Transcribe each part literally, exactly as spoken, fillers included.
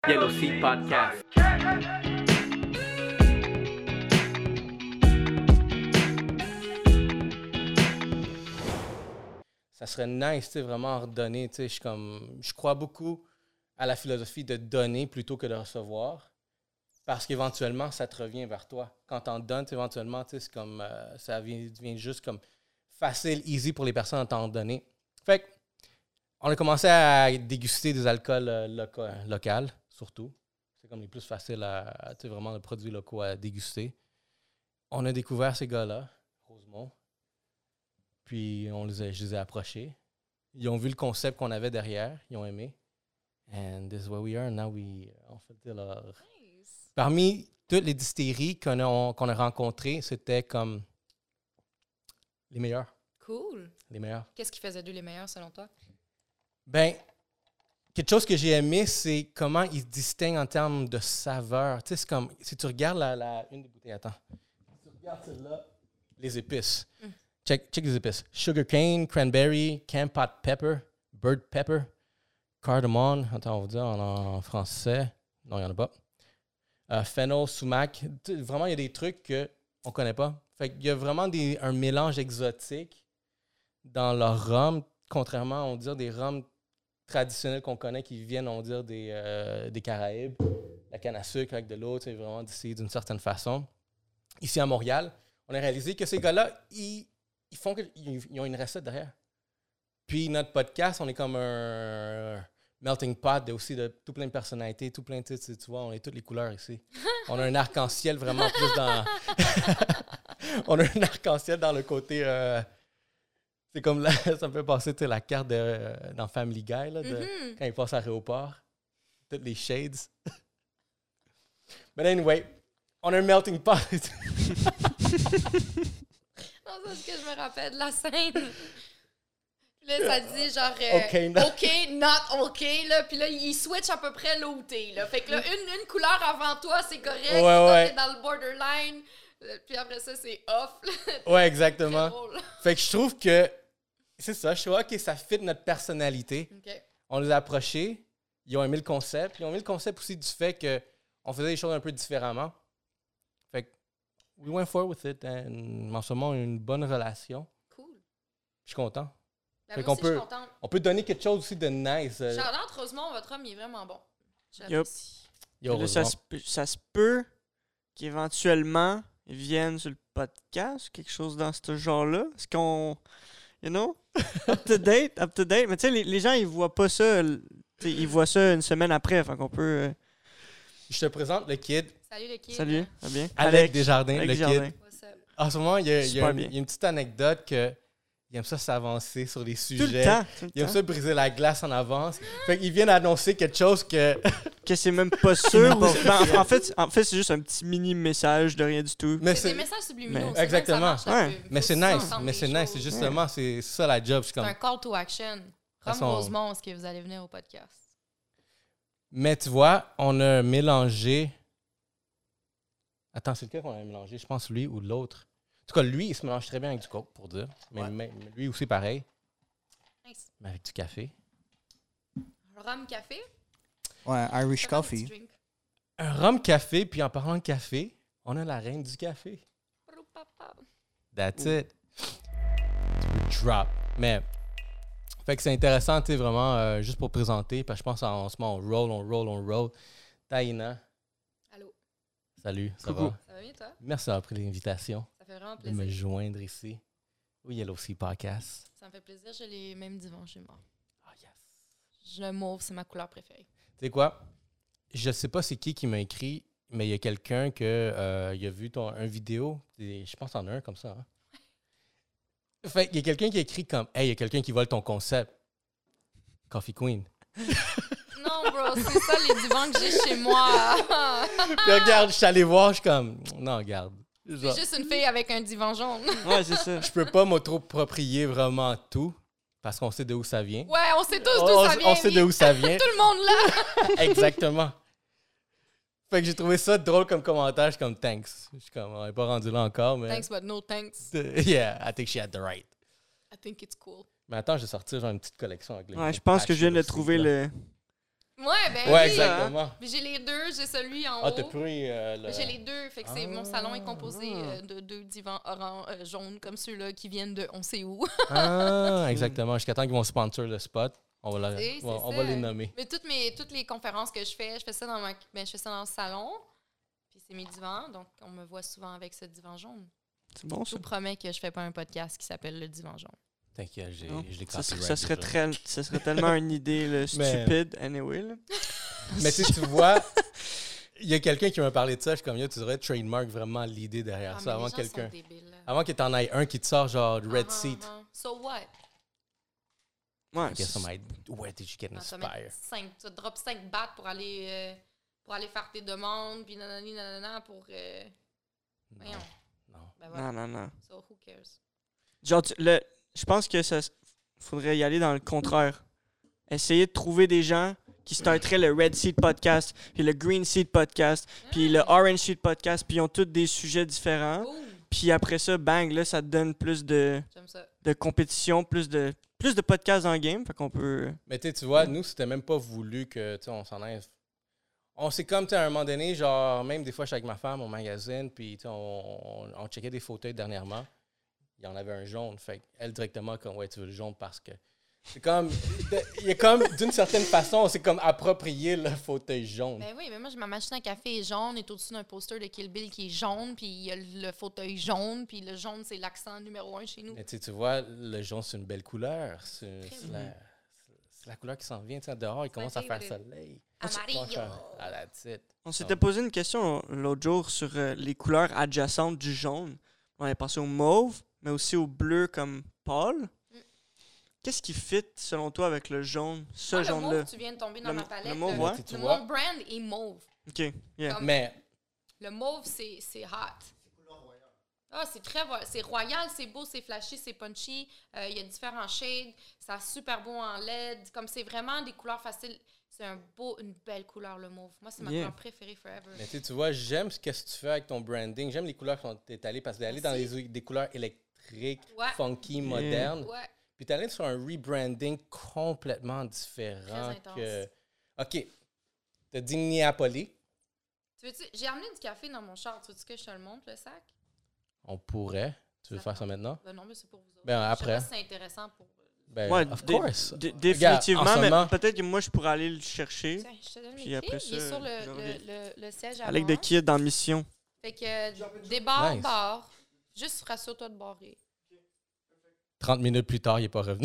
Yellow Seat Podcast. Ça serait nice, tu sais, vraiment redonner. Tu sais, je suis comme, je crois beaucoup à la philosophie de donner plutôt que de recevoir, parce qu'éventuellement, ça te revient vers toi. Quand t'en donnes, éventuellement, tu sais, c'est comme, euh, ça vient, devient juste comme facile, easy pour les personnes à t'en donner. Fait que, on a commencé à déguster des alcools euh, loca- locaux, surtout. C'est comme les plus faciles à, à, tu sais, vraiment, de produits locaux à déguster. On a découvert ces gars-là, Rosemont. Puis, on les a, je les ai approchés. Ils ont vu le concept qu'on avait derrière. Ils ont aimé. And this is where we are. Now we... On fait leur... Nice. Parmi toutes les distilleries qu'on a, qu'on a rencontrées, c'était comme les meilleurs. Cool. Les meilleurs. Qu'est-ce qui faisait d'eux les meilleurs, selon toi? Ben, quelque chose que j'ai aimé, c'est comment ils se distinguent en termes de saveur. Tu sais, c'est comme... Si tu regardes la... la une des bouteilles, attends. Si tu regardes celle-là, les épices. Mm. Check, check les épices. Sugar cane, cranberry, camp pot pepper, bird pepper, cardamom. Attends, on va dire en, en français. Non, il n'y en a pas. Uh, fennel, sumac. Vraiment, il y a des trucs qu'on ne connaît pas. Fait qu'il y a vraiment des, un mélange exotique dans leur rhum, contrairement, on va dire, des rhums traditionnels qu'on connaît qui viennent, on va dire, des, euh, des Caraïbes. La canne à sucre avec de l'eau, c'est vraiment d'ici d'une certaine façon. Ici à Montréal, on a réalisé que ces gars-là, ils Ils font que, ils, ils ont une recette derrière. Puis notre podcast, on est comme un melting pot de, aussi de tout plein de personnalités, tout plein de, tu, tu vois, on est toutes les couleurs ici. On a un arc-en-ciel vraiment plus dans... on a un arc-en-ciel dans le côté... Euh... C'est comme là, ça me fait passer la carte de, euh, dans Family Guy, là, de, mm-hmm. quand ils passent à l'aéroport. Toutes les shades. But anyway, on a un melting pot. Non, c'est ce que je me rappelle de la scène. Puis là, ça dit genre euh, OK, not, OK, not OK, là. Puis là, il switch à peu près là où t'es, là. Fait que là, une, une couleur avant toi, c'est correct. Ouais, toi, ouais. t'es dans le borderline. Puis après ça, c'est off. Ouais, exactement. Fait que je trouve que c'est ça. Je trouve que ça fit notre personnalité. Okay. On les a approchés. Ils ont aimé le concept. Ils ont aimé le concept aussi du fait qu'on faisait les choses un peu différemment. Fait que we went forward with it. And en ce moment, on a une bonne relation. Cool. Je suis content. Ben fait moi qu'on aussi, peut, on peut donner quelque chose aussi de nice. Charlotte Rosemont, votre homme, il est vraiment bon. Yep. Yo, là, ça, se, ça se peut qu'éventuellement, ils viennent sur le podcast, quelque chose dans ce genre-là. Est-ce qu'on... You know? Up to date, up to date. Mais tu sais, les, les gens, ils voient pas ça. Ils voient ça une semaine après. Fait qu'on peut... Euh... Je te présente le kid. Salut le kid. Salut, ça va bien? Avec, avec Desjardins, avec le Desjardins. kid. En ce moment, il y a, il y a, une, il y a une petite anecdote que il aime ça s'avancer sur les sujets. Tout le temps. Tout le il aime temps. ça briser la glace en avance. Fait qu'ils viennent annoncer quelque chose que... que c'est même pas sûr. ben, en, en fait, en fait c'est juste un petit mini message de rien du tout. Mais c'est des messages subliminaux. Mais... Exactement. Ouais. Mais c'est nice. Mais c'est nice. C'est justement, ouais. c'est ça la job. C'est comme... un call to action. Comme façon... Rosemont, est-ce que vous allez venir au podcast? Mais tu vois, on a mélangé... Attends, c'est lequel qu'on a mélangé? Je pense lui ou l'autre. En tout cas, lui, il se mélange très bien avec du coke, pour dire. Mais, ouais. mais lui aussi, pareil. Nice. Mais avec du café. Rhum café? Ouais, Irish coffee. Un rhum café, puis en parlant de café, on a la reine du café. That's it. Tu peux drop. Mais, fait que c'est intéressant, tu sais, vraiment, euh, juste pour présenter, parce que je pense en ce moment, on roll, on roll, on roll. Taïna. Allô. Salut, ça Coucou. va? Ça va bien, toi? Merci d'avoir pris l'invitation. Ça fait vraiment De plaisir. me joindre ici. Oui, Yellow Seat Podcast. Ça me fait plaisir, j'ai les mêmes divans chez moi. Ah, oh, yes. Le mauve, c'est ma couleur préférée. Tu sais quoi? Je sais pas c'est qui qui m'a écrit, mais il y a quelqu'un qui euh, a vu ton un vidéo. Je pense en a un comme ça. Hein? Fait il y a quelqu'un qui a écrit comme « Hey, il y a quelqu'un qui vole ton concept. Coffee Queen. » Non, bro, c'est ça les divans que j'ai chez moi. Puis regarde, je suis allé voir, je suis comme « Non, regarde. » C'est juste une fille avec un divan jaune. Ouais, c'est ça. Je peux pas m'auto-approprier vraiment tout, parce qu'on sait de où ça vient. Ouais, on sait tous d'où on, ça vient. On sait de où ça vient. Tout le monde là. Exactement. Fait que j'ai trouvé ça drôle comme commentaire. Je suis comme, thanks. Je suis comme, on n'est pas rendu là encore, mais... Thanks, but no thanks. Yeah, I think she had the right. I think it's cool. Mais attends, je vais sortir genre une petite collection avec les... Ouais, je pense que je viens de trouver le... Ouais, ben Ouais, oui. exactement. Puis j'ai les deux, j'ai celui en Ah, haut. t'as pris euh, le... J'ai les deux, fait que c'est Ah. mon salon est composé euh, de deux divans orange, euh, jaunes comme ceux-là qui viennent de on sait où. Ah, exactement. Jusqu'à temps qu'ils vont sponsor le spot, on va, la- C'est- on va- c'est on ça. va les nommer. Mais toutes mes toutes les conférences que je fais, je fais ça dans ma ben, je fais ça dans le salon. Puis c'est mes divans, donc on me voit souvent avec ce divan jaune. C'est bon, Je ça. vous promets que je fais pas un podcast qui s'appelle le divan jaune. T'inquiète, j'ai, Non. je l'ai Ça, serait- copyright ça serait déjà. très, ça serait tellement une idée là, Mais- stupide, anyway. Là. Mais tu sais, tu vois, il y a quelqu'un qui m'a parlé de ça, je suis comme, yo, tu devrais trademark vraiment l'idée derrière Ah, ça mais avant les gens quelqu'un. sont débiles. là. Avant que t'en ailles un qui te sort genre Red Uh-huh, Seat. uh-huh. So what? Ouais, I guess c'est- I might, where did you get Non, tu vas mettre inspired? cinq, tu vas drop cinq bahts pour aller, euh, pour aller faire tes demandes, puis nanani nanana pour... Euh... Non, Voyons. non. Ben voilà. Non, non, non. So who cares? Genre, tu- le, je pense que ça s- faudrait y aller dans le contraire. Essayer de trouver des gens qui starteraient le Red Seat Podcast, puis le Green Seat Podcast, puis le Orange Seat Podcast, puis ils ont tous des sujets différents. Oh, Puis après ça, bang, là, ça te donne plus de, j'aime ça. de compétition, plus de, plus de podcasts dans le game. Fait qu'on peut... Mais tu sais, tu vois, nous, c'était même pas voulu que, tu sais, on s'en aille. On s'est comme, tu sais, à un moment donné, genre, même des fois, je suis avec ma femme au magazine, puis, tu sais, on, on, on checkait des fauteuils dernièrement. Il y en avait un jaune. Fait elle, directement, comme, ouais, tu veux le jaune parce que. C'est comme. Il y a comme, d'une certaine façon, on s'est comme approprié le fauteuil jaune. Ben oui, mais moi, ma machine à café est jaune, est au-dessus d'un poster de Kill Bill qui est jaune, puis il y a le fauteuil jaune, puis le jaune, c'est l'accent numéro un chez nous. Mais tu sais, tu vois, le jaune, c'est une belle couleur. C'est Très c'est beau. la, c'est la couleur qui s'en vient. Tu sais, dehors, il commence à faire favorite. soleil. Amarillo. Ah, that's it. On s'était posé une question l'autre jour sur euh, les couleurs adjacentes du jaune. On avait pensé au mauve, mais aussi au bleu comme pâle. Mm. Qu'est-ce qui fit, selon toi, avec le jaune, ce Moi, le jaune-là? mauve, tu viens de tomber dans Le- ma palette. le mauve, le, ouais. Tu le- vois. mon brand est mauve. OK, yeah. Comme- Mais, Le mauve, c'est c'est hot. Ah, c'est très vo- c'est royal, c'est beau, c'est flashy, c'est punchy. Euh, Il y a différents shades. Ça super beau en L E D. Comme c'est vraiment des couleurs faciles. C'est un beau, une belle couleur, le mauve. Moi, c'est ma Yeah. couleur préférée forever. mais tu sais, tu vois, j'aime ce que tu fais avec ton branding. J'aime les couleurs qui sont étalées parce que d'aller dans Merci. les, des couleurs électriques, Ouais. funky, modernes. Ouais. Puis t'es allé sur un rebranding complètement différent Très intense. que. OK. T'as dit Niapoli. Tu veux-tu... J'ai amené du café dans mon char. Tu veux-tu que je te le montre, le sac? On pourrait. Tu veux Ça faire ça prend. maintenant? Ben non, mais c'est pour vous autres. Ben, Je sais après. pas si c'est intéressant pour... Ben, Ouais, of dé- course. dé- Regarde, définitivement, en ce mais moment- peut-être que moi, je pourrais aller le chercher. Tiens, je te donne mes Puis clés. après Il est ça, sur le, je le, reviens. le, le siège Avec avant. de qui est dans Mission. Fait que des barres, Nice. barres. Juste rassure-toi de barrer. trente minutes plus tard, il n'est pas revenu.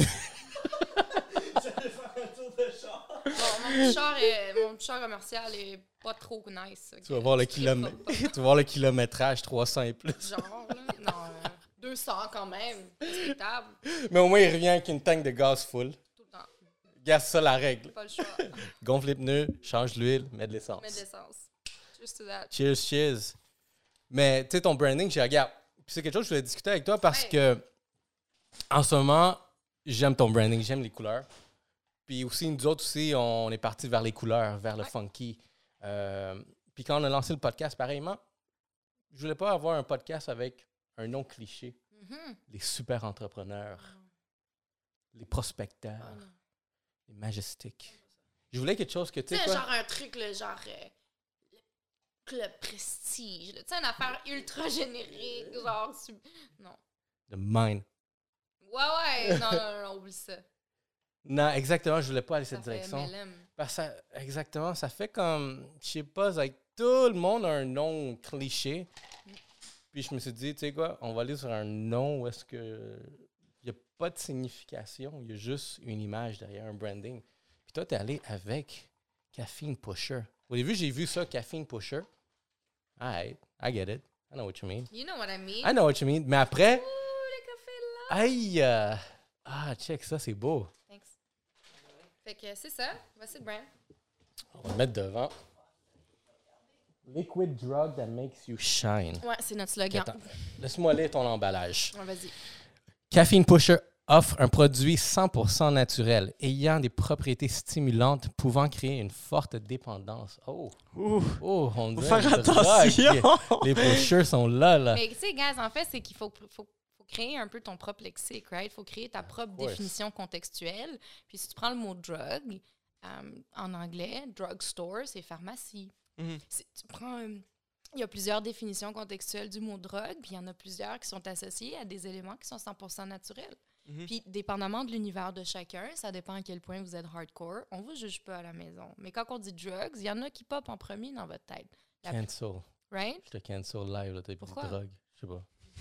Bon, mon petit char, est- mon petit char commercial est pas trop nice. Tu vas voir le, Tu kilomè- triperas tu vas voir le kilométrage trois cents et plus. pas. Genre, là. Non, euh, deux cents quand même. Respectable. Mais au moins, il revient avec une tank de gaz full. Tout le temps. Gaz, ça la règle. Pas le choix. Gonfle les pneus, change l'huile, mets de l'essence. Mets de l'essence. Just to that. Cheers, cheers. Mais tu sais, ton branding, je regarde. Puis c'est quelque chose que je voulais discuter avec toi parce Ouais. que en ce moment, j'aime ton branding, j'aime les couleurs. Puis aussi, nous autres aussi, on est partis vers les couleurs, vers le Ouais. funky. Euh, puis quand on a lancé le podcast, pareillement, je voulais pas avoir un podcast avec un nom cliché. Mhm. Les super entrepreneurs, les prospecteurs, Ah, non. les majestiques. Je voulais quelque chose que tu Tu sais sais, quoi. genre un truc, là, genre euh, le club prestige. là. Tu sais, une affaire ultra générique. Genre, tu- non. The mind. Ouais, ouais. Non, non, non, non, oublie ça. Non, exactement, je voulais pas aller Ça cette fait direction. M L M. Parce que ça- exactement, ça fait comme, je sais pas, avec tout le monde a un nom cliché. Puis je me suis dit, tu sais quoi, on va aller sur un nom où est-ce que il n'y a pas de signification, il y a juste une image derrière un branding. Puis toi, t'es allé avec Caffeine Pusher. Au début, j'ai vu ça, Caffeine Pusher. Alright, I get it. I know what you mean. You know what I mean? I know what you mean. Mais après, Ouh, le café là. aïe! euh, ah, check ça, c'est beau. Thanks. Fait que c'est ça. Voici le brand. On va le mettre devant. Liquid drug that makes you shine. Ouais, c'est notre slogan. Attends, laisse-moi lire ton emballage. Ouais, vas-y. Caffeine Pusher offre un produit cent pour cent naturel, ayant des propriétés stimulantes pouvant créer une forte dépendance. Oh, Ouh, oh, on faut dirait faire une drogue. attention! Les pushers sont là, là. Mais tu sais, guys, en fait, c'est qu'il faut, faut, faut créer un peu ton propre lexique, right? Il faut créer ta propre course. définition contextuelle. Puis si tu prends le mot drug, Euh, en anglais, drugstore, c'est pharmacie. Mhm. C'est- tu prends... euh, il y a plusieurs définitions contextuelles du mot drogue, puis il y en a plusieurs qui sont associées à des éléments qui sont cent pour cent naturels. Mhm. Puis, dépendamment de l'univers de chacun, ça dépend à quel point vous êtes hardcore. On vous juge pas à la maison. Mais quand on dit drugs, il y en a qui pop en premier dans votre tête. La- Cancel. Right? Je te cancel live, là, t'as pris Pourquoi? de drogue. Je sais pas.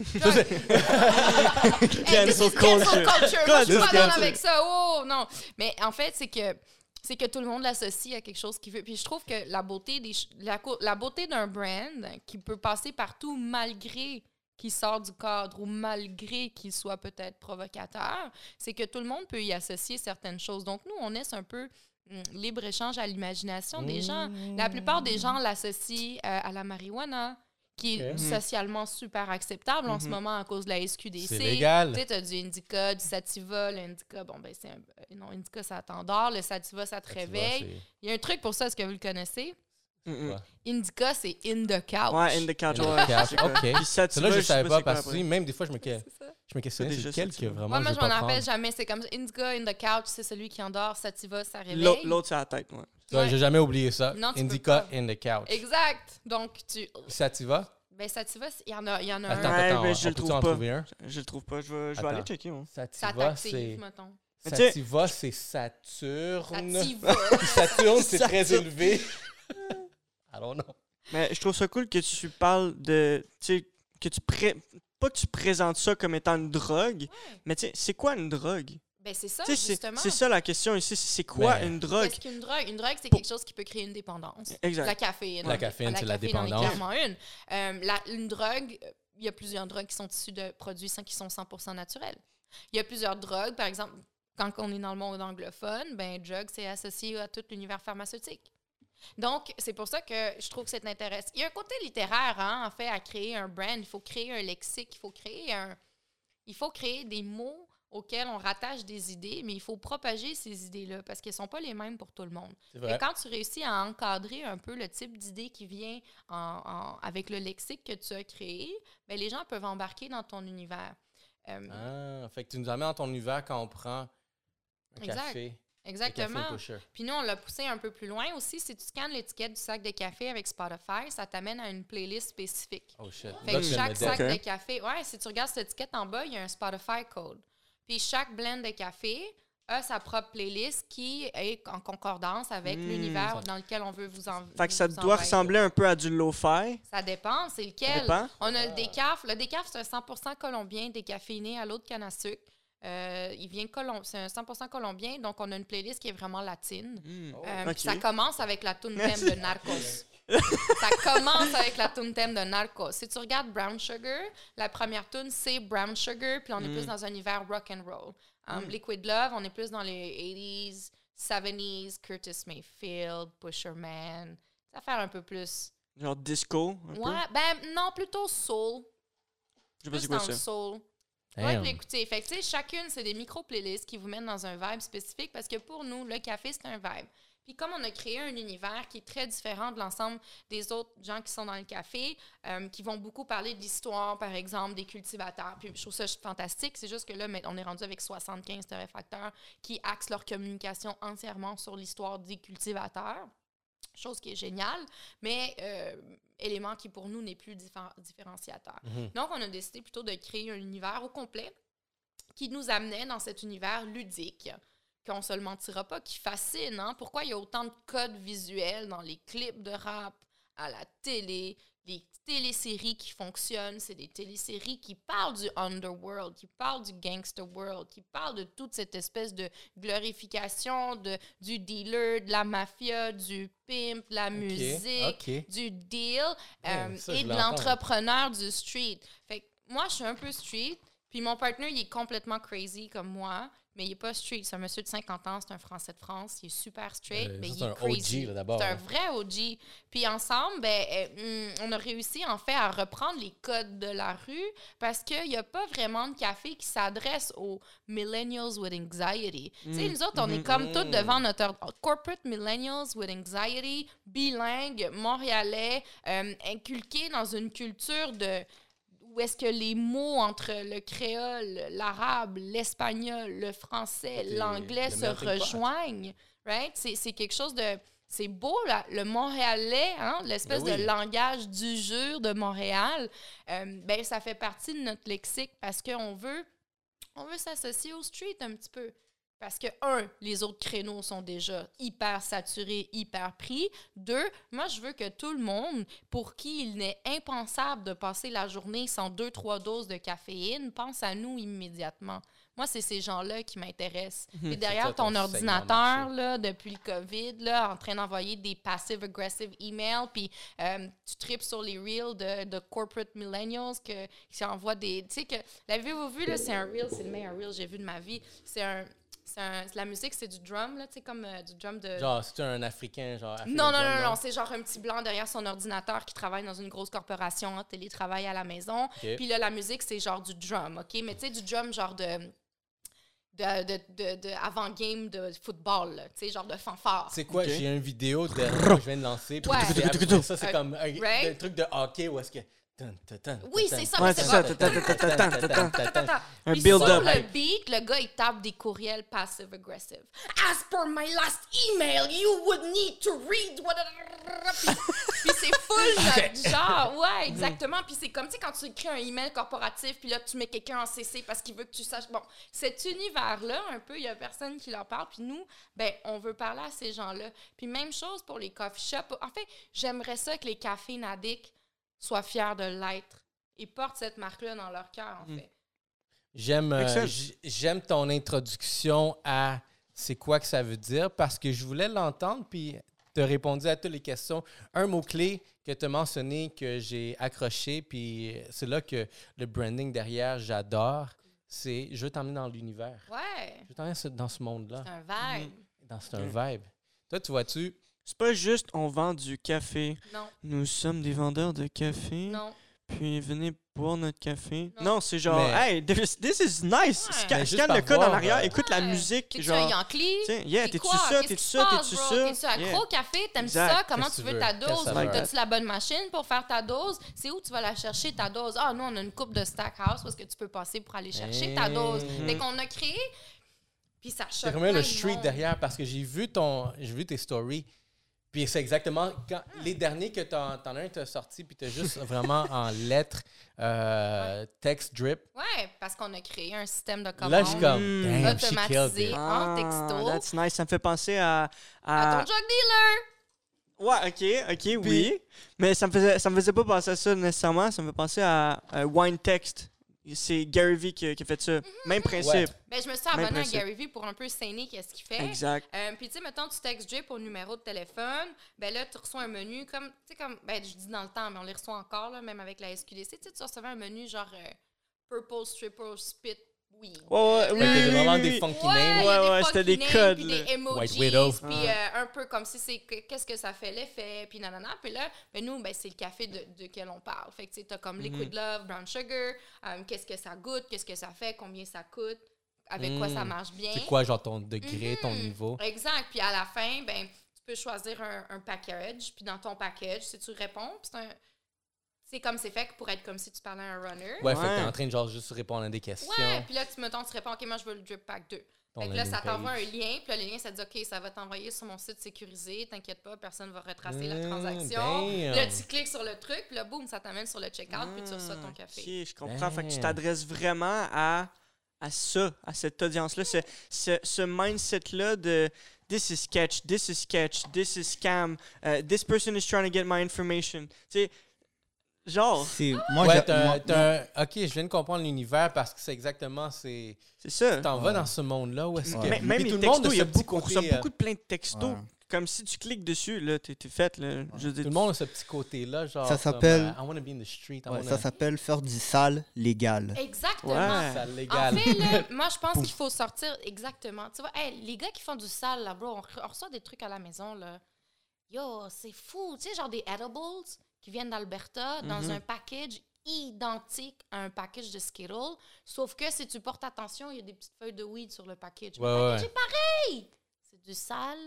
Hey, this is Cancel culture. Moi, je suis pas Just dans cancel. avec ça. Oh, non. Mais en fait, c'est que c'est que tout le monde l'associe à quelque chose qu'il veut. Puis je trouve que la beauté des ch- la, co- la beauté d'un brand qui peut passer partout malgré qu'il sort du cadre ou malgré qu'il soit peut-être provocateur, c'est que tout le monde peut y associer certaines choses. Donc nous, on laisse un peu hum, libre-échange à l'imagination des gens. La plupart des gens l'associent euh, à la marijuana, qui est Ok. socialement super acceptable en ce Mhm. moment à cause de la S Q D C. C'est légal. Tu sais, t'as du indica, du sativa. Le indica, bon, ben, c'est un... euh, Non, indica, ça t'endort. Le sativa, ça te Tu vois, réveille. c'est- Il y a un truc pour ça, est-ce que vous le connaissez? Mhm. Ouais. Indica, c'est in the couch. Ouais, in the couch. In the ouais, couch, c'est quoi. ok. Puis ça, tu Celle-là, vois, je sais savais pas c'est quoi parce que après. même des fois, je me, que- C'est ça. je me questionnais C'est c'est déjà lequel ça, que tu vois. vraiment Ouais, moi, je je vais m'en pas rappelle prendre. jamais. C'est comme indica, in the couch, c'est celui qui endort. Sativa, ça réveille. L'autre, l'autre, c'est la tête, ouais. Tu vois, Ouais. J'ai jamais oublié ça. Non, tu peux Indica pas. in the couch. Exact. Donc, tu... Sativa? Ben, sativa, il y en a, il y en a Attends, un. Ouais, attends, mais on je le peut-tu trouve en pas. trouver un? Je le trouve pas. Je vais, je vais Attends. aller checker, moi. Ça Sativa, c'est... t'active, mettons. Mais tu sais- Sativa, c'est Saturne. Sativa. Saturne, c'est très Saturne. élevé. I don't know. Mais je trouve ça cool que tu parles de. Tu sais, que tu pré... Pas que tu présentes ça comme étant une drogue, mais tu sais, c'est quoi une drogue? Ben, c'est ça, Tu sais, c'est- justement. c'est ça la question ici. C'est quoi Mais- une drogue? Qu'est-ce qu'une drogue? Une drogue, c'est quelque chose qui peut créer une dépendance. Exact. La caféine. La caféine, c'est la caféine en est dépendance. clairement une. Euh, la- une drogue, euh, il y a plusieurs drogues qui sont issues de produits sans- qui sont cent pour cent naturels. Il y a plusieurs drogues, par exemple, quand on est dans le monde anglophone, ben drug, c'est associé à tout l'univers pharmaceutique. Donc, c'est pour ça que je trouve que c'est intéressant. Il y a un côté littéraire, hein, en fait, à créer un brand. Il faut créer un lexique, il faut créer un... Il faut créer des mots auxquels on rattache des idées, mais il faut propager ces idées-là parce qu'elles ne sont pas les mêmes pour tout le monde. C'est Et vrai. quand tu réussis à encadrer un peu le type d'idée qui vient en, en- avec le lexique que tu as créé, ben les gens peuvent embarquer dans ton univers. Euh, Ah, fait que tu nous amènes dans ton univers quand on prend un Exact. café. Un exactement. café pusher. Puis nous, on l'a poussé un peu plus loin aussi. Si tu scannes l'étiquette du sac de café avec Spotify, ça t'amène à une playlist spécifique. Oh shit. Fait Là, que tu viens de chaque me dire. sac Ok. de café, ouais, si tu regardes cette étiquette en bas, il y a un Spotify code. Puis chaque blend de café a sa propre playlist qui est en concordance avec Hmm. l'univers dans lequel on veut vous en Fait que ça vous doit envahir. ressembler un peu à du lo-fi. Ça dépend, c'est Ça lequel. dépend. On a le décaf. Le décaf, c'est un cent pour cent colombien décaféiné à l'eau de canne à sucre. Euh, il vient de Colom- c'est un cent pour cent colombien, donc on a une playlist qui est vraiment latine. Hmm. Euh, Ok. puis ça commence avec la tune thème de Narcos. Ça commence avec la tune thème de Narcos. Si tu regardes Brown Sugar, la première tune c'est Brown Sugar, puis on est Mm. plus dans un univers rock and roll. Um, Mm. Liquid Love, on est plus dans les eighties, seventies, Curtis Mayfield, Pusher Man. Ça fait un peu plus. Genre disco. Un peu. Ouais, ben non, plutôt soul. Je sais pas Plus c'est quoi dans le ça. soul. Damn. Ouais, puis écoutez, fait que, tu sais, chacune, c'est des micro-playlists qui vous mènent dans un vibe spécifique parce que pour nous, le café, c'est un vibe. Puis comme on a créé un univers qui est très différent de l'ensemble des autres gens qui sont dans le café, euh, qui vont beaucoup parler de l'histoire, par exemple, des cultivateurs. Puis je trouve ça fantastique. C'est juste que là, mais on est rendu avec soixante-quinze torréfacteurs qui axent leur communication entièrement sur l'histoire des cultivateurs. Chose qui est géniale, mais euh, élément qui pour nous n'est plus diffé- différenciateur. Mhm. Donc, on a décidé plutôt de créer un univers au complet qui nous amenait dans cet univers ludique, qu'on ne se le mentira pas, qui fascine. Hein? Pourquoi il y a autant de codes visuels dans les clips de rap, à la télé, les téléséries qui fonctionnent, c'est des téléséries qui parlent du underworld, qui parlent du gangster world, qui parlent de toute cette espèce de glorification de, du dealer, de la mafia, du pimp, de la musique, OK. du deal Ouais, euh, ça, je et de l'entends. l'entrepreneur du street. Fait que moi, je suis un peu street, puis mon partner, il est complètement crazy comme moi, mais il est pas street. C'est un monsieur de cinquante ans, c'est un Français de France, il est super straight, Euh, mais ça, il c'est est un crazy. O G, là, d'abord, C'est un là. vrai O G. Puis ensemble, ben, euh, hum, on a réussi en fait à reprendre les codes de la rue parce qu'il n'y a pas vraiment de café qui s'adresse aux millennials with anxiety. Tu sais, nous autres, on est comme tous devant notre or- corporate millennials with anxiety, bilingues, montréalais, euh, inculqués dans une culture de où est-ce que les mots entre le créole, l'arabe, l'espagnol, le français, C'était l'anglais le se melting pot. rejoignent, right? C'est, c'est quelque chose de... C'est beau, là, le montréalais, hein, l'espèce Ben oui. de langage d'usure de Montréal. Euh, ben, ça fait partie de notre lexique parce qu'on veut, on veut s'associer au street un petit peu. Parce que, un, les autres créneaux sont déjà hyper saturés, hyper pris. Deux, moi, je veux que tout le monde, pour qui il n'est impensable de passer la journée sans deux, trois doses de caféine, pense à nous immédiatement. Moi, c'est ces gens-là qui m'intéressent. Mhm. Et derrière C'est ça, ton, ton ordinateur, segment là, depuis le COVID, là, en train d'envoyer des passive-aggressive emails, puis euh, tu tripes sur les reels de, de corporate millennials que, qui envoient des... Tu sais que... L'avez-vous vu, là, c'est un reel, c'est le meilleur reel que j'ai vu de ma vie. C'est un... C'est un, la musique, c'est du drum, là, tu sais, comme euh, du drum de... Genre, c'est un Africain, genre... African Non, non, drum, non, non, c'est genre un petit blanc derrière son ordinateur qui travaille dans une grosse corporation, hein, télétravaille à la maison. Ok. Puis là, la musique, c'est genre du drum, OK? Mais tu sais, du drum genre de... de, de, de, de avant-game de football, là, tu sais, genre de fanfare. C'est quoi? Ok. J'ai une vidéo de, que je viens de lancer. puis Ouais. c'est après ça, c'est Euh, comme un, right? un truc de hockey où est-ce que... Dun, dun, dun, Oui, dun, c'est dun, ça, Ouais, mais c'est c'est ça. pas... ta- ta- ta- ta- ta- ta- ta- ta- Ta, ta, ta. Un Puis build-up. sur le beat, le gars, il tape des courriels passive-aggressive. As per my last email, you would need to read what... Puis, puis c'est full notre genre. Ouais, exactement. Puis c'est comme, tu sais, quand tu écris un email corporatif, puis là, tu mets quelqu'un en C C parce qu'il veut que tu saches... Bon, cet univers-là, un peu, il y a personne qui leur parle. Puis nous, ben, on veut parler à ces gens-là. Puis même chose pour les coffee shops. En fait, j'aimerais ça que les cafés Nadic soient fiers de l'être. Ils portent cette marque-là dans leur cœur, en Mm. fait. J'aime, euh, Excellent. j- j'aime ton introduction à c'est quoi que ça veut dire parce que je voulais l'entendre puis tu as répondu à toutes les questions. Un mot-clé que tu as mentionné que j'ai accroché puis c'est là que le branding derrière, j'adore, c'est je veux t'emmener dans l'univers. Ouais, Je veux t'emmener ce- dans ce monde-là. c'est un vibe. Dans c'est un vibe. Toi, tu vois-tu, C'est pas juste on vend du café. Non, Nous sommes des vendeurs de café. non. Puis venez boire notre café. Non. Non, c'est genre, Mais- hey, this, this is nice. Ouais. Scan, Mais juste scanne le par code en voir, arrière, euh, écoute la Ouais. musique. T'es-tu Genre, un Yankee? tiens, yeah, T'es t'es-tu quoi? ça, Qu'est-ce t'es-tu qui se ça, passe, t'es-tu bro? ça? T'es-tu accro Yeah. au café? T'aimes Exact. ça? Comment Qu'est-ce tu que veux tu ta veux? dose? Quelle saveur? T'as-tu la bonne machine pour faire ta dose? C'est où tu vas la chercher, ta dose? Ah, nous, on a une coupe de Stackhouse parce que tu peux passer pour aller chercher ta dose. Mhm. Fait qu'on a créé, puis ça c'est choque vraiment plein le de street monde. derrière parce que j'ai vu ton j'ai vu tes stories. Puis c'est exactement quand les derniers que t'en t'en as un t'as sorti puis t'as juste vraiment en lettres euh, text drip. Ouais, parce qu'on a créé un système de commande Là je suis comme Mm. damn, she killed automatisé it. en texto That's nice. Ça me fait penser à... à à... ton drug dealer. Ouais, ok, ok, oui. Mais ça me faisait, ça me faisait pas penser à ça nécessairement. Ça me fait penser à, à Wine Text. C'est Gary Vee qui, qui a fait ça. Même principe. Ouais. Ben, je me suis Même abonnée à principe. Gary Vee pour un peu saigner qu'est-ce qu'il fait. Exact. Euh, puis, tu sais, mettons, tu textes Drip au numéro de téléphone, ben là, tu reçois un menu comme, tu sais, comme, ben, je dis dans le temps, mais on les reçoit encore, là, même avec la S Q D C. Tu sais, tu recevais un menu genre euh, Purple Stripper Spit Weed. Ouais, ouais, Euh, oui, Fait que oui, c'est oui, vraiment oui, des oui. funky Ouais, names. il y a Ouais, ouais, des c'était funky des names, codes, puis là. des emojis, White Widow. puis Ouais. euh, un peu comme si c'est que- qu'est-ce que ça fait l'effet, puis nanana. Puis là, ben nous, ben c'est le café de, de quel on parle. Fait que tu sais, t'as comme Liquid Love, Brown Sugar, euh, qu'est-ce que ça goûte, qu'est-ce que ça fait, combien ça coûte, avec quoi Mm. ça marche bien. C'est quoi genre ton degré, ton Mhm. niveau? Exact. Puis à la fin, ben tu peux choisir un, un package. Puis dans ton package, si tu réponds, puis c'est un... C'est comme c'est fait pour être comme si tu parlais à un runner. Ouais, fait que Ouais. t'es en train de genre juste répondre à des questions. Ouais, puis là, tu, mettons, tu réponds, OK, moi, je veux le drip pack deux. ton Fait que là, ça landing t'envoie un page. lien, puis là, le lien, ça te dit, OK, ça va t'envoyer sur mon site sécurisé, t'inquiète pas, personne va retracer la Mm, transaction. damn. Puis là, tu cliques sur le truc, puis là, boum, ça t'amène sur le checkout, puis tu reçois ton Ah, café. Ok, je comprends. Fait que tu Damn. t'adresses vraiment à, à ça, à cette audience-là, ce, ce, ce mindset-là de this is sketch, this is sketch, this is scam, uh, this person is trying to get my information. Tu sais, genre, C'est, moi, Ouais, j'ai- t'as- moi- t'as un- ok, je viens de comprendre l'univers parce que c'est exactement, c'est... c'est ça. Tu t'en Ouais. vas dans ce monde-là où est-ce Ouais. que... Mais- Même Puis les tout le monde textos, a il y a ce petit beaucoup, on côté, reçoit euh, beaucoup de plein de textos. Ouais. Comme si tu cliques dessus, là, t'es t'es fait. Là. Je veux dire, Tout le monde a ce petit côté-là, genre... Ça comme, s'appelle- euh, I wanna be in the street, I ouais, wanna... ça s'appelle faire du sale légal. Exactement. Ouais. Ça En légal. fait, là, moi, je pense qu'il faut sortir exactement. Tu vois, hey, les gars qui font du sale, là, bro, on, re- on reçoit des trucs à la maison, là. Yo, c'est fou. Tu sais, genre des edibles qui viennent d'Alberta dans Mhm. un package identique à un package de Skittles. Sauf que si tu portes attention, il y a des petites feuilles de weed sur le package. Ouais, le package ouais. est pareil. C'est du sale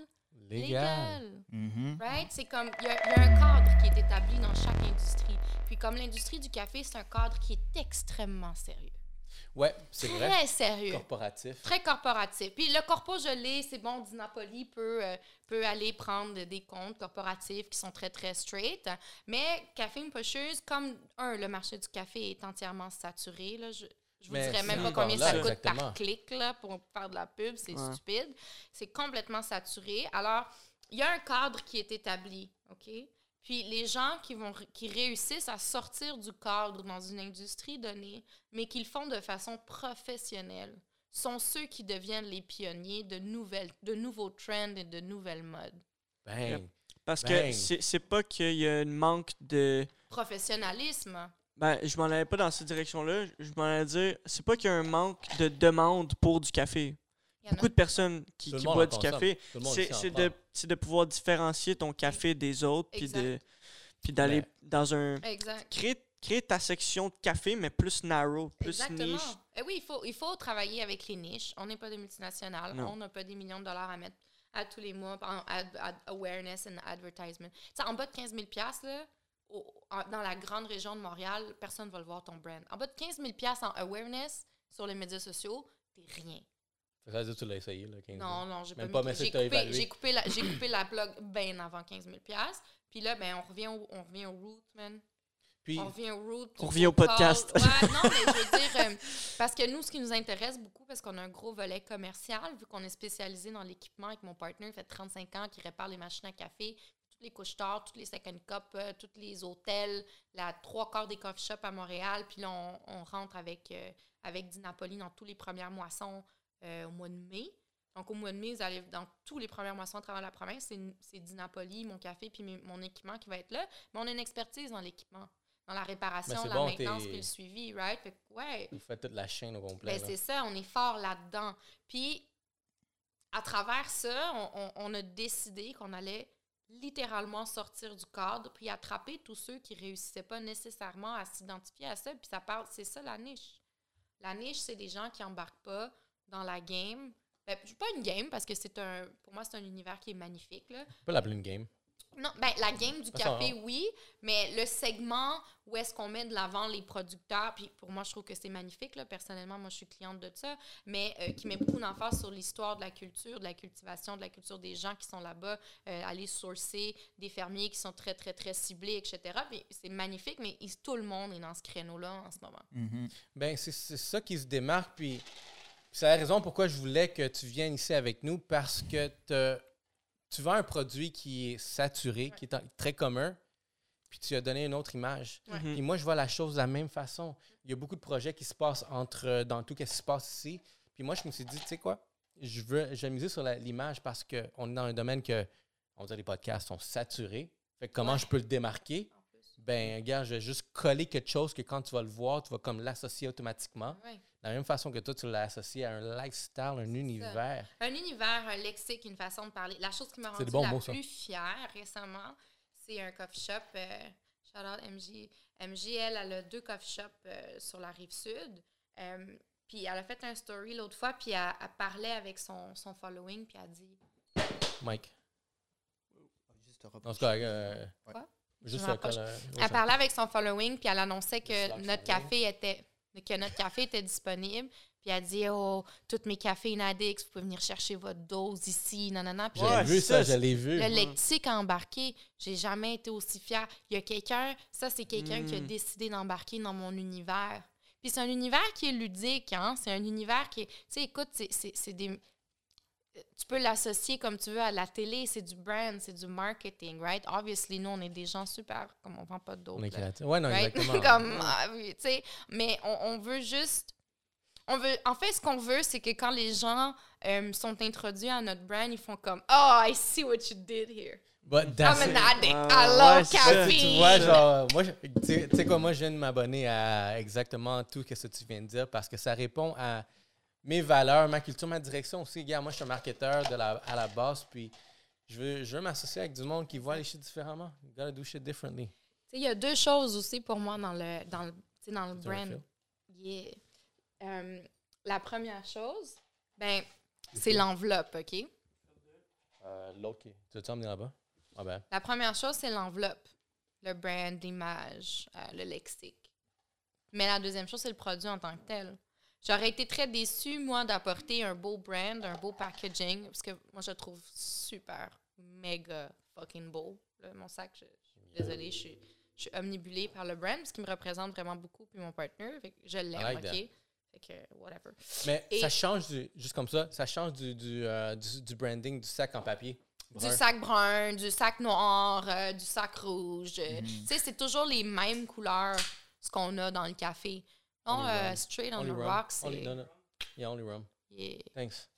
Légal. légal. Mhm. Right? C'est comme, il y, a- il y a un cadre qui est établi dans chaque industrie. Puis comme l'industrie du café, c'est un cadre qui est extrêmement sérieux. Ouais, c'est vrai. Très sérieux. Corporatif. Très corporatif. Puis le corpo, je l'ai, c'est bon, Dinapoli peut, euh, peut aller prendre des comptes corporatifs qui sont très, très straight. Mais Caféine Pusheuse, comme, un, le marché du café est entièrement saturé, là, je... Je vous Mais dirais même c'est pas combien encore ça là, coûte exactement. par clic là, pour faire de la pub. C'est Ouais. stupide. C'est complètement saturé. Alors, il y a un cadre qui est établi, OK? Puis les gens qui, vont, qui réussissent à sortir du cadre dans une industrie donnée, mais qui le font de façon professionnelle, sont ceux qui deviennent les pionniers de, nouvelles, de nouveaux trends et de nouvelles modes. Ben, Yep. Parce Bang. que c'est c'est pas qu'il y a un manque de... Professionnalisme. Ben, je m'en allais pas dans cette direction-là. Je m'en allais dire, c'est pas qu'il y a un manque de demande pour du café. Il y en a. Beaucoup de personnes qui, Tout le qui monde boivent en du consomme. café, Tout le monde c'est ici en c'est prend. de, c'est de pouvoir différencier ton café des autres, puis Exact. de puis d'aller Ben. dans un... Exact. Créer, créer ta section de café, mais plus narrow, plus Exactement. niche. Eh oui, il faut, il faut travailler avec les niches. On n'est pas des multinationales. Non. On n'a pas des millions de dollars à mettre à tous les mois en ad- ad- awareness and advertisement. T'sais, en bas de quinze mille dollars, là, au- en- dans la grande région de Montréal, personne ne va le voir ton brand. En bas de quinze mille dollars en awareness sur les médias sociaux, t'es rien. ça veut dire que tu l'as essayé, là, quinze Non, non, j'ai pas, Même mis- pas, mais c'est j'ai que t'as coupé, évalué. j'ai coupé la, j'ai coupé la plug bien avant quinze mille dollars. Puis là, ben, on revient au, on revient au root, man. Puis, On revient au root. On revient au call. podcast. Ouais, non, mais je veux dire, euh, parce que nous, ce qui nous intéresse beaucoup, parce qu'on a un gros volet commercial, vu qu'on est spécialisé dans l'équipement avec mon partner, il fait trente-cinq ans, qui répare les machines à café, toutes les couches tard, toutes les second cup, euh, tous les hôtels, la trois quarts des coffee shops à Montréal. Puis là, on, on rentre avec, euh, avec Dinapoli dans tous les premières moissons euh, au mois de mai. Donc, au mois de mai, vous allez dans tous les premières moissons à travers la province, c'est, c'est Dinapoli, mon café, puis mes- mon équipement qui va être là. Mais on a une expertise dans l'équipement, dans la réparation, Mais c'est la bon, maintenance, t'es- puis le suivi, right? Fait que, ouais, vous faites toute la chaîne au complet. ben, là. c'est ça, on est fort là-dedans. Puis, à travers ça, on, on- on a décidé qu'on allait littéralement sortir du cadre puis attraper tous ceux qui réussissaient pas nécessairement à s'identifier à ça. Puis ça parle, c'est ça la niche. La niche, c'est des gens qui embarquent pas dans la game. Ben, pas une game, parce que c'est un, pour moi, c'est un univers qui est magnifique, là. On peut l'appeler une game. Non, ben la game du Ça, café, on- oui, mais le segment où est-ce qu'on met de l'avant les producteurs, puis pour moi, je trouve que c'est magnifique, là. Personnellement, moi, je suis cliente de ça, mais euh, qui met beaucoup d'emphase sur l'histoire de la culture, de la cultivation, de la culture des gens qui sont là-bas, euh, aller sourcer des fermiers qui sont très, très, très ciblés, et cetera. Puis c'est magnifique, mais il- tout le monde est dans ce créneau-là en ce moment. Mhm. Ben, c'est c'est ça qui se démarque. Puis, c'est la raison pourquoi je voulais que tu viennes ici avec nous, parce que t'as- tu vends un produit qui est saturé, qui est en- très commun, puis tu as donné une autre image. Ouais. Mhm. Puis moi, je vois la chose de la même façon. Il y a beaucoup de projets qui se passent entre euh, dans tout ce qui se passe ici. Puis moi, je me suis dit, tu sais quoi, je veux, je vais miser sur la- l'image parce qu'on est dans un domaine que, on dirait les podcasts sont saturés. Fait que comment Ouais. je peux le démarquer? En plus. Ben, regarde, je vais juste coller quelque chose que quand tu vas le voir, tu vas comme l'associer automatiquement. Ouais. De la même façon que toi, tu l'as associé à un lifestyle, un univers. Un univers, un lexique, une façon de parler. La chose qui m'a C'est rendue des bons la mots, ça. plus fière récemment, c'est un coffee shop. Euh, shout out M J. M J, elle, elle a deux coffee shops euh, sur la rive sud. Euh, puis elle a fait un story l'autre fois, puis elle, elle parlait avec son, son following, puis elle a dit... Mike. Juste Dans ce reprocher. cas, euh, Quoi? juste Je le m'approche. col- euh, Elle parlait avec son following, puis elle annonçait que Slack, notre ça va. café était que notre café était disponible. Puis elle dit, oh, tous mes cafés Inadix, vous pouvez venir chercher votre dose ici, nanana. Puis J'ai Ouais, vu ça, ça, je l'ai vu. le lexique a embarqué. J'ai jamais été aussi fière. Il y a quelqu'un, ça, c'est quelqu'un qui a Mm. décidé d'embarquer dans mon univers. Puis c'est un univers qui est ludique, hein. C'est un univers qui est... Tu sais, écoute, c'est, c'est, c'est des... Tu peux l'associer comme tu veux à la télé, c'est du brand, c'est du marketing, right? Obviously, nous, on est des gens super, comme on vend pas d'autres. On est là. créatif. Ouais, non, Right? exactement. Comme, ah oui, tu sais, mais on, on veut juste... On veut, en fait, ce qu'on veut, c'est que quand les gens euh, sont introduits à notre brand, ils font comme « Oh, I see what you did here. But I'm that's an it. addict. Ouais, I ouais, love c'est ça. caffeine. Tu vois, genre, moi, je- tu sais tu sais quoi, moi, je viens de m'abonner à exactement tout ce que tu viens de dire parce que ça répond à mes valeurs, ma culture, ma direction aussi. Regarde, moi, je suis un marketeur de la, à la base, puis je veux, je veux m'associer avec du monde qui voit les shit différemment. You gotta do shit differently. Tu sais, il y a deux choses aussi pour moi dans le, dans le, tu sais, dans le Tu veux un brand. fil? Yeah. Euh, la première chose, ben, c'est l'enveloppe, OK? Euh, L'autre qui. Tu veux-tu emmener là-bas? Ah ben. La première chose, c'est l'enveloppe. Le brand, l'image, euh, le lexique. Mais la deuxième chose, c'est le produit en tant que tel. j'aurais été très déçue, moi, d'apporter un beau brand, un beau packaging, parce que moi, je le trouve super, méga fucking beau. Là, mon sac, je, je suis désolée, je suis, je suis omnibulée par le brand, parce qu'il me représente vraiment beaucoup, puis mon partner, fait que je l'aime, like OK? that. Fait que, whatever. Mais Et- ça change, du, juste comme ça, ça change du, du, euh, du, du branding du sac en papier. Du Brun. sac brun, du sac noir, euh, du sac rouge. euh, Mm. Tu sais, c'est toujours les mêmes couleurs, ce qu'on a dans le café. Non, Only euh, rum. straight on Only the rum. rocks, Only, c'est... no, no. Yeah, only rum. Yeah. Thanks.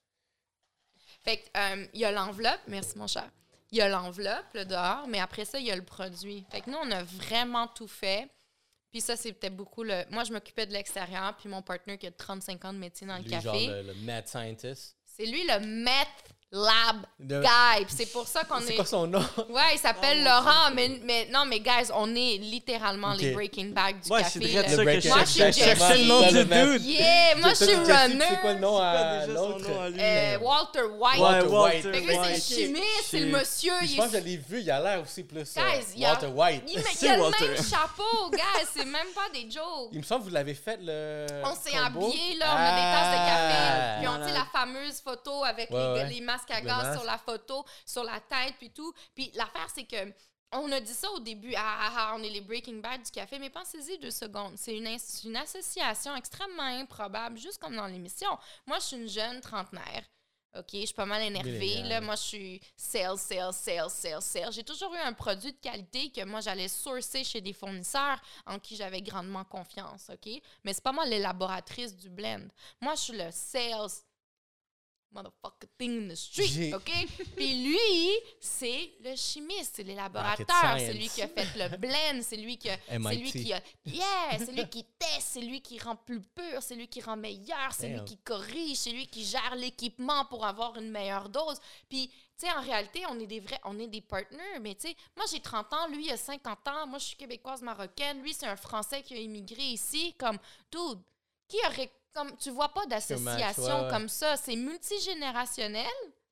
Fait que, euh, il y a l'enveloppe, merci mon cher. Il y a l'enveloppe, là, dehors, mais après ça, il y a le produit. Fait que nous, on a vraiment tout fait. Puis ça, c'était beaucoup le... Moi, je m'occupais de l'extérieur, puis mon partner qui a trente-cinq ans de métier dans le Lui, café, genre le, le mad scientist. c'est lui le Meth Lab Le- guy. Puis c'est pour ça qu'on C'est est... quoi son nom? Ouais, il s'appelle Oh, Laurent, mais, mais non, mais guys, on est littéralement Ok. les Breaking Bag du Ouais, c'est café. vrai là. ça que break- je Moi, je cherchais. suis Je cherchais le nom Jessie. du Le dude. Yeah, moi, je suis Jesse, runner. C'est quoi le nom C'est quoi à déjà son l'autre? nom à lui? Euh, Walter White. Ouais, Walter Walter White. Fait que lui, c'est White. le chimiste, c'est le Shit. monsieur. Puis il je est- pense que je l'ai vu, il a l'air aussi plus euh, Guys, il y a- Walter White. Il, met- C'est il a le Walter. même chapeau, gars. C'est même pas des jokes. Il me semble que vous l'avez fait le. On s'est combo. habillés, là. On a des tasses de café. Ah. Puis on dit Malade. la fameuse photo avec Ouais, les, ouais. les masques à Le gaz masque. sur la photo, sur la tête, puis tout. Puis l'affaire, c'est que. On a dit ça au début, ah, ah, ah, on est les Breaking Bad du café, mais pensez-y deux secondes. C'est une, ins- une association extrêmement improbable, juste comme dans l'émission. Moi, je suis une jeune trentenaire. OK, je suis pas mal énervée. Millénial. Là. Moi, je suis sales, sales, sales, sales, sales. J'ai toujours eu un produit de qualité que moi, j'allais sourcer chez des fournisseurs en qui j'avais grandement confiance. OK? Mais c'est pas moi l'élaboratrice du blend. Moi, je suis le sales motherfucker thing in the street, J'ai- OK? Puis lui, c'est le chimiste, c'est l'élaborateur, Rocket c'est lui qui a fait le blend, c'est lui qui a... M C'est I lui T. qui a... Yeah! C'est lui qui teste, c'est lui qui rend plus pur, c'est lui qui rend meilleur, c'est lui Damn. qui corrige, c'est lui qui gère l'équipement pour avoir une meilleure dose. Puis, tu sais, en réalité, on est des vrais... On est des partners, mais tu sais, moi, j'ai trente ans, lui, il a cinquante ans, moi, je suis québécoise marocaine, lui, c'est un Français qui a immigré ici, comme... Dude, qui aurait... Comme, tu vois pas d'association ouais, ouais. comme ça. C'est multigénérationnel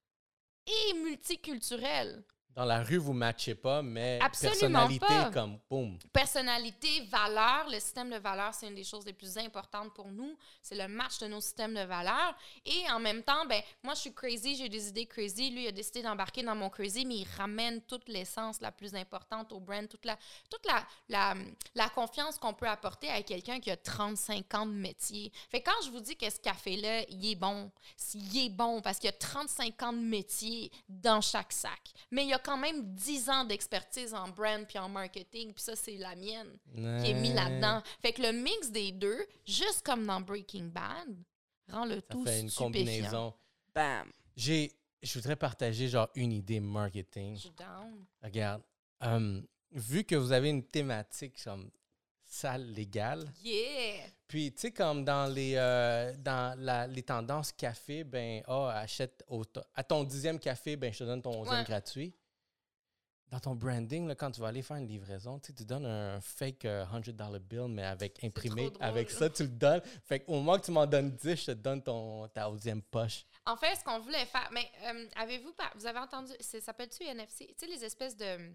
et multiculturel. Dans la rue, vous ne matchez pas, mais Absolument personnalité pas. comme boum. Personnalité, valeur, le système de valeurs, c'est une des choses les plus importantes pour nous. C'est le match de nos systèmes de valeurs. Et en même temps, ben moi, je suis crazy, j'ai des idées crazy. Lui, il a décidé d'embarquer dans mon crazy, mais il ramène toute l'essence la plus importante au brand, toute la, toute la, la, la confiance qu'on peut apporter à quelqu'un qui a trente-cinq ans de métier. Fait que quand je vous dis que ce café-là, il est bon, il est bon parce qu'il y a trente-cinq ans de métier dans chaque sac. Mais il y a quand même dix ans d'expertise en brand puis en marketing, puis ça, c'est la mienne qui est mis là-dedans. Fait que le mix des deux, juste comme dans Breaking Bad, rend le Ça tout fait une stupéfiant. combinaison. Bam. J'ai, je voudrais partager genre une idée marketing. Je suis down. Regarde, euh, vu que vous avez une thématique comme salle légale, Yeah! puis tu sais comme dans les euh, dans la, les tendances café, ben ah achète au to- à ton dixième café, ben je te donne ton onzième Ouais. gratuit. Dans ton branding, là, quand tu vas aller faire une livraison, tu sais, tu donnes un fake euh, cent dollar bill, mais avec imprimé, trop drôle. avec ça, tu le donnes. Fait qu'au moment que tu m'en donnes dix, je te donne ton, ta onzième poche. En fait, ce qu'on voulait faire, mais euh, avez-vous, par- vous avez entendu, c'est- ça s'appelle-tu N F C? Tu sais, les espèces de...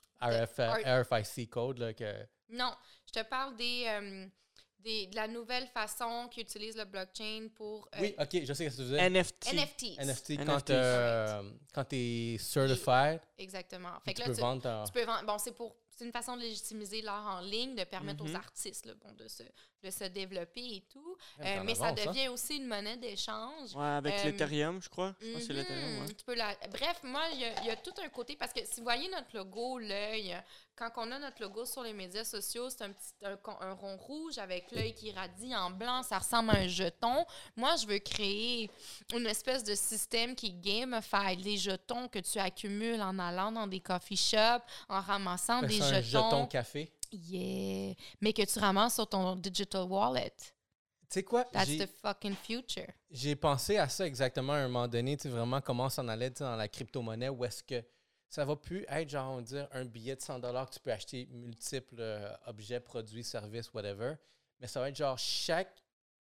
R F, art- R F I C code, là, que... Non, je te parle des, euh, des, de la nouvelle façon qu'ils utilisent le blockchain pour euh, Oui, OK, je sais ce que tu veux dire. N F T. N F Ts. N F T, N F quand, Ts. euh, quand tu es certified, Exactement. Fait tu que peux là, tu, vendre ton... tu peux vendre. Bon, c'est pour. C'est une façon de légitimiser l'art en ligne, de permettre Mhm. aux artistes là, bon, de, se, de se développer et tout. Ouais, Euh, t'en mais ça avances, hein? devient aussi une monnaie d'échange. Ouais, avec Euh, l'Ethereum, je crois. Je pense que c'est Mhm. l'Ethereum, ouais. Tu peux la... Bref, moi, il y, a- il y a tout un côté, parce que si vous voyez notre logo, l'œil, quand on a notre logo sur les médias sociaux, c'est un petit un, con- un rond rouge avec l'œil qui radie en blanc, ça ressemble à un jeton. Moi, je veux créer une espèce de système qui gamify les jetons que tu accumules en allant dans des coffee shops, en ramassant Fait des que c'est un jetons. jeton café. Yeah! Mais que tu ramasses sur ton digital wallet. Tu sais quoi? That's J'ai- the fucking future. J'ai pensé à ça exactement à un moment donné, tu sais, vraiment comment ça en allait tu sais, dans la crypto-monnaie, où est-ce que ça va plus être, genre, on va dire, un billet de cent dollars que tu peux acheter multiples euh, objets, produits, services, whatever, mais ça va être genre, chaque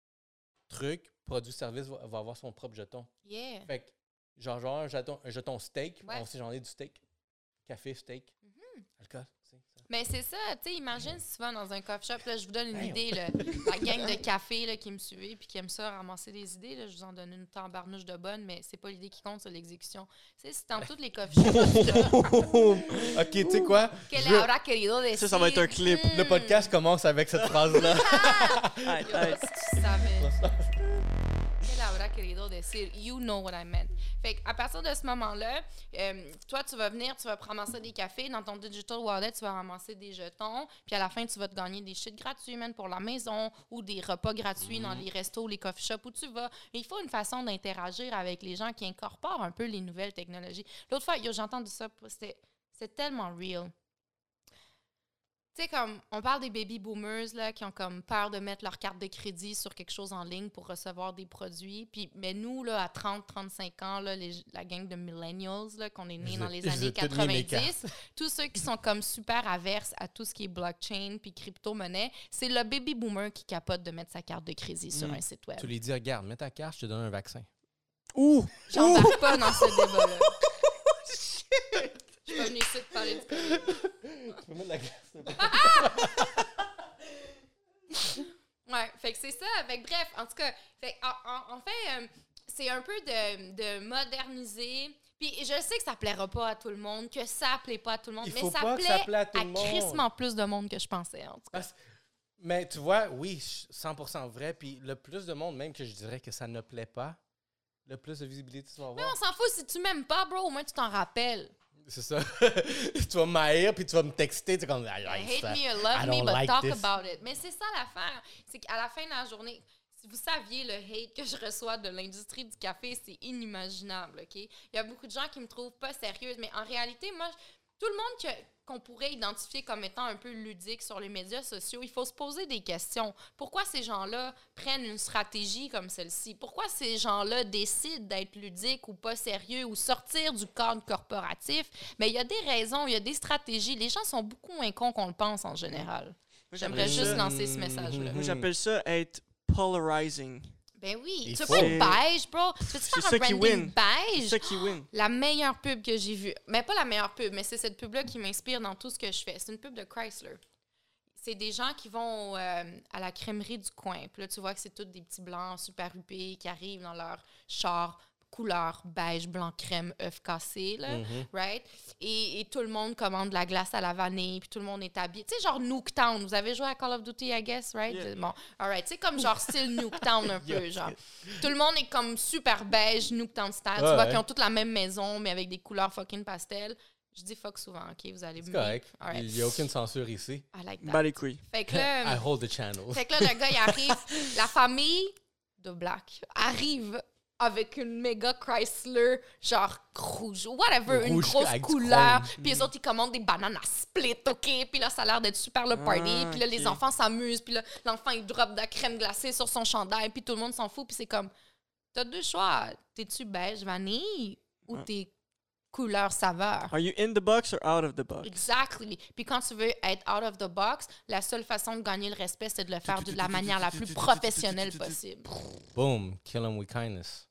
truc, produit, service, va, va avoir son propre jeton. Yeah! Fait que, genre, genre un jeton, un jeton steak, Ouais. on sait, j'en ai du steak, café, steak, Mhm. alcool, tu sais, ça. Mais c'est ça, tu sais, imagine si tu vas dans un coffee shop, là, je vous donne une Damn. idée, là, la gang de café là, qui me suivait puis qui aime ça, ramasser des idées, là, je vous en donne une tambarnouche de bonne, mais c'est pas l'idée qui compte, c'est l'exécution. Tu sais, c'est dans toutes les coffee shops. OK, tu sais quoi? Que Je le veux- habrá querido decir. Ça, ça va être un clip. Le podcast commence avec cette phrase-là. Aïe, Yo, aïe. si tu savais. Quel habrá querido decir? You know what I meant. Fait à partir de ce moment-là, euh, toi, tu vas venir, tu vas ramasser des cafés. Dans ton digital wallet, tu vas ramasser des jetons. Puis à la fin, tu vas te gagner des shit gratuits, man, pour la maison ou des repas gratuits dans les restos, les coffee shops où tu vas. Et il faut une façon d'interagir avec les gens qui incorporent un peu les nouvelles technologies. L'autre fois, yo, j'ai entendu ça, c'était, c'est tellement real. Tu sais, comme, on parle des baby boomers, là, qui ont comme peur de mettre leur carte de crédit sur quelque chose en ligne pour recevoir des produits. Puis, mais nous, là, à trente à trente-cinq ans, là, les, la gang de millennials, là, qu'on est nés Je dans les- les je les ai années toutes mis mes quatre-vingt-dix, tous ceux qui sont comme super averses à tout ce qui est blockchain puis crypto-monnaie, c'est le baby boomer qui capote de mettre sa carte de crédit sur Mm. un site web. Tu lui dis, regarde, mets ta carte, je te donne un vaccin. Ouh! J'embarque pas dans ce débat-là. Je suis pas venue ici te parler du COVID. Tu peux mettre la glace. Ouais, fait que c'est ça. Fait que bref, en tout cas, fait, en, en- en fait, euh, c'est un peu de, de moderniser. Puis je sais que ça plaira pas à tout le monde, que ça plaît pas à tout le monde, Il mais faut ça pas que plaît ça plaît à tout à le monde. crissement plus de monde que je pensais, en tout cas. Parce- Mais tu vois, oui, cent pour cent vrai. Puis le plus de monde, même que je dirais que ça ne plaît pas, le plus de visibilité tu vas Mais avoir. on s'en fout, si tu m'aimes pas, bro, au moins tu t'en rappelles. C'est ça. Tu vas m'haïr, puis tu vas me texter. Tu es comme, I like Hate that. me or I love me, don't but like talk this. about it. Mais c'est ça l'affaire. C'est qu'à la fin de la journée, si vous saviez le hate que je reçois de l'industrie du café, c'est inimaginable, OK? Il y a beaucoup de gens qui me trouvent pas sérieuse, mais en réalité, moi, tout le monde que- qu'on pourrait identifier comme étant un peu ludique sur les médias sociaux, il faut se poser des questions. Pourquoi ces gens-là prennent une stratégie comme celle-ci? Pourquoi ces gens-là décident d'être ludiques ou pas sérieux ou sortir du cadre corporatif? Mais il y a des raisons, il y a des stratégies. Les gens sont beaucoup moins cons qu'on le pense en général. J'aimerais j'appelle juste ça- lancer ce message-là. Moi, j'appelle ça être polarizing. Ben oui. Il Tu veux faut. pas être beige, bro? Tu veux C'est faire ça un qui branding win. C'est beige? ça qui win. La meilleure pub que j'ai vue. Mais pas la meilleure pub, mais c'est cette pub-là qui m'inspire dans tout ce que je fais. C'est une pub de Chrysler. C'est des gens qui vont euh, à la crèmerie du coin. Puis là, tu vois que c'est tous des petits blancs super huppés qui arrivent dans leur char couleur beige, blanc, crème, œuf cassé, là, Mhm. right? Et, et tout le monde commande de la glace à la vanille, puis tout le monde est habillé. Tu sais, genre Nuketown. Vous avez joué à Call of Duty, I guess, right? Yeah. Bon, all right. C'est comme genre style Nuketown un peu, Yes. genre. Tout le monde est comme super beige, Nuketown style. tu Ouais, vois ouais. qu'ils ont toutes la même maison, mais avec des couleurs fucking pastel. Je dis fuck souvent, OK? Vous allez C'est me correct. All right. Il n'y a aucune censure ici. I like that. Bas les couilles. Fait que là... I hold the channel. Fait que là, le gars, il arrive. La famille de Black arrive avec une méga Chrysler, genre rouge, whatever, une Rouge grosse avec du couleur. chrome. Puis les autres, ils commandent des bananes à split, OK? Puis là, ça a l'air d'être super le party. Ah, puis là, les ok. enfants s'amusent. Puis là, l'enfant, il drop de la crème glacée sur son chandail. Puis tout le monde s'en fout. Puis c'est comme, t'as deux choix. T'es-tu beige vanille ou Ah. t'es couleur saveur? Are you in the box or out of the box? Exactly. Puis quand tu veux être out of the box, la seule façon de gagner le respect, c'est de le faire de la manière la plus professionnelle possible. Boom. Kill him with kindness.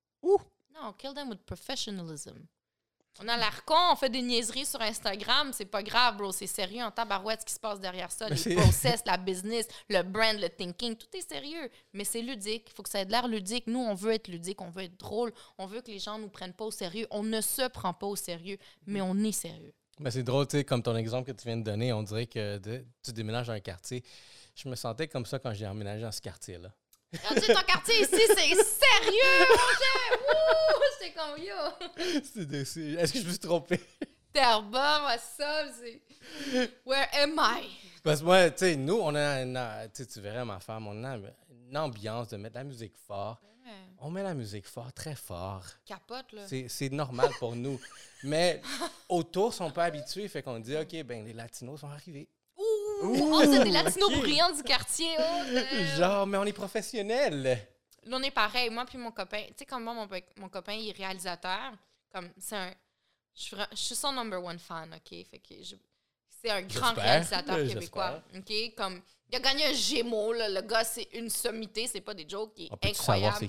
Non, kill them with professionalism. On a l'air con, on fait des niaiseries sur Instagram, c'est pas grave, bro, c'est sérieux en tabarouette ce qui se passe derrière ça, Mais les c'est- process, la business, le brand, le thinking, tout est sérieux, mais c'est ludique, il faut que ça ait de l'air ludique. Nous, on veut être ludique, on veut être drôle, on veut que les gens nous prennent pas au sérieux. On ne se prend pas au sérieux, mais on est sérieux. Mais c'est drôle, tu sais, comme ton exemple que tu viens de donner, on dirait que de- tu déménages dans un quartier. Je me sentais comme ça quand j'ai emménagé dans ce quartier-là. Regarde, ton quartier ici, c'est sérieux, mon cher! Wouh! J'étais comme, yo! C'est de- c'est- Est-ce que je me suis trompé? Terrebonne, what's up? C'est... Where am I? Parce que moi, tu sais, nous, on a une, tu sais, tu verrais ma femme, on a une ambiance de mettre la musique fort. On met la musique fort, très fort. Capote, là. C'est c'est normal pour nous. Mais autour, ils sont pas habitués. Fait qu'on dit, OK, ben les Latinos sont arrivés. Ouh! Oh, c'est des latinos ok. brillants du quartier. Oh, damn. Genre, mais on est professionnels. Là, on est pareil. Moi puis mon copain. Tu sais, comme moi, mon, pe- mon copain, il est réalisateur. Comme, c'est un... Je suis, vra- je suis son number one fan, OK? Fait que je- c'est un grand J'espère. réalisateur Euh, québécois. OK? Comme, il a gagné un Gémeaux, là. Le gars, c'est une sommité. C'est pas des jokes. Il est On peut savoir incroyable. c'est qui?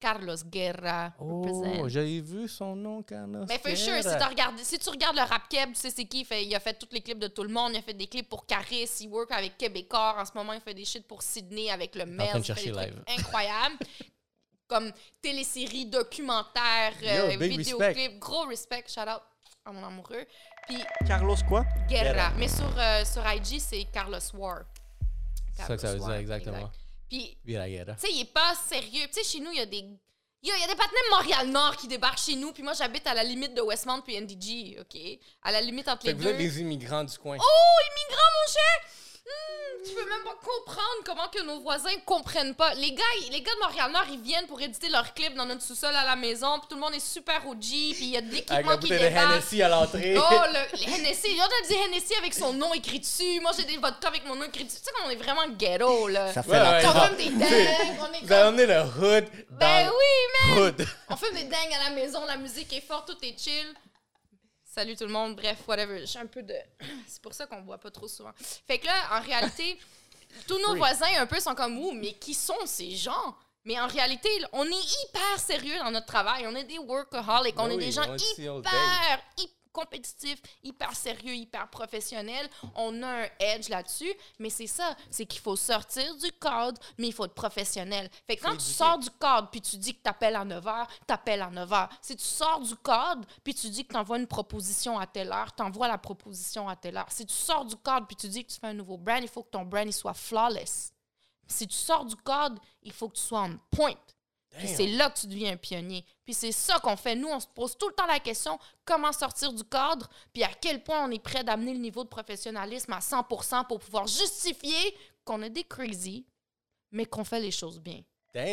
Carlos Guerra. Oh, represent. j'avais vu son nom, Carlos. Mais for sure, si, t'as regardé, si tu regardes le rap keb, tu sais c'est qui. Il, fait, il a fait tous les clips de tout le monde. Il a fait des clips pour Caris. Il work avec Québécois. En ce moment, il fait des shit pour Sydney avec le Mel. train de Il fait chercher des trucs live. incroyables. Comme téléséries, documentaires, euh, Yo, big vidéoclips. Gros respect. Shout out à mon amoureux. Puis Carlos quoi? Guerra. Guerra. Mais sur, euh, sur I G, c'est Carlos War. C'est ça que ça veut Carlos dire War, exactement. exact. Puis, Vira Guerra. tu sais, il est pas sérieux. Tu sais, chez nous, il y a des... Il y a, il y a des patinets de Montréal-Nord qui débarquent chez nous, puis moi, j'habite à la limite de Westmount puis N D G, OK? À la limite entre Fait les que vous deux. êtes des immigrants du coin. Oh, immigrants, mon cher! Hmm, tu peux même pas comprendre comment que nos voisins comprennent pas. Les gars, ils- les gars de Montréal-Nord, ils viennent pour éditer leurs clips dans notre sous-sol à la maison, puis tout le monde est super O G, puis il y a de Avec l'équipement la qui bouteille de débarque. Hennessy à l'entrée. Oh, le, le Hennessy. Il y en a dit Hennessy avec son nom écrit dessus. Moi, j'ai des vodka avec mon nom écrit dessus. Tu sais, qu'on est vraiment ghetto, là. Ça fait Ouais, la ouais. On trappe. fume des dingues, on est Vous avez comme... emmené le hood dans Ben oui, man! le hood. On fume des dingues à la maison, la musique est forte, tout est chill. Salut tout le monde, bref, whatever. J'ai un peu de... C'est pour ça qu'on boit pas trop souvent. Fait que là, en réalité, tous nos Free. voisins un peu sont comme « Ouh, mais qui sont ces gens? » Mais en réalité, là, on est hyper sérieux dans notre travail. On est des workaholics. On Ben est oui, des gens on est ici all day. hyper, hyper compétitifs, hyper sérieux, hyper professionnels. On a un edge là-dessus. Mais c'est ça, c'est qu'il faut sortir du cadre, mais il faut être professionnel. Fait que quand Faut tu éduquer. sors du cadre puis tu dis que t'appelles à neuf heures, t'appelles à neuf heures. Si tu sors du cadre puis tu dis que t'envoies une proposition à telle heure, t'envoies la proposition à telle heure. Si tu sors du cadre puis tu dis que tu fais un nouveau brand, il faut que ton brand il soit flawless. Si tu sors du cadre, il faut que tu sois on point. Puis Damn. c'est là que tu deviens un pionnier. Puis c'est ça qu'on fait. Nous, on se pose tout le temps la question comment sortir du cadre, puis à quel point on est prêt d'amener le niveau de professionnalisme à cent pour cent pour pouvoir justifier qu'on est des crazy, mais qu'on fait les choses bien. Damn.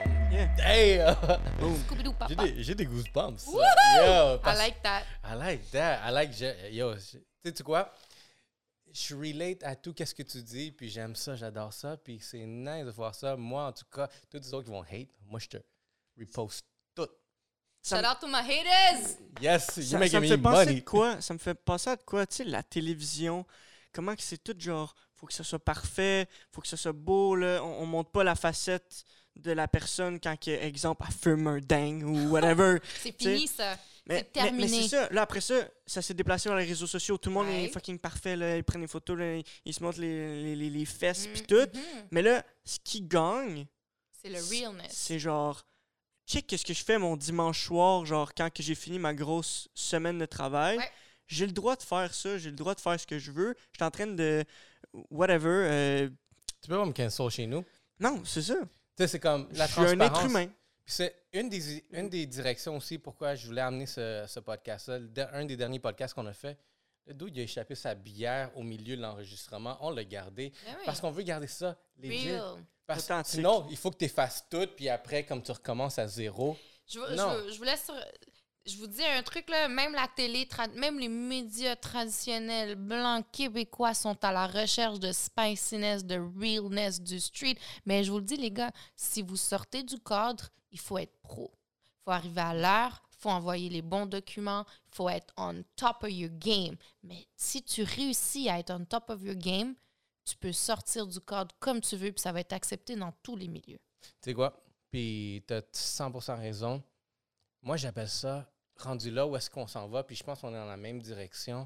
Yeah. Damn. Scooby-Doo, J'ai papa. des, j'ai des goosebumps. Yo, I parce- like that. I like that. I like... je- Yo, je- tu sais quoi? Je relate à tout ce que tu dis, puis j'aime ça, j'adore ça, puis c'est nice de voir ça. Moi, en tout cas, tous les autres qui vont hate, moi, je te repost tout. Ça Shout me- out to my haters! Yes, you Ça, ça making me me fait penser money. de quoi? Ça me fait penser à de quoi? Tu sais, la télévision, comment que c'est tout genre, faut que ça soit parfait, faut que ça soit beau, là. On, on montre pas la facette de la personne quand, que, exemple, elle fume un dingue ou whatever. C'est Tu sais, fini, ça. Mais, C'est terminé. mais, mais c'est ça. Là, après ça, ça s'est déplacé vers les réseaux sociaux. Tout le monde Ouais. est fucking parfait. Là. Ils prennent des photos, là, ils, ils se montrent les, les, les, les fesses puis Mhm, tout. mhm. Mais là, ce qui gagne, C'est le realness. c'est genre, check qu'est-ce que je fais mon dimanche soir, genre quand que j'ai fini ma grosse semaine de travail. Ouais. J'ai le droit de faire ça, j'ai le droit de faire ce que je veux. Je suis en train de, whatever. euh, Tu peux pas me cancel chez nous. Non, c'est ça. Tu sais, c'est comme la Je suis un transparence. être humain. Puis c'est une des, une des directions aussi pourquoi je voulais amener ce, ce podcast-là. Le de- Un des derniers podcasts qu'on a fait, le dude, il a échappé sa bière au milieu de l'enregistrement. On l'a gardé Ben oui. parce qu'on veut garder ça legit. Real. Parce que Authentique. sinon, il faut que tu effaces tout, puis après, comme tu recommences à zéro. Je, veux- je, Non. veux- je vous laisse sur- Je vous dis un truc, là, même la télé, tra- même les médias traditionnels blancs québécois sont à la recherche de spiciness, de realness du street. Mais je vous le dis, les gars, si vous sortez du cadre, il faut être pro. Il faut arriver à l'heure, il faut envoyer les bons documents, il faut être on top of your game. Mais si tu réussis à être on top of your game, tu peux sortir du cadre comme tu veux, puis ça va être accepté dans tous les milieux. Tu sais quoi? Puis tu as cent pour cent raison. Moi, j'appelle ça rendu là où est-ce qu'on s'en va, puis je pense qu'on est dans la même direction.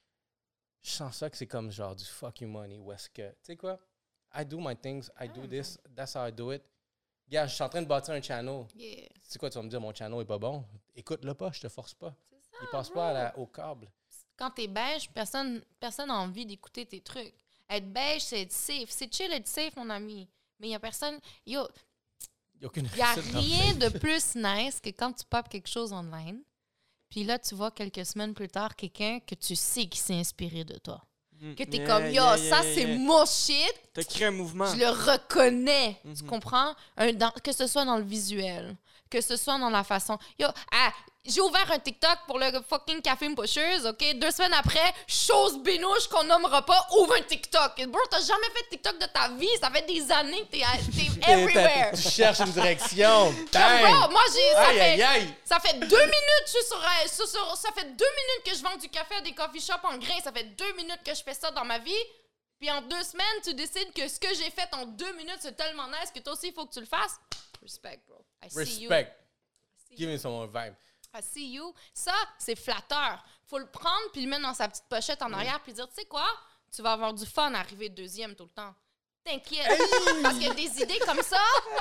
Je sens ça que c'est comme genre du fuck you money, où est-ce que, tu sais quoi? I do my things, I do this, that's how I do it. Gars, je suis en train de bâtir un channel. Yeah. Tu sais quoi, tu vas me dire, mon channel est pas bon? Écoute-le pas, je te force pas. C'est ça, Il passe bro. pas à la- au câble. Quand t'es beige, personne personne n'a envie d'écouter tes trucs. Être beige, c'est être safe. C'est chill être safe, mon ami. Mais il y a personne... Yo, Il n'y a aucune il y a réussite dans rien le de plus nice que quand tu popes quelque chose online, puis là, tu vois quelques semaines plus tard quelqu'un que tu sais qui s'est inspiré de toi. Mm. Que t'es Yeah, comme, yo, yeah, yeah, ça, yeah, c'est yeah. mon shit. T'as créé un mouvement. Je le reconnais. Tu Mhm. comprends? Un- dans- que ce soit dans le visuel, que ce soit dans la façon. Yo, ah, j'ai ouvert un TikTok pour le fucking Caffeine Pushers, OK? Deux semaines après, chose bénouche qu'on nommera pas, ouvre un TikTok. Bro, t'as jamais fait de TikTok de ta vie. Ça fait des années que t'es, t'es T'es- everywhere. t'as- Tu cherches une direction. Comme, Bang! bro, moi, j'ai. Ça Aïe, fait, aïe, aïe! ça fait deux minutes, je suis sur, euh, sur- sur- ça fait deux minutes que je vends du café à des coffee shops en grains. Ça fait deux minutes que je fais ça dans ma vie. Puis en deux semaines, tu décides que ce que j'ai fait en deux minutes, c'est tellement nice que toi aussi, il faut que tu le fasses. Respect, bro. I see you. Respect. I see Give you. me some more vibe. I see you. Ça, c'est flatteur. Faut le prendre puis le mettre dans sa petite pochette en arrière puis dire, tu sais quoi? Tu vas avoir du fun à arriver deuxième tout le temps. T'inquiète. Parce que des idées comme ça,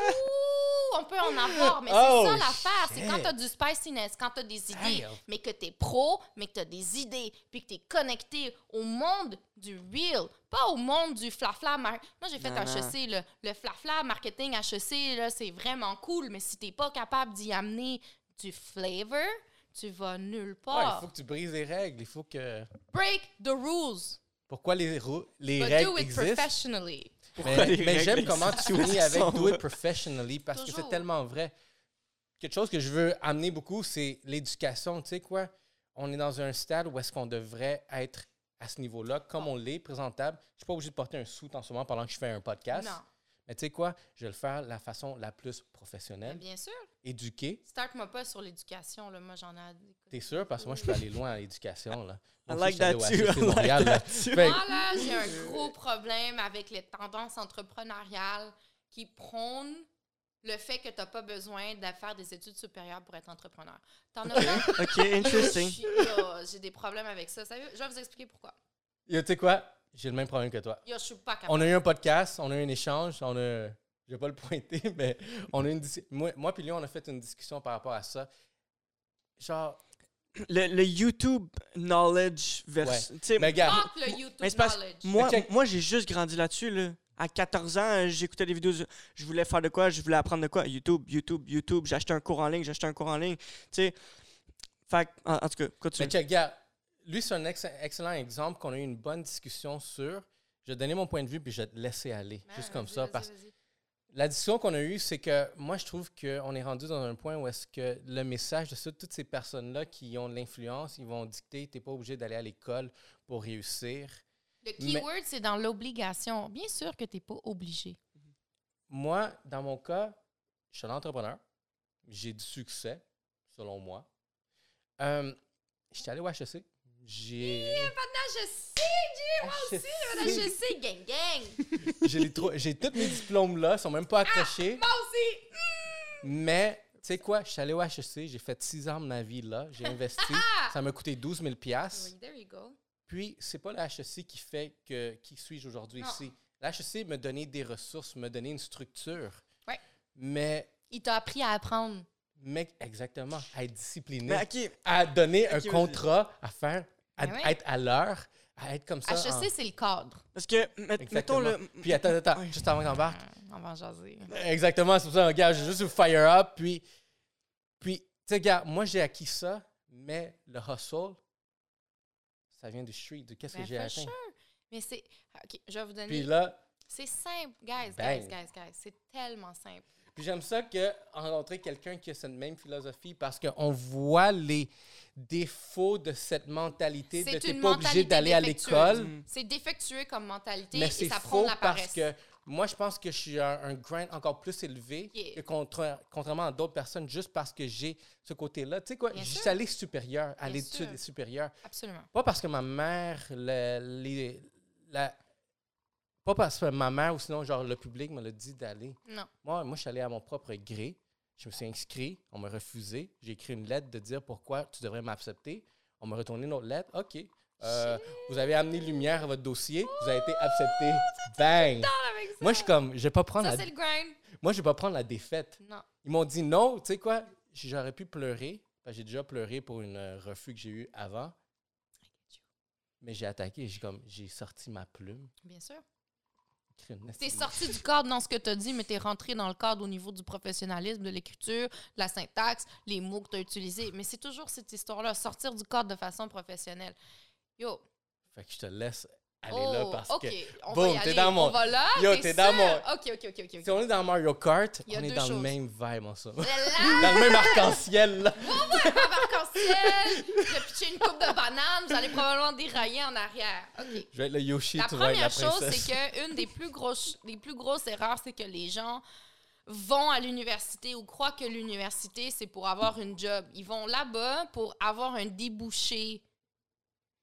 ouh, on peut en avoir. Mais Oh, c'est ça l'affaire. C'est shit. quand t'as du spiciness, quand t'as des idées, Damn. mais que t'es pro, mais que t'as des idées, puis que t'es connecté au monde du real, pas au monde du flafla. Mar- Moi, j'ai fait Non, H E C, là. Le flafla marketing H E C, là, c'est vraiment cool, mais si t'es pas capable d'y amener du flavor, tu vas nulle Ouais, part. il faut que tu brises les règles. Il faut que... Break the rules, Pourquoi les, rou- les but règles do it existent? professionally. Pourquoi Mais, les mais règles j'aime comment tu existent? finis avec Sont- do it professionally parce que c'est Toujours. tellement vrai. Quelque chose que je veux amener beaucoup, c'est l'éducation. Tu sais quoi? On est dans un stade où est-ce qu'on devrait être à ce niveau-là, comme on l'est, présentable. Je ne suis pas obligé de porter un sou en ce moment pendant que je fais un podcast. Non, Mais tu sais quoi? Je vais le faire de la façon la plus mais professionnelle, bien sûr. éduquée. Start-moi pas sur l'éducation, là. Moi, j'en ai... T'es sûr? Parce que moi, je peux aller loin à l'éducation. Là. I Moi like aussi, that je too. suis allé au H E C I like Montréal, là. that too. Fait- Moi, là, j'ai un gros problème avec les tendances entrepreneuriales qui prônent le fait que tu n'as pas besoin de faire des études supérieures pour être entrepreneur. T'en as pas? OK, interesting. Je suis- yo, J'ai des problèmes avec ça. Sérieux, je vais vous expliquer pourquoi. Yo, tu sais quoi? J'ai le même problème que toi. Yo, je suis pas capable. On a eu un podcast, on a eu un échange, on a... Je vais pas le pointer, mais on a une dis- moi, moi puis lui, on a fait une discussion par rapport à ça. Genre, Le, le YouTube knowledge versus... tu sais, mais gars, Fuck le YouTube mais c'est parce- knowledge. Moi, Mais check. moi j'ai juste grandi là-dessus. Là. À quatorze ans, euh, j'écoutais des vidéos. Je, je voulais faire de quoi? Je voulais apprendre de quoi? YouTube, YouTube, YouTube. J'ai acheté un cours en ligne, j'ai acheté un cours en ligne. Tu sais, fait que, en, en tout cas, continue. mais check, gars, lui, c'est un ex- excellent exemple qu'on a eu une bonne discussion sur. Je vais te donner mon point de vue, puis je vais te laisser aller, Ouais, juste comme vas-y, ça. vas-y, Parce vas-y. la discussion qu'on a eue, c'est que moi, je trouve qu'on est rendu dans un point où est-ce que le message de ça, toutes ces personnes-là qui ont de l'influence, ils vont dicter, tu n'es pas obligé d'aller à l'école pour réussir. Le Mais- keyword, c'est dans l'obligation. Bien sûr que tu n'es pas obligé. Moi, dans mon cas, je suis un entrepreneur. J'ai du succès, selon moi. Euh, J'étais allé au H E C. J'ai... Maintenant, je sais, Dieu, moi aussi, maintenant, je sais, gang, gang. J'ai les trois- j'ai tous mes diplômes là, ils sont même pas accrochés. Moi aussi. Mais, tu sais quoi, je suis allé au H E C, j'ai fait six ans de ma vie là, j'ai investi. Ça m'a coûté douze mille dollars. Oui, there you go. Puis, c'est pas le H E C qui fait que qui suis-je aujourd'hui Non. ici. Le H E C me donnait des ressources, me donnait une structure. Ouais. Mais, Il t'a appris à apprendre. mais exactement, à être discipliné. Mais OK, À donner un Ok, vas-y. contrat, à faire, à, Ben oui. à être à l'heure, à être comme ça. H E C, en- c'est le cadre. parce que, met- mettons Exactement. le... Puis attends, attends, Ouais. juste avant qu'on embarque. On va en jaser. Exactement, c'est pour ça, regarde, j'ai juste vous fire up. Puis, puis tu sais, gars, moi j'ai acquis ça, mais le hustle, ça vient du street, de qu'est-ce Ben, que j'ai for atteint. sure. Mais c'est... OK, je vais vous donner... Puis là, C'est simple, guys, Bang. guys, guys, guys. C'est tellement simple. puis j'aime ça que rencontrer quelqu'un qui a cette même philosophie parce qu'on voit les défauts de cette mentalité de C'est t'es une pas obligé mentalité d'aller à défectueuse. l'école. Mm. C'est défectueux comme mentalité Mais et c'est ça prend faux de la parce paresse. que moi, je pense que je suis un, un grind encore plus élevé Yeah. que contre- contrairement à d'autres personnes juste parce que j'ai ce côté-là. Tu sais quoi, Bien je sûr. suis allé supérieur, à Bien l'étude sûr. supérieure. Absolument. Pas parce que ma mère, le- les- la, pas parce que ma mère ou sinon, genre, le public me l'a dit d'aller. Non. Moi, moi, je suis allé à mon propre gré. Je me suis inscrit, on m'a refusé. J'ai écrit une lettre de dire pourquoi tu devrais m'accepter. On m'a retourné une autre lettre. OK. Euh, vous avez amené lumière à votre dossier. Vous avez été accepté. Bang! Avec ça. Moi, je suis comme, je vais pas prendre Ça, la, c'est le grind. moi, je vais pas prendre la défaite. Non. Ils m'ont dit non. Tu sais quoi? J'aurais pu pleurer. Parce que j'ai déjà pleuré pour un euh, refus que j'ai eu avant. Mais j'ai attaqué. J'ai comme, j'ai sorti ma plume. Bien sûr. écrit une T'es esti- sorti du cadre dans ce que t'as dit, mais t'es rentré dans le cadre au niveau du professionnalisme, de l'écriture, de la syntaxe, les mots que t'as utilisés. Mais c'est toujours cette histoire-là, sortir du cadre de façon professionnelle. Yo. Fait que je te laisse aller oh, là parce OK. que On boum, va y t'es aller. dans mon- On va là. Yo, t'es t'es dans sûr? mon- OK, OK, OK, OK. si on est dans Mario Kart, Il y a on est deux dans choses. le même vibe, on ça. Mais là, Dans le même arc-en-ciel, là. arc-en-ciel, je vais pitcher une coupe de bananes, vous allez probablement dérailler en arrière. OK. Je vais être le Yoshi, La tu vas être la première chose, princesse. c'est qu'une des plus grosses, des plus grosses erreurs, c'est que les gens vont à l'université ou croient que l'université, c'est pour avoir une job. Ils vont là-bas pour avoir un débouché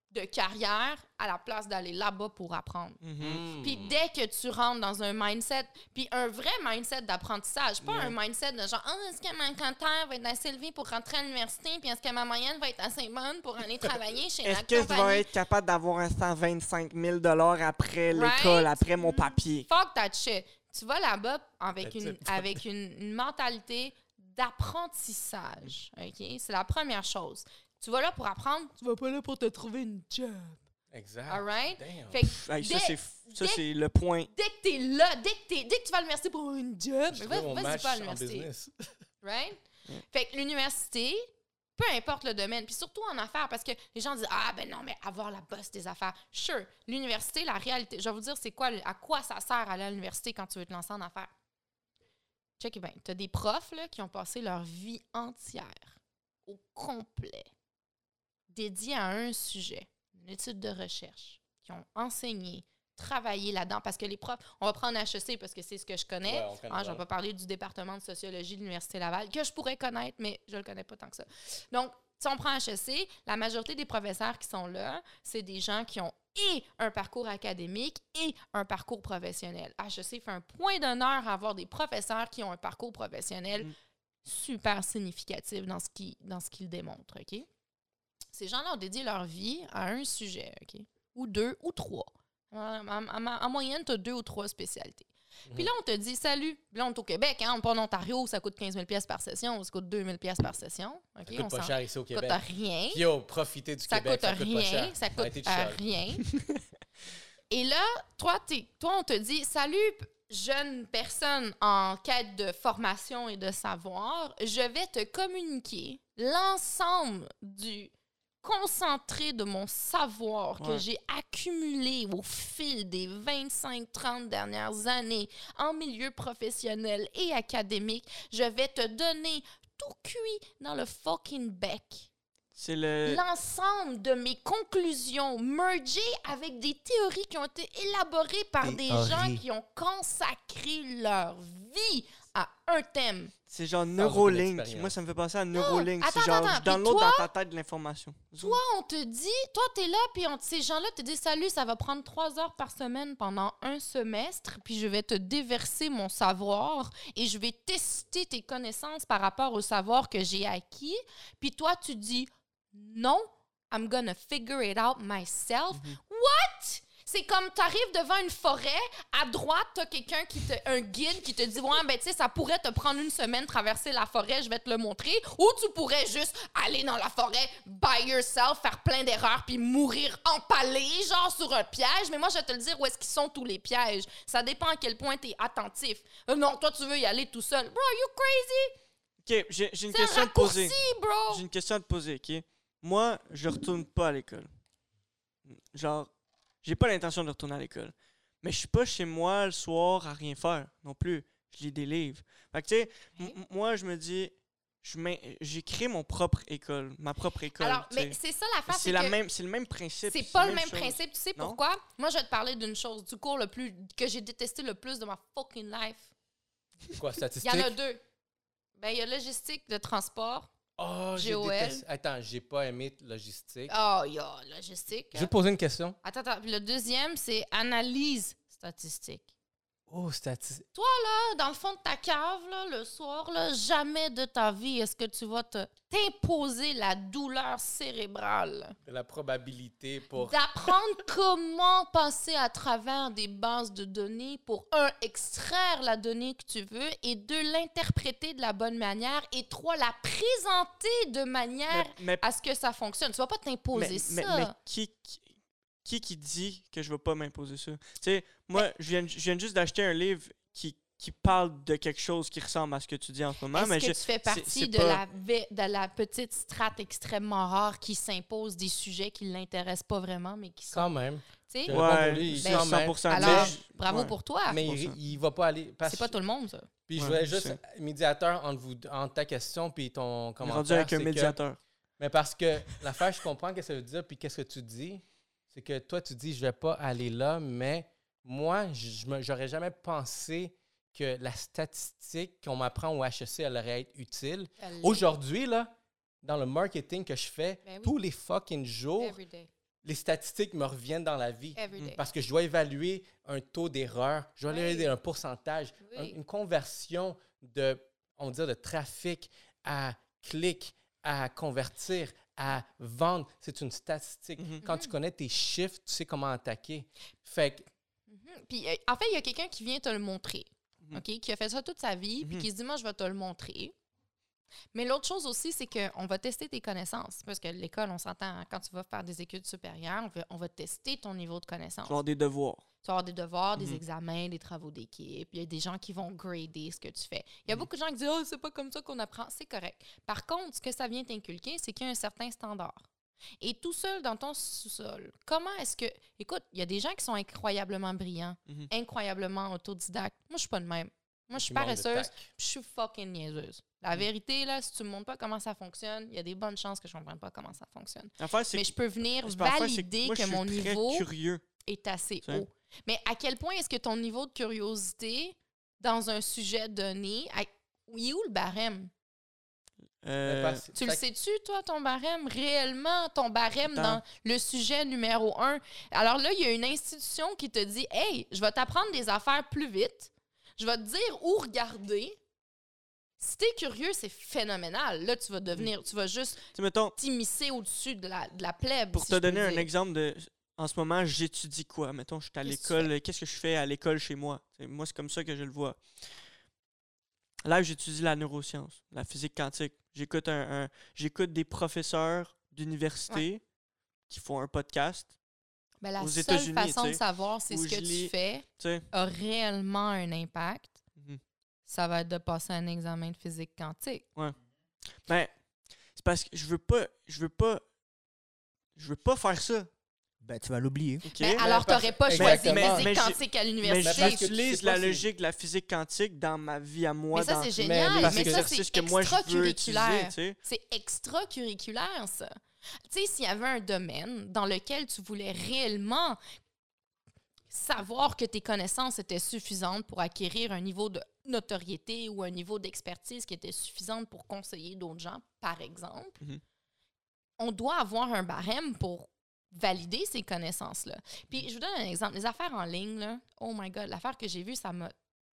de carrière à la place d'aller là-bas pour apprendre. Mhm. Puis dès que tu rentres dans un mindset, puis un vrai mindset d'apprentissage, pas Yeah. un mindset de genre, oh, est-ce que mon compteur va être assez élevé pour rentrer à l'université, puis est-ce que ma moyenne va être assez bonne pour aller travailler chez la Est-ce que je compagnie? vais être capable d'avoir un cent vingt-cinq mille après Right? l'école, après mon papier? Fuck that shit. Tu vas là-bas avec, That's une, it. avec une, une mentalité d'apprentissage. OK? C'est la première chose. Tu vas là pour apprendre, tu vas pas là pour te trouver une job. Exact. All right? Damn. Fait que Hey, ça, dès- c'est f- ça, dès- c'est le point. dès que t'es là, dès que, t'es, dès que tu vas à l'université pour une job, Je mais trouvais vas- mon vas-y match pas à en l'université. business. Right? Yeah. Fait que l'université, peu importe le domaine, puis surtout en affaires, parce que les gens disent « Ah, ben non, mais avoir la bosse des affaires. » Sure, l'université, la réalité, je vais vous dire c'est quoi, à quoi ça sert aller à l'université quand tu veux te lancer en affaires. Check bien, tu as des profs là, qui ont passé leur vie entière, au complet, dédiés à un sujet, une étude de recherche, qui ont enseigné, travaillé là-dedans, parce que les profs, on va prendre H E C parce que c'est ce que je connais. Ouais, on connaît Ah, je pas. vais pas parler du département de sociologie de l'Université Laval, que je pourrais connaître, mais je le connais pas tant que ça. Donc, si on prend H E C, la majorité des professeurs qui sont là, c'est des gens qui ont et un parcours académique et un parcours professionnel. H E C fait un point d'honneur à avoir des professeurs qui ont un parcours professionnel Mm. super significatif dans ce qui- dans ce qu'ils démontrent, OK? Ces gens-là ont dédié leur vie à un sujet, OK? Ou deux, ou trois. En, en- en- en moyenne, tu as deux ou trois spécialités. Puis là, on te dit, salut. Puis là, on est au Québec, hein, on n'est pas en Ontario, ça coûte quinze mille dollars par session, ça coûte deux mille dollars par session. OK? Ça coûte on pas s'en- cher ici au Ça coûte Québec. rien. Puis yo, profitez du Ça Québec, coûte ça coûte pas rien. cher. Ça coûte Arrêtez de à chialer. rien. Et là, toi, t'es- toi, on te dit, salut, p- jeune personne en quête de formation et de savoir, je vais te communiquer l'ensemble du concentré de mon savoir que Ouais. j'ai accumulé au fil des vingt-cinq trente dernières années en milieu professionnel et académique. Je vais te donner tout cuit dans le fucking bec. C'est le. L'ensemble de mes conclusions mergées avec des théories qui ont été élaborées par des Théories. gens qui ont consacré leur vie à un thème. C'est genre aucune Neuralink. expérience. Moi, ça me fait penser à Neuralink. attends, C'est genre, attends, je puis download toi- dans ta tête de l'information. Toi, on te dit, toi, t'es là, puis on- ces gens-là te disent salut, ça va prendre trois heures par semaine pendant un semestre, puis je vais te déverser mon savoir et je vais tester tes connaissances par rapport au savoir que j'ai acquis. Puis toi, tu dis non, I'm gonna figure it out myself. What? C'est comme t'arrives devant une forêt, à droite, t'as quelqu'un qui te, un guide qui te dit ouais, ben tu sais, ça pourrait te prendre une semaine traverser la forêt, je vais te le montrer. Ou tu pourrais juste aller dans la forêt by yourself, faire plein d'erreurs, puis mourir empalé, genre sur un piège. Mais moi, je vais te le dire où est-ce qu'ils sont tous les pièges. Ça dépend à quel point t'es attentif. Euh, non, toi, tu veux y aller tout seul. Bro, you crazy? Ok, j'ai j'ai une C'est un question à te poser. raccourci, bro! J'ai une question à te poser, ok? Moi, je retourne pas à l'école. Genre, j'ai pas l'intention de retourner à l'école. Mais je suis pas chez moi le soir à rien faire non plus. Je lis des livres. Fait que tu sais, m- m- moi, je me dis, je m'in- j'ai créé mon propre école, ma propre école. Alors, tu sais. mais c'est ça l'affaire, c'est c'est la que même, c'est le même principe. c'est pas la le même chose. principe. Tu sais Non? pourquoi? Moi, je vais te parler d'une chose, du cours le plus que j'ai détesté le plus de ma fucking life. Quoi, Il statistique? y en a deux. Ben, il y a logistique de transport. Oh, j'ai G O L. détesté. Attends, j'ai pas aimé logistique. Oh, il y a logistique. Je vais te poser une question. Attends, attends. Puis le deuxième, c'est analyse statistique. Oh, statistique. Là, dans le fond de ta cave, là, le soir, là, jamais de ta vie est-ce que tu vas te t'imposer la douleur cérébrale. La probabilité pour. D'apprendre comment passer à travers des bases de données pour, un, extraire la donnée que tu veux et deux, l'interpréter de la bonne manière et trois, la présenter de manière Mais, mais, à ce que ça fonctionne. Tu vas pas t'imposer mais, ça. mais- mais qui, qui, qui qui dit que je vais pas m'imposer ça? Tu sais, moi, je viens, je viens juste d'acheter un livre qui, qui parle de quelque chose qui ressemble à ce que tu dis en ce moment. Est-ce mais que je- tu fais c'est- partie c'est de, pas- la, ve- de la petite strate extrêmement rare qui s'impose des sujets qui ne l'intéressent pas vraiment, mais qui sont... Quand même. Tu sais? Je- Ouais, réponds pour lui, Ben, quand même. cent pour cent. Alors, Mais je- bravo ouais. pour toi. Mais pour il, ça. il va pas aller. Parce C'est pas tout le monde, ça. Puis je Ouais, voulais je juste sais. médiateur entre, vous, entre ta question puis ton On est commentaire. rendu avec un c'est que- médiateur. mais parce que l'affaire, je comprends ce que ça veut dire, puis qu'est-ce que tu dis, c'est que toi, tu dis, je vais pas aller là, mais moi, je me- j'aurais jamais pensé que la statistique qu'on m'apprend au H E C, elle aurait être utile. Aujourd'hui, là, dans le marketing que je fais, Ben oui. tous les fucking jours, Every day. les statistiques me reviennent dans la vie. Every day. Parce que je dois évaluer un taux d'erreur, je dois Oui. évaluer un pourcentage, Oui. un- une conversion de, on va dire, de trafic à clic, à convertir, à vendre. C'est une statistique. Mhm. Quand tu connais tes chiffres, tu sais comment attaquer. Fait que, Mhm. Puis, euh, en fait, il y a quelqu'un qui vient te le montrer, Mhm. OK? Qui a fait ça toute sa vie, puis Mhm. qui se dit, moi, je vais te le montrer. Mais l'autre chose aussi, c'est qu'on va tester tes connaissances. Parce que l'école, on s'entend, quand tu vas faire des études supérieures, on va, on va tester ton niveau de connaissance. Tu vas avoir des devoirs. Tu vas avoir des devoirs, des Mhm. examens, des travaux d'équipe. Il y a des gens qui vont grader ce que tu fais. Il y a Mhm. beaucoup de gens qui disent « Oh, c'est pas comme ça qu'on apprend. » C'est correct. Par contre, ce que ça vient t'inculquer, c'est qu'il y a un certain standard. Et tout seul dans ton sous-sol, comment est-ce que... Écoute, il y a des gens qui sont incroyablement brillants, Mhm. incroyablement autodidactes. Moi, je suis pas de même. Moi, je suis qui manque de paresseuse, tact. puis je suis fucking niaiseuse. La vérité, là, si tu me montres pas comment ça fonctionne, il y a des bonnes chances que je comprenne pas comment ça fonctionne. L'affaire, c'est Mais que- je peux venir c'est pas l'affaire, c'est valider moi, que je suis mon très niveau curieux. est assez Tu sais. haut. Mais à quel point est-ce que ton niveau de curiosité dans un sujet donné, à- il est où le barème? Euh, Mais parce- Tu le fait que- sais-tu, toi, ton barème, réellement, ton barème Attends. dans le sujet numéro un? Alors là, il y a une institution qui te dit « Hey, je vais t'apprendre des affaires plus vite. Je vais te dire où regarder. » Si t'es curieux, c'est phénoménal. Là, tu vas devenir, tu vas juste Tu sais, mettons, t'immiscer au-dessus de la, de la plèbe. pour si te je peux donner un dire. exemple de. En ce moment, j'étudie quoi? Mettons, je suis à Qu'est-ce que tu l'école. Qu'est-ce que je fais à l'école chez moi? T'sais, moi, c'est comme ça que je le vois. Là, j'étudie la neuroscience, la physique quantique. J'écoute un, un- j'écoute des professeurs d'université qui font un podcast. Ben, la aux seule États-Unis, façon tu de sais, savoir si où ce que je tu lis- fais Tu sais, a réellement un impact, Mhm. ça va être de passer un examen de physique quantique. ben, c'est parce que je veux pas, je veux pas, je veux pas faire ça. Ben, tu vas l'oublier. OK? Ben, mais alors, tu parce- n'aurais pas choisi Exactement. physique Mais j'ai- quantique à Mais l'université. parce que tu j'utilise sais la pas si- logique de la physique quantique dans ma vie à moi. Mais ça, dans c'est Mais génial. les Mais, ça, c'est exercices que moi je veux utiliser. extracurriculaire. Tu sais. C'est extracurriculaire, ça. Tu sais, s'il y avait un domaine dans lequel tu voulais réellement savoir que tes connaissances étaient suffisantes pour acquérir un niveau de notoriété ou un niveau d'expertise qui était suffisante pour conseiller d'autres gens, par exemple, Mhm. on doit avoir un barème pour valider ces connaissances-là. Puis, je vous donne un exemple. Les affaires en ligne, là, oh my God, l'affaire que j'ai vue, ça m'a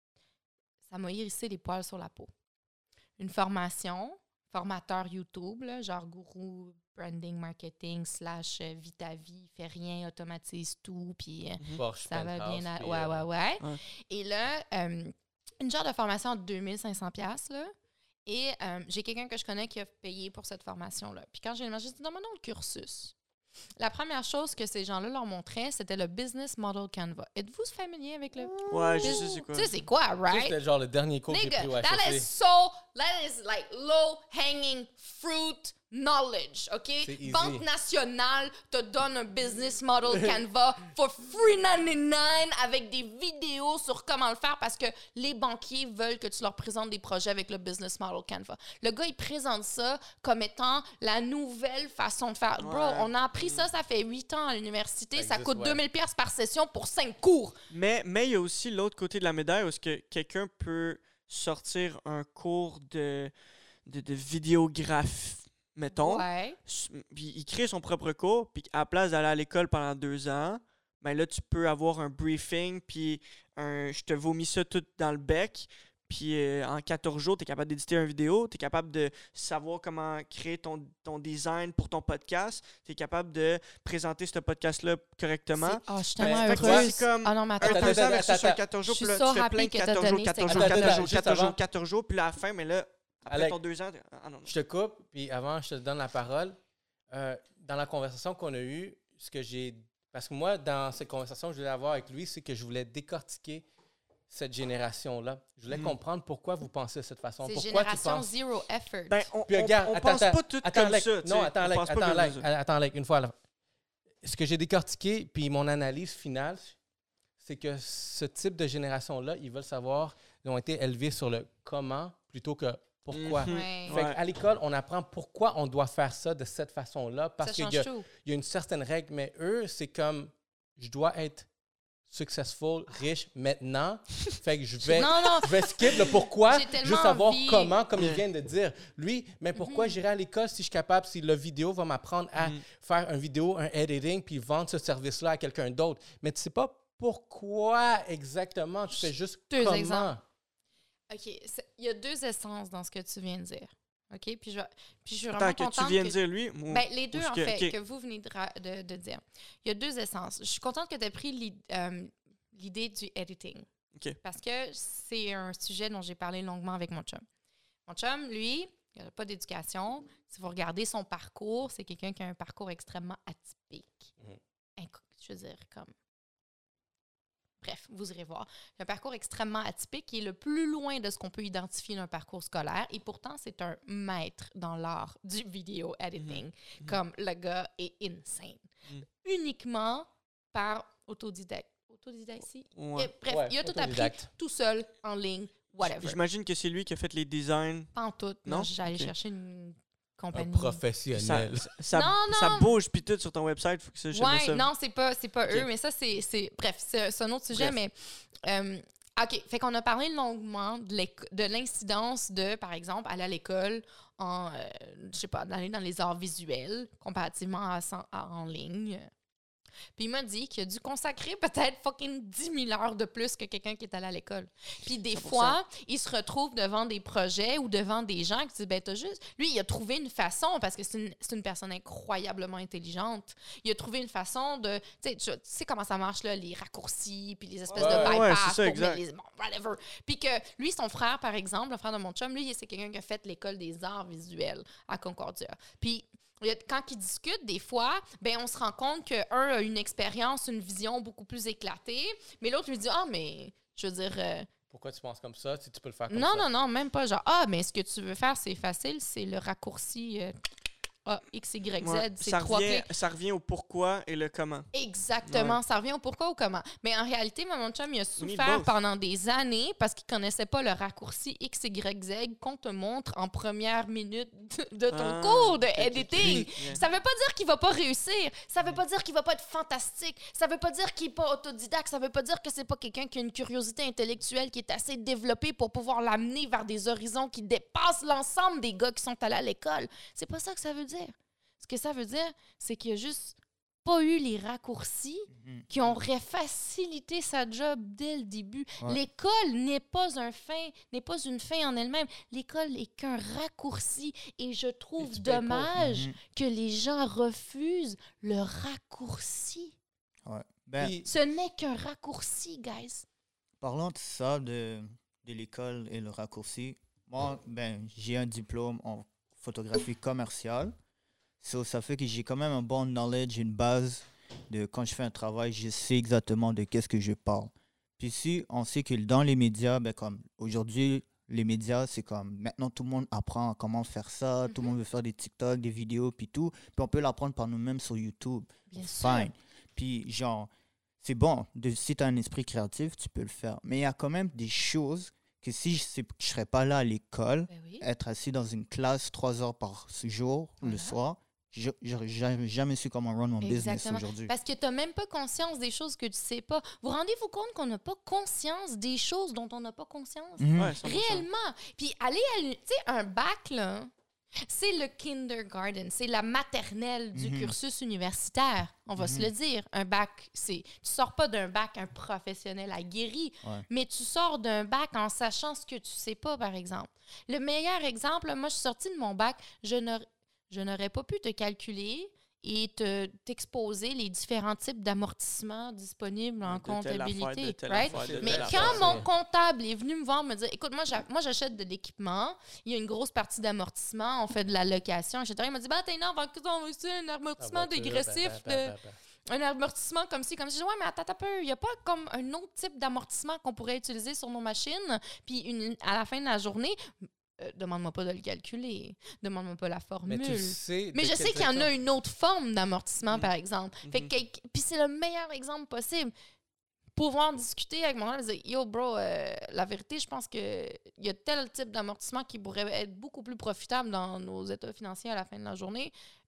ça m'a hérissé les poils sur la peau. Une formation, formateur YouTube, là, genre gourou, branding, marketing, slash euh, vite ta vie, fais rien, automatise tout, puis euh, Porsche, ça va penthouse, bien. à- puis, Ouais, euh, ouais, ouais, Ouais. Et là, euh, une genre de formation de deux mille cinq cents dollars, là. Et euh, j'ai quelqu'un que je connais qui a payé pour cette formation-là. Puis quand j'ai demandé, j'ai dit, donne-moi donc le cursus. La première chose que ces gens-là leur montraient, c'était le Business Model Canva. Êtes-vous familier avec le... Ouais, je Bus- sais c'est quoi. Tu sais, c'est quoi, Ça, right? c'était genre le dernier cours que j'ai Nigga, pris au that H E is C. so, that is like low-hanging fruit knowledge, OK? C'est easy. Banque nationale te donne un business model Canva for free ninety-nine avec des vidéos sur comment le faire parce que les banquiers veulent que tu leur présentes des projets avec le business model Canva. Le gars, il présente ça comme étant la nouvelle façon de faire. Bro, Ouais. on a appris ça, ça fait huit ans à l'université. Ça Ça existe, coûte ouais. deux mille dollars par session pour cinq cours. Mais mais il y a aussi l'autre côté de la médaille où est-ce que quelqu'un peut sortir un cours de, de, de vidéographie, mettons, Ouais. s- puis il crée son propre cours, puis à la place d'aller à l'école pendant deux ans, ben là, tu peux avoir un briefing, puis un, je te vomis ça tout dans le bec, puis euh, en quatorze jours, tu es capable d'éditer une vidéo, tu es capable de savoir comment créer ton, ton design pour ton podcast, tu es capable de présenter ce podcast-là correctement. C'est- Ah, je suis Ben, tellement fait que heureuse. c'est comme Ah non, mais attends, un Attends, deux attends, ans attends, versus un attends. quatorze jours, Je suis puis là, so tu fais happy plein de que t'as quatorze jours, donné cet quatorze jours, exemple. quatorze jours, Attends, quatorze juste jours, avant. quatorze jours, puis là, à la fin, mais là, après Alec, ton deux ans, t'es- ah non, non. Je te coupe, puis avant, je te donne la parole. Euh, dans la conversation qu'on a eue, ce que j'ai... Parce que moi, dans cette conversation que je voulais avoir avec lui, c'est que je voulais décortiquer cette génération-là. Je voulais Mhm. comprendre pourquoi vous pensez de cette façon. c'est Pourquoi tu génération penses... zero effort. Ben, on, Puis on, regarde, on attends, pense attends, pas tout attends, comme Alec, ça, tu non, sais. attends, On Alec, pense pas attends, comme Alec, ça. attends, Alec, une fois. Là. Ce que j'ai décortiqué, puis mon analyse finale, c'est que ce type de génération-là, ils veulent savoir, ils ont été élevés sur le comment plutôt que pourquoi. Mhm. Ouais. Fait Ouais. qu'à l'école, on apprend pourquoi on doit faire ça de cette façon-là, parce Ça qu'il change y a, tout. il y a une certaine règle, mais eux, c'est comme, je dois être successful, riche maintenant. Fait que je vais, Non, non. je vais skip le pourquoi, J'ai tellement juste savoir envie. comment, comme il vient de dire. Lui, mais pourquoi Mhm. j'irai à l'école si je suis capable, si la vidéo va m'apprendre à Mhm. faire une vidéo, un editing, puis vendre ce service-là à quelqu'un d'autre. Mais tu sais pas pourquoi exactement, tu fais juste Deux comment. exemples. OK. c'est- Il y a deux essences dans ce que tu viens de dire. OK? Puis je, puis je suis vraiment Attends, que contente tu viens que- de dire lui. ou- Ben, les deux, ou ce en que- fait, ok. que vous venez de, ra- de- de dire. Il y a deux essences. Je suis contente que tu aies pris l'i- euh, l'idée du editing. OK. Parce que c'est un sujet dont j'ai parlé longuement avec mon chum. Mon chum, lui, il n'a pas d'éducation. Si vous regardez son parcours, c'est quelqu'un qui a un parcours extrêmement atypique. Mhm. Inc- Je veux dire, comme... Bref, vous irez voir. Il a un parcours extrêmement atypique qui est le plus loin de ce qu'on peut identifier d'un parcours scolaire. Et pourtant, c'est un maître dans l'art du vidéo editing. Mhm. Comme le gars est insane. Mhm. Uniquement par autodidacte. Autodidacte, si? Ouais. Et bref, Ouais, il a tout appris autodidacte. tout seul, en ligne, whatever. J'imagine que c'est lui qui a fait les designs. Pas en tout. Non? Non, j'allais Ok. chercher une Un compagnie. Ça, professionnel. ça, ça, Non, ça non. bouge puis tout sur ton website. Faut que ça, j'aime Ouais, ça. non, c'est pas, c'est pas Ok. eux, mais ça, c'est. c'est- Bref, c'est c'est un autre sujet, Bref. mais. euh, OK, fait qu'on a parlé longuement de l'éco- de l'incidence de, par exemple, aller à l'école en, euh, je sais pas, d'aller dans les arts visuels comparativement à, ça- à en ligne. Puis il m'a dit qu'il a dû consacrer peut-être fucking dix mille heures de plus que quelqu'un qui est allé à l'école. Puis des cent pour cent. fois, il se retrouve devant des projets ou devant des gens qui disent, ben t'as juste... Lui, il a trouvé une façon, parce que c'est une, c'est une personne incroyablement intelligente, il a trouvé une façon de... Tu sais, tu tu sais comment ça marche, là, les raccourcis, puis les espèces Ouais, de bypass. ouais, c'est ça, pour exact. mettre les- bon, whatever. Puis que lui, son frère, par exemple, le frère de mon chum, lui, c'est quelqu'un qui a fait l'école des arts visuels à Concordia. Puis il y a- quand ils discutent, des fois, ben on se rend compte qu'un a une expérience, une vision beaucoup plus éclatée, mais l'autre lui dit « Ah, mais, je veux dire... euh, Pourquoi tu penses comme ça si tu peux le faire comme non, ça? non, non, même pas genre « Ah, mais ce que tu veux faire, c'est facile, c'est le raccourci euh, A, X, Y, Z, Ouais. c'est ça, trois revient, clics. » ça revient au pourquoi et le comment. Exactement, ça revient au pourquoi ou comment. Mais en réalité, moi, mon chum, il a need souffert both. pendant des années parce qu'il connaissait pas le raccourci X, Y, Z qu'on te montre en première minute de ton Ah, cours de ok, ok, ok. editing. Yeah. Ça veut pas dire qu'il va pas réussir. Ça veut pas dire qu'il va pas être fantastique. Ça veut pas dire qu'il est pas autodidacte. Ça veut pas dire que c'est pas quelqu'un qui a une curiosité intellectuelle qui est assez développée pour pouvoir l'amener vers des horizons qui dépassent l'ensemble des gars qui sont allés à l'école. C'est pas ça que ça veut dire. Ce que ça veut dire, c'est qu'il a juste pas eu les raccourcis Mhm. qui auraient facilité sa job dès le début. Ouais. L'école n'est pas un fin, n'est pas une fin en elle-même. L'école n'est qu'un raccourci. Et je trouve Et tu payes pour. dommage Mhm. que les gens refusent le raccourci. Ouais. Ben, Puis- Ce n'est qu'un raccourci, guys. parlant de ça, de, de l'école et le raccourci, moi, ben, j'ai un diplôme en photographie commerciale. So, ça fait que j'ai quand même un bon knowledge, une base de quand je fais un travail, je sais exactement de qu'est-ce que je parle. Puis si on sait que dans les médias, ben, comme aujourd'hui, les médias, c'est comme maintenant tout le monde apprend comment faire ça, tout le monde veut faire des TikTok, des vidéos, puis tout. Puis on peut l'apprendre par nous-mêmes sur YouTube. Bien sûr. Fine. Puis, genre, c'est bon, de, si tu as un esprit créatif, tu peux le faire. Mais il y a quand même des choses que si je ne serais pas là à l'école, Ben oui. être assis dans une classe trois heures par jour, Voilà. le soir, je n'aurais jamais, jamais su comment run mon business Exactement. aujourd'hui. Parce que tu n'as même pas conscience des choses que tu sais pas. Vous rendez-vous compte qu'on n'a pas conscience des choses dont on n'a pas conscience? Mhm. Ouais, cent pour cent. Réellement. Puis aller à l'uni- tu sais, un bac, là, c'est le kindergarten, c'est la maternelle du Mhm. cursus universitaire, on va se Mhm. le dire. Un bac, c'est... Tu sors pas d'un bac un professionnel aguerri, Ouais. mais tu sors d'un bac en sachant ce que tu sais pas, par exemple. Le meilleur exemple, là, moi, je suis sortie de mon bac, je n'aurais, je n'aurais pas pu te calculer et te, t'exposer les différents types d'amortissements disponibles en De telle affaire, de comptabilité, telle right? affaire, de Mais telle quand affaire. mon comptable est venu me voir me dire, écoute, moi, j'a- moi j'achète de l'équipement, il y a une grosse partie d'amortissement, on fait de la location, et cetera. Il m'a dit, bah, t'es énorme, on va un amortissement dégressif, de- un amortissement comme ci, comme ça. Je dis, ouais, mais attends un peu, il n'y a pas comme un autre type d'amortissement qu'on pourrait utiliser sur nos machines, puis une, à la fin de la journée, euh, demande-moi pas de le calculer, demande-moi pas la formule. Mais tu sais. Mais de je quelle sais qu'il y en a direction- une autre forme d'amortissement, Mhm. par exemple. Fait que Mhm. quel- Puis c'est le meilleur exemple possible. Pouvoir discuter avec mon gars et dire Yo, bro, euh, la vérité, je pense qu'il y a tel type d'amortissement qui pourrait être beaucoup plus profitable dans nos états financiers à la fin de la journée.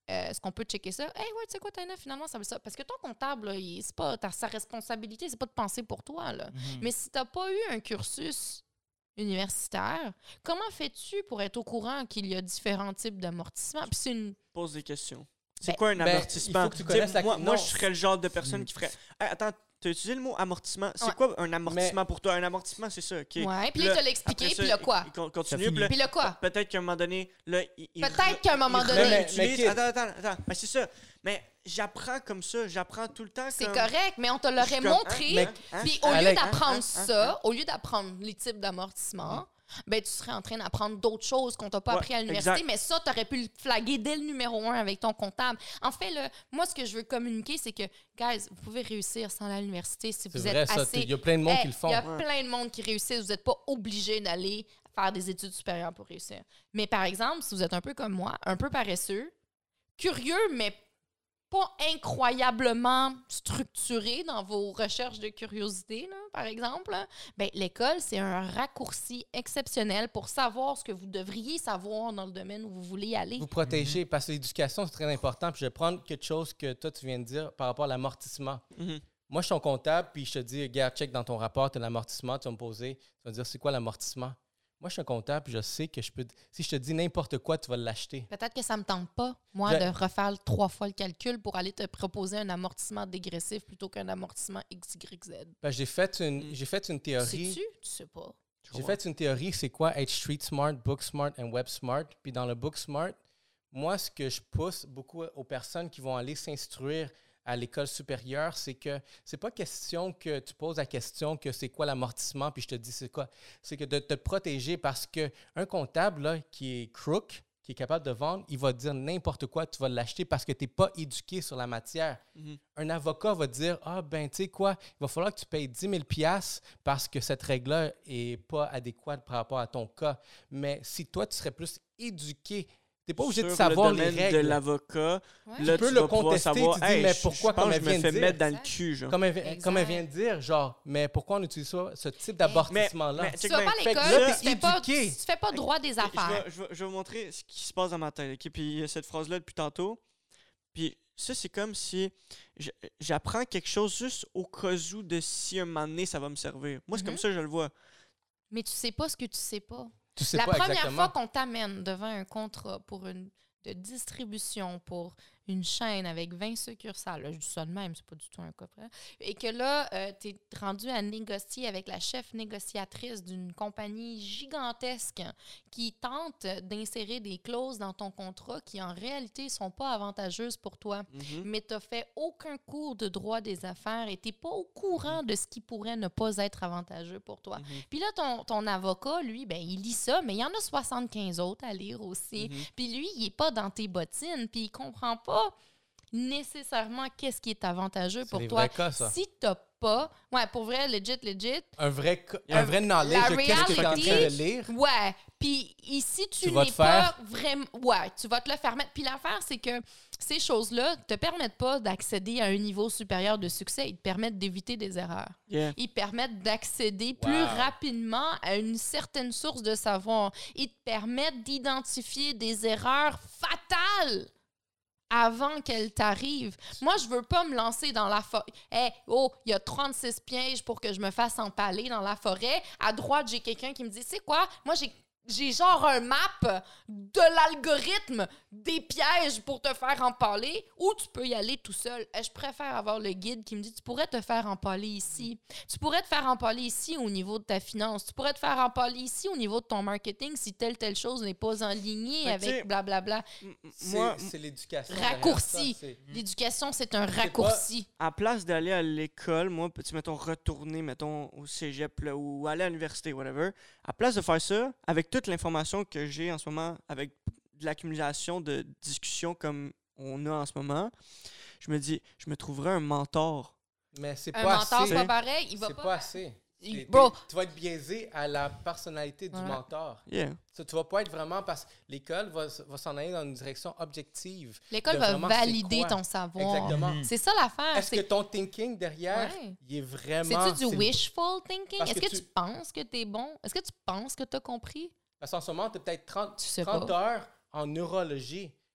euh, est-ce qu'on peut checker ça? Hey, ouais, tu sais quoi, Taina, finalement, ça veut ça. Parce que ton comptable, là, il- c'est pas ta, sa responsabilité, c'est pas de penser pour toi. Là. Mhm. Mais si t'as pas eu un cursus universitaire, comment fais-tu pour être au courant qu'il y a différents types d'amortissement? Puis c'est une... Pose des questions. C'est Ben, quoi un ben, amortissement? il faut que tu Tu sais, connaisses la- moi, moi, non. je serais le genre de personne qui ferait. Hey, attends, tu as utilisé le mot amortissement. C'est Ouais. quoi un amortissement pour toi? Un amortissement, c'est ça, OK. Ouais, puis Là, là, il te l'a expliqué, après ça, puis là, quoi? il- il con- continue, Ça puis là, Puis là, quoi? pe- peut-être qu'à un moment donné, là, il, il Peut-être re- qu'à un moment il donné- Mais- mais- réutilise- mais- Attends, attends, attends. Mais c'est ça. Mais j'apprends comme ça. J'apprends tout le temps C'est comme... correct, mais on te Je l'aurait suis comme, montré. hein, Mais- hein, Puis hein, au lieu Alex- d'apprendre hein, ça, hein, au lieu d'apprendre les types d'amortissement, ben tu serais en train d'apprendre d'autres choses qu'on t'a pas Ouais, appris à l'université, exact. mais ça, tu aurais pu le flaguer dès le numéro un avec ton comptable. En fait, là, moi, ce que je veux communiquer, c'est que, guys, vous pouvez réussir sans aller à l'université si C'est vous vrai, êtes ça. assez... Il y a plein de monde Hey, qui le font. Il y a Ouais. plein de monde qui réussissent. Vous n'êtes pas obligé d'aller faire des études supérieures pour réussir. Mais par exemple, si vous êtes un peu comme moi, un peu paresseux, curieux, mais pas incroyablement structuré dans vos recherches de curiosité, là, par exemple, là, ben, l'école, c'est un raccourci exceptionnel pour savoir ce que vous devriez savoir dans le domaine où vous voulez aller. Vous protéger, parce que l'éducation, c'est très important. Puis je vais prendre quelque chose que toi, tu viens de dire par rapport à l'amortissement. Mhm. Moi, je suis ton comptable, puis je te dis, regarde, check dans ton rapport, tu as l'amortissement, tu vas me poser, tu vas me dire, c'est quoi l'amortissement? Moi, je suis un comptable, puis je sais que je peux. Si je te dis n'importe quoi, tu vas l'acheter. Peut-être que ça me tente pas, moi, Je- de refaire trois fois le calcul pour aller te proposer un amortissement dégressif plutôt qu'un amortissement X Y Z. Ben, j'ai fait une, Mm. j'ai fait une théorie. Sais-tu? Tu sais pas. J'ai fait une théorie, c'est quoi être street smart, book smart et web smart. Puis dans le book smart, moi, ce que je pousse beaucoup aux personnes qui vont aller s'instruire à l'école supérieure, c'est que c'est pas question que tu poses la question que c'est quoi l'amortissement, puis je te dis c'est quoi. C'est que de te protéger parce qu'un comptable là, qui est crook, qui est capable de vendre, il va te dire n'importe quoi, tu vas l'acheter parce que tu n'es pas éduqué sur la matière. Mhm. Un avocat va te dire ah ben tu sais quoi, il va falloir que tu payes dix mille dollars parce que cette règle-là n'est pas adéquate par rapport à ton cas. Mais si toi, tu serais plus éduqué, tu n'es pas obligé de Sur savoir le les domaine règles. de l'avocat, Ouais. là, Tu peux tu le vas pouvoir contester, savoir, tu dis, hey, mais je- pourquoi, je pense comme que elle je me vient de fais dire. mettre dans le Exact. cul, genre. Comme elle, Exact. comme elle vient de dire, genre, mais pourquoi on utilise ça, ce type d'abortissement-là? mais- Tu check vas bien. pas à Fait que l'école, là, puis tu t'es fais pas, éduqué. tu fais pas droit des Je affaires. vais, je, vais, je vais vous montrer ce qui se passe dans ma tête. OK? Puis il y a cette phrase-là depuis tantôt. Puis ça, c'est comme si je- j'apprends quelque chose juste au cas où de si un moment donné, ça va me servir. Moi, c'est Mhm. comme ça que je le vois. Mais tu sais pas ce que tu sais pas. Tu sais La pas première exactement. fois qu'on t'amène devant un contrat pour une de distribution pour une chaîne avec vingt succursales, là, je dis ça de même, c'est pas du tout un cas près, et que là, tu es rendu à négocier avec la chef négociatrice d'une compagnie gigantesque qui tente d'insérer des clauses dans ton contrat qui, en réalité, sont pas avantageuses pour toi. Mhm. Mais tu n'as fait aucun cours de droit des affaires et tu n'es pas au courant de ce qui pourrait ne pas être avantageux pour toi. Mhm. Puis là, ton, ton avocat, lui, ben, il lit ça, mais il y en a soixante-quinze autres à lire aussi. Mhm. Puis lui, il n'est pas dans tes bottines, puis il comprend pas nécessairement qu'est-ce qui est avantageux C'est pour des toi. vrais cas, ça. Si tu n'as pas... Ouais, pour vrai, legit, legit, Un vrai, co- Yeah. un vrai knowledge La de qu'est-ce que tu es en train reality- de lire. ouais. Puis ici, tu, Tu vas n'es te pas faire- vraiment... Ouais, tu vas te le faire mettre. Puis l'affaire, c'est que ces choses-là te permettent pas d'accéder à un niveau supérieur de succès. Ils te permettent d'éviter des erreurs. Yeah. Ils permettent d'accéder plus Wow. rapidement à une certaine source de savoir. Ils te permettent d'identifier des erreurs fatales avant qu'elles t'arrivent. Moi, je veux pas me lancer dans la forêt. Hey, oh, il y a trente-six pièges pour que je me fasse empaler dans la forêt. À droite, j'ai quelqu'un qui me dit, c'est quoi? Moi, j'ai J'ai genre un map de l'algorithme des pièges pour te faire empaler, ou tu peux y aller tout seul. Je préfère avoir le guide qui me dit, tu pourrais te faire empaler ici. Tu pourrais te faire empaler ici au niveau de ta finance. Tu pourrais te faire empaler ici au niveau de ton marketing si telle, telle chose n'est pas en ligne Fait que tu sais, avec blablabla. M- m- C'est Moi, c'est l'éducation. derrière Raccourci. ça, c'est- L'éducation, c'est un raccourci. à place d'aller à l'école, moi, tu mettons, retourner, mettons, au cégep là, ou aller à l'université, whatever, à place de faire ça, avec toute l'information que j'ai en ce moment, avec de l'accumulation de discussions comme on a en ce moment, je me dis, je me trouverais un mentor. Mais c'est Un pas mentor, assez. c'est pas pareil. Il va C'est pas... pas assez. Il- T'es- Bro, t'es- Tu vas être biaisé à la personnalité du Ouais. mentor. Yeah. Ça, tu vas pas être vraiment parce que l'école va, s- va s'en aller dans une direction objective. l'école de va vraiment c'est valider quoi. ton savoir. Exactement. Mhm. C'est ça l'affaire. Est-ce que C'est ton thinking derrière, Ouais. il est vraiment... C'est-tu du c'est- wishful thinking? Parce Est-ce que que, tu- tu penses que t'es bon? Est-ce que tu penses que t'as compris? Parce qu'en ce moment, tu as peut-être trente, Tu sais trente pas. heures en neurologie.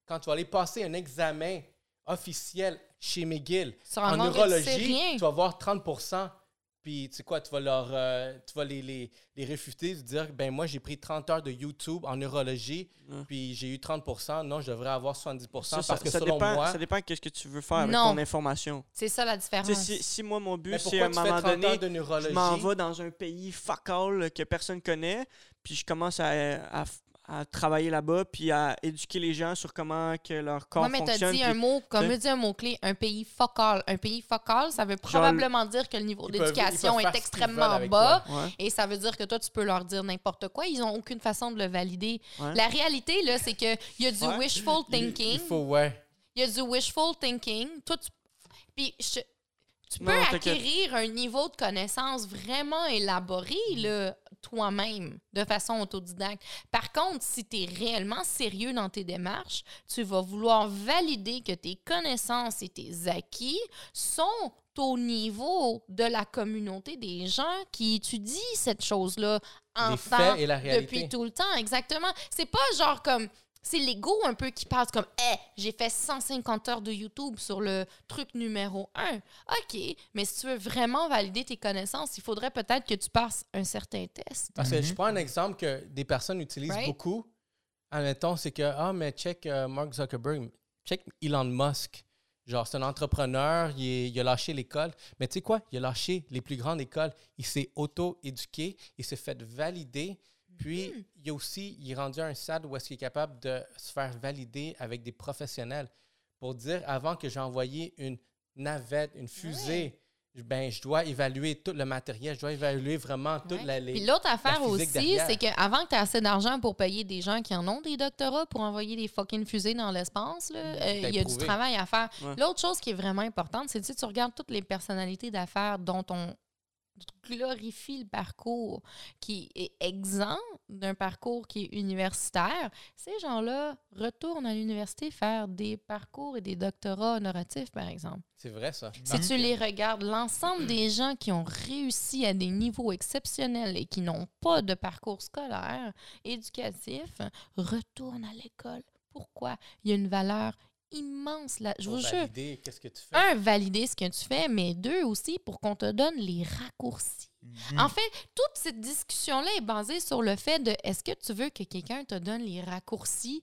quand tu vas aller passer un examen officiel chez McGill Sur en un monde que tu sais neurologie, rien. tu vas voir trente pour cent. Puis, tu sais quoi, tu vas, leur, euh, tu vas les, les, les réfuter, dire, ben moi, j'ai pris trente heures de YouTube en neurologie, Ouais. puis j'ai eu trente pour cent. Non, je devrais avoir soixante-dix pour cent Ça, parce ça, que ça selon dépend, moi... ça dépend de ce que tu veux faire avec Non. ton information. C'est ça la Tu différence. sais, si, si moi, mon but, Mais c'est à pourquoi un tu fais moment trente heures donné, de je neurologie? m'en vais dans un pays fuck all que personne connaît, puis je commence à, à, à travailler là-bas, puis à éduquer les gens sur comment que leur corps Moi, mais t'as fonctionne. dit puis- un mot, comme tu sais. me dit un mot-clé, un pays focal. Un pays focal, ça veut probablement dire que le niveau Ils peuvent- d'éducation ils peuvent faire est ce qu'ils extrêmement veulent avec bas. toi. Ouais, Et ça veut dire que toi, tu peux leur dire n'importe quoi. Ils n'ont aucune façon de le valider. ouais. La réalité, là, c'est qu'il y a du Ouais. wishful Il- thinking. Il faut, ouais. Il y a du wishful thinking. Toi, tu... Puis, je- tu Non, peux t'inquiète. acquérir un niveau de connaissance vraiment élaboré, là, toi-même, de façon autodidacte. Par contre, si tu es réellement sérieux dans tes démarches, tu vas vouloir valider que tes connaissances et tes acquis sont au niveau de la communauté des gens qui étudient cette chose-là en Les temps, faits et la réalité. depuis tout le temps. Exactement. C'est pas genre comme... C'est l'ego un peu qui passe comme « Hey, j'ai fait cent cinquante heures de YouTube sur le truc numéro un. » OK, mais si tu veux vraiment valider tes connaissances, il faudrait peut-être que tu passes un certain test. Parce que Mhm. je prends un exemple que des personnes utilisent Right. beaucoup. Admettons, c'est que, ah, mais check euh, Mark Zuckerberg, check Elon Musk. Genre, c'est un entrepreneur, il, est- il a lâché l'école. Mais tu sais quoi? Il a lâché les plus grandes écoles. Il s'est auto-éduqué, il s'est fait valider. Puis, il y a aussi, il est rendu à un stade où est-ce qu'il est capable de se faire valider avec des professionnels pour dire, avant que j'ai envoyé une navette, une fusée, ben, je dois évaluer tout le matériel, je dois évaluer vraiment toute Ouais. la... les- Puis l'autre affaire physique aussi, derrière. c'est qu'avant que tu aies assez d'argent pour payer des gens qui en ont des doctorats pour envoyer des fucking fusées dans l'espace, là, euh, il y a du prouvé. travail à faire. Ouais. L'autre chose qui est vraiment importante, c'est que si tu regardes toutes les personnalités d'affaires dont on glorifie le parcours qui est exempt d'un parcours qui est universitaire, ces gens-là retournent à l'université faire des parcours et des doctorats honoratifs, par exemple. C'est vrai, ça. Si tu les regardes, l'ensemble des gens qui ont réussi à des niveaux exceptionnels et qui n'ont pas de parcours scolaire, éducatif, retournent à l'école. Pourquoi? Il y a une valeur immense là. Je Pour vous jure. valider qu'est-ce que tu fais. Un, valider ce que tu fais, mais deux aussi, pour qu'on te donne les raccourcis. Mhm. En fait, toute cette discussion-là est basée sur le fait de est-ce que tu veux que quelqu'un te donne les raccourcis?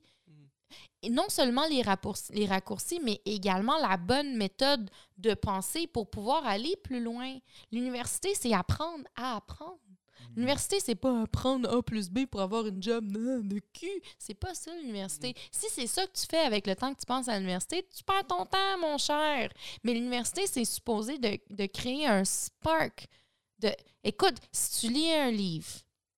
Et non seulement les, raccourcis, les raccourcis, mais également la bonne méthode de pensée pour pouvoir aller plus loin. L'université, c'est apprendre à apprendre. L'université, c'est pas apprendre A plus B pour avoir une job non, de cul. C'est pas ça, l'université. Si c'est ça que tu fais avec le temps que tu penses à l'université, tu perds ton temps, mon cher. Mais l'université, c'est supposé de, de créer un spark. De... Écoute, si tu lis un livre,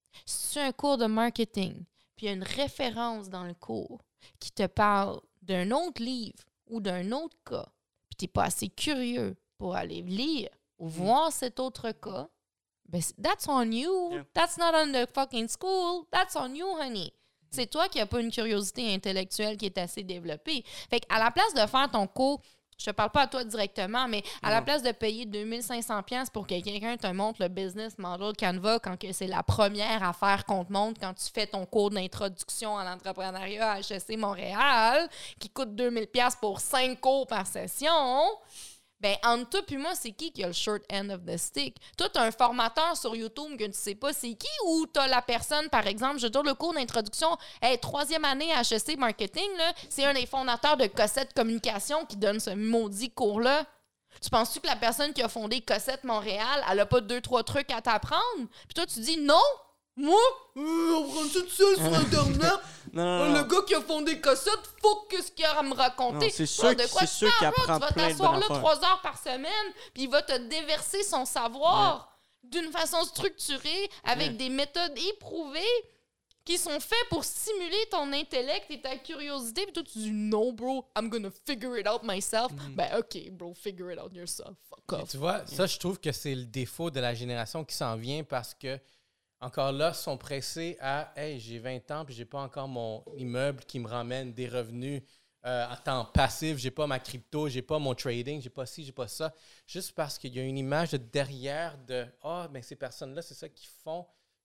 si tu as un cours de marketing, puis il y a une référence dans le cours qui te parle d'un autre livre ou d'un autre cas, puis tu n'es pas assez curieux pour aller lire ou voir cet autre cas, ben, that's on you. Yeah. That's not on the fucking school. That's on you, honey. C'est toi qui n'as pas une curiosité intellectuelle qui est assez développée. Fait qu'à la place de faire ton cours, je te parle pas à toi directement, mais à la Non. place de payer deux mille cinq cents dollars pour que quelqu'un te montre le business model Canva quand que c'est la première affaire qu'on te montre quand tu fais ton cours d'introduction à l'entrepreneuriat à H E C Montréal, qui coûte deux mille dollars pour cinq cours par session, ben entre toi puis moi, c'est qui qui a le short end of the stick? Toi, t'as un formateur sur YouTube que tu sais pas c'est qui, ou t'as la personne, par exemple, je tourne le cours d'introduction, hey, troisième année à H E C Marketing, là, c'est un des fondateurs de Cossette Communication qui donne ce maudit cours-là. Tu penses-tu que la personne qui a fondé Cossette Montréal, elle a pas deux, trois trucs à t'apprendre? Puis toi, tu dis non? Moi? Euh, on prend ça tout seul sur Internet? Non, non, Oh, non. le gars qui a fondé Cossette, faut qu'est-ce qu'il a à me raconter. Non, c'est sûr Bro, que- de quoi c'est tu sûr qu'il parles, là? apprend Tu vas plein de t'asseoir bonnes là affaires. trois heures par semaine, puis il va te déverser son savoir d'une façon structurée, avec Ouais. des méthodes éprouvées qui sont faites pour stimuler ton intellect et ta curiosité. Puis toi, tu dis non, bro, I'm gonna figure it out myself. Mhm. Ben, OK, bro, figure it out yourself. Fuck Puis off. tu vois, ça, je trouve que c'est le défaut de la génération qui s'en vient parce que, encore là, sont pressés à « Hey, j'ai vingt ans puis j'ai pas encore mon immeuble qui me ramène des revenus euh, à temps passif, j'ai pas ma crypto, j'ai pas mon trading, j'ai pas ci, j'ai pas ça. » Juste parce qu'il y a une image de derrière de « Ah, oh, ben ces personnes-là, c'est ça qu'ils font. »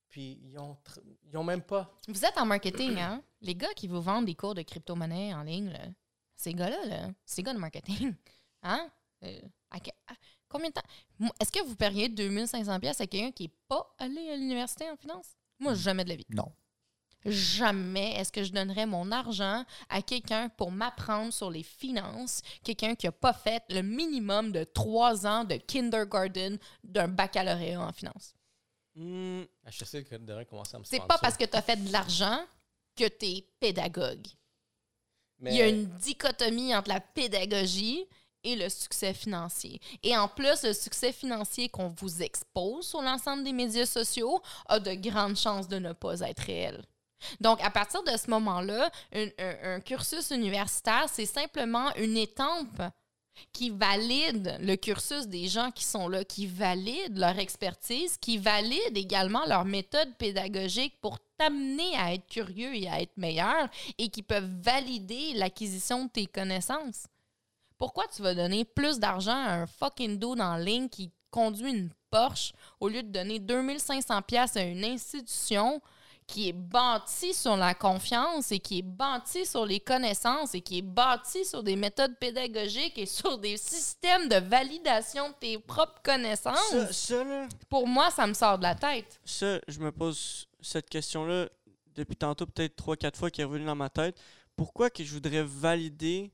puis ils ont, tr- ils ont même pas... Vous êtes en marketing, hein? Les gars qui vous vendent des cours de crypto-monnaie en ligne, là, ces gars-là, là, ces gars de marketing, hein? Euh, à que- à- combien de temps? Moi, est-ce que vous paieriez deux mille cinq cents dollars à quelqu'un qui n'est pas allé à l'université en finance? Moi, jamais de la vie. Non. Jamais est-ce que je donnerais mon argent à quelqu'un pour m'apprendre sur les finances, quelqu'un qui n'a pas fait le minimum de trois ans de kindergarten d'un baccalauréat en finance. Hmm, H E C devrait commencer à me C'est sponsor. pas parce que tu as fait de l'argent que tu es pédagogue. Mais Il y a une dichotomie entre la pédagogie et le succès financier. Et en plus, le succès financier qu'on vous expose sur l'ensemble des médias sociaux a de grandes chances de ne pas être réel. Donc, à partir de ce moment-là, un, un- un cursus universitaire, c'est simplement une étampe qui valide le cursus des gens qui sont là, qui valide leur expertise, qui valide également leur méthode pédagogique pour t'amener à être curieux et à être meilleur et qui peuvent valider l'acquisition de tes connaissances. Pourquoi tu vas donner plus d'argent à un fucking dude en ligne qui conduit une Porsche au lieu de donner deux mille cinq cents dollars à une institution qui est bâtie sur la confiance et qui est bâtie sur les connaissances et qui est bâtie sur des méthodes pédagogiques et sur des systèmes de validation de tes propres connaissances? ça, ça, là, Pour moi, ça me sort de la tête. ça, je me pose cette question-là depuis tantôt, peut-être trois, quatre fois, qui est revenue dans ma tête. Pourquoi que je voudrais valider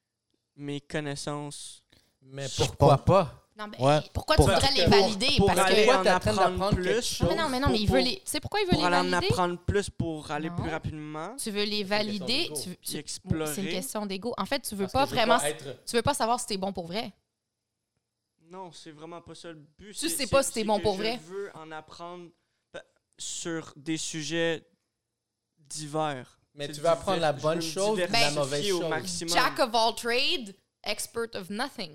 mes connaissances? Mais Je pourquoi pense- pas? Non, ben, Ouais. pourquoi Pour- tu voudrais les pour- valider? pour Parce aller que... Pourquoi en t'es en train apprendre d'apprendre plus. quelque chose? Non, mais non, mais non, mais il pour- veut les... Tu sais pourquoi il veut Pour les aller en valider? apprendre plus, pour aller Non. plus rapidement, Tu veux les valider? d'ego. Tu, puis tu- explorer. C'est une question d'ego. En fait, tu veux Parce pas que je veux vraiment... pas être- Tu veux pas savoir si t'es bon pour vrai. Non, c'est vraiment pas ça le but. Tu C'est- sais c'est- pas si t'es c'est bon que pour je vrai. veux en apprendre pa- sur des sujets divers. Mais C'est tu veux apprendre divers- la je veux bonne me chose ou la diversifier mauvaise au chose? maximum. Jack of all trades, expert of nothing.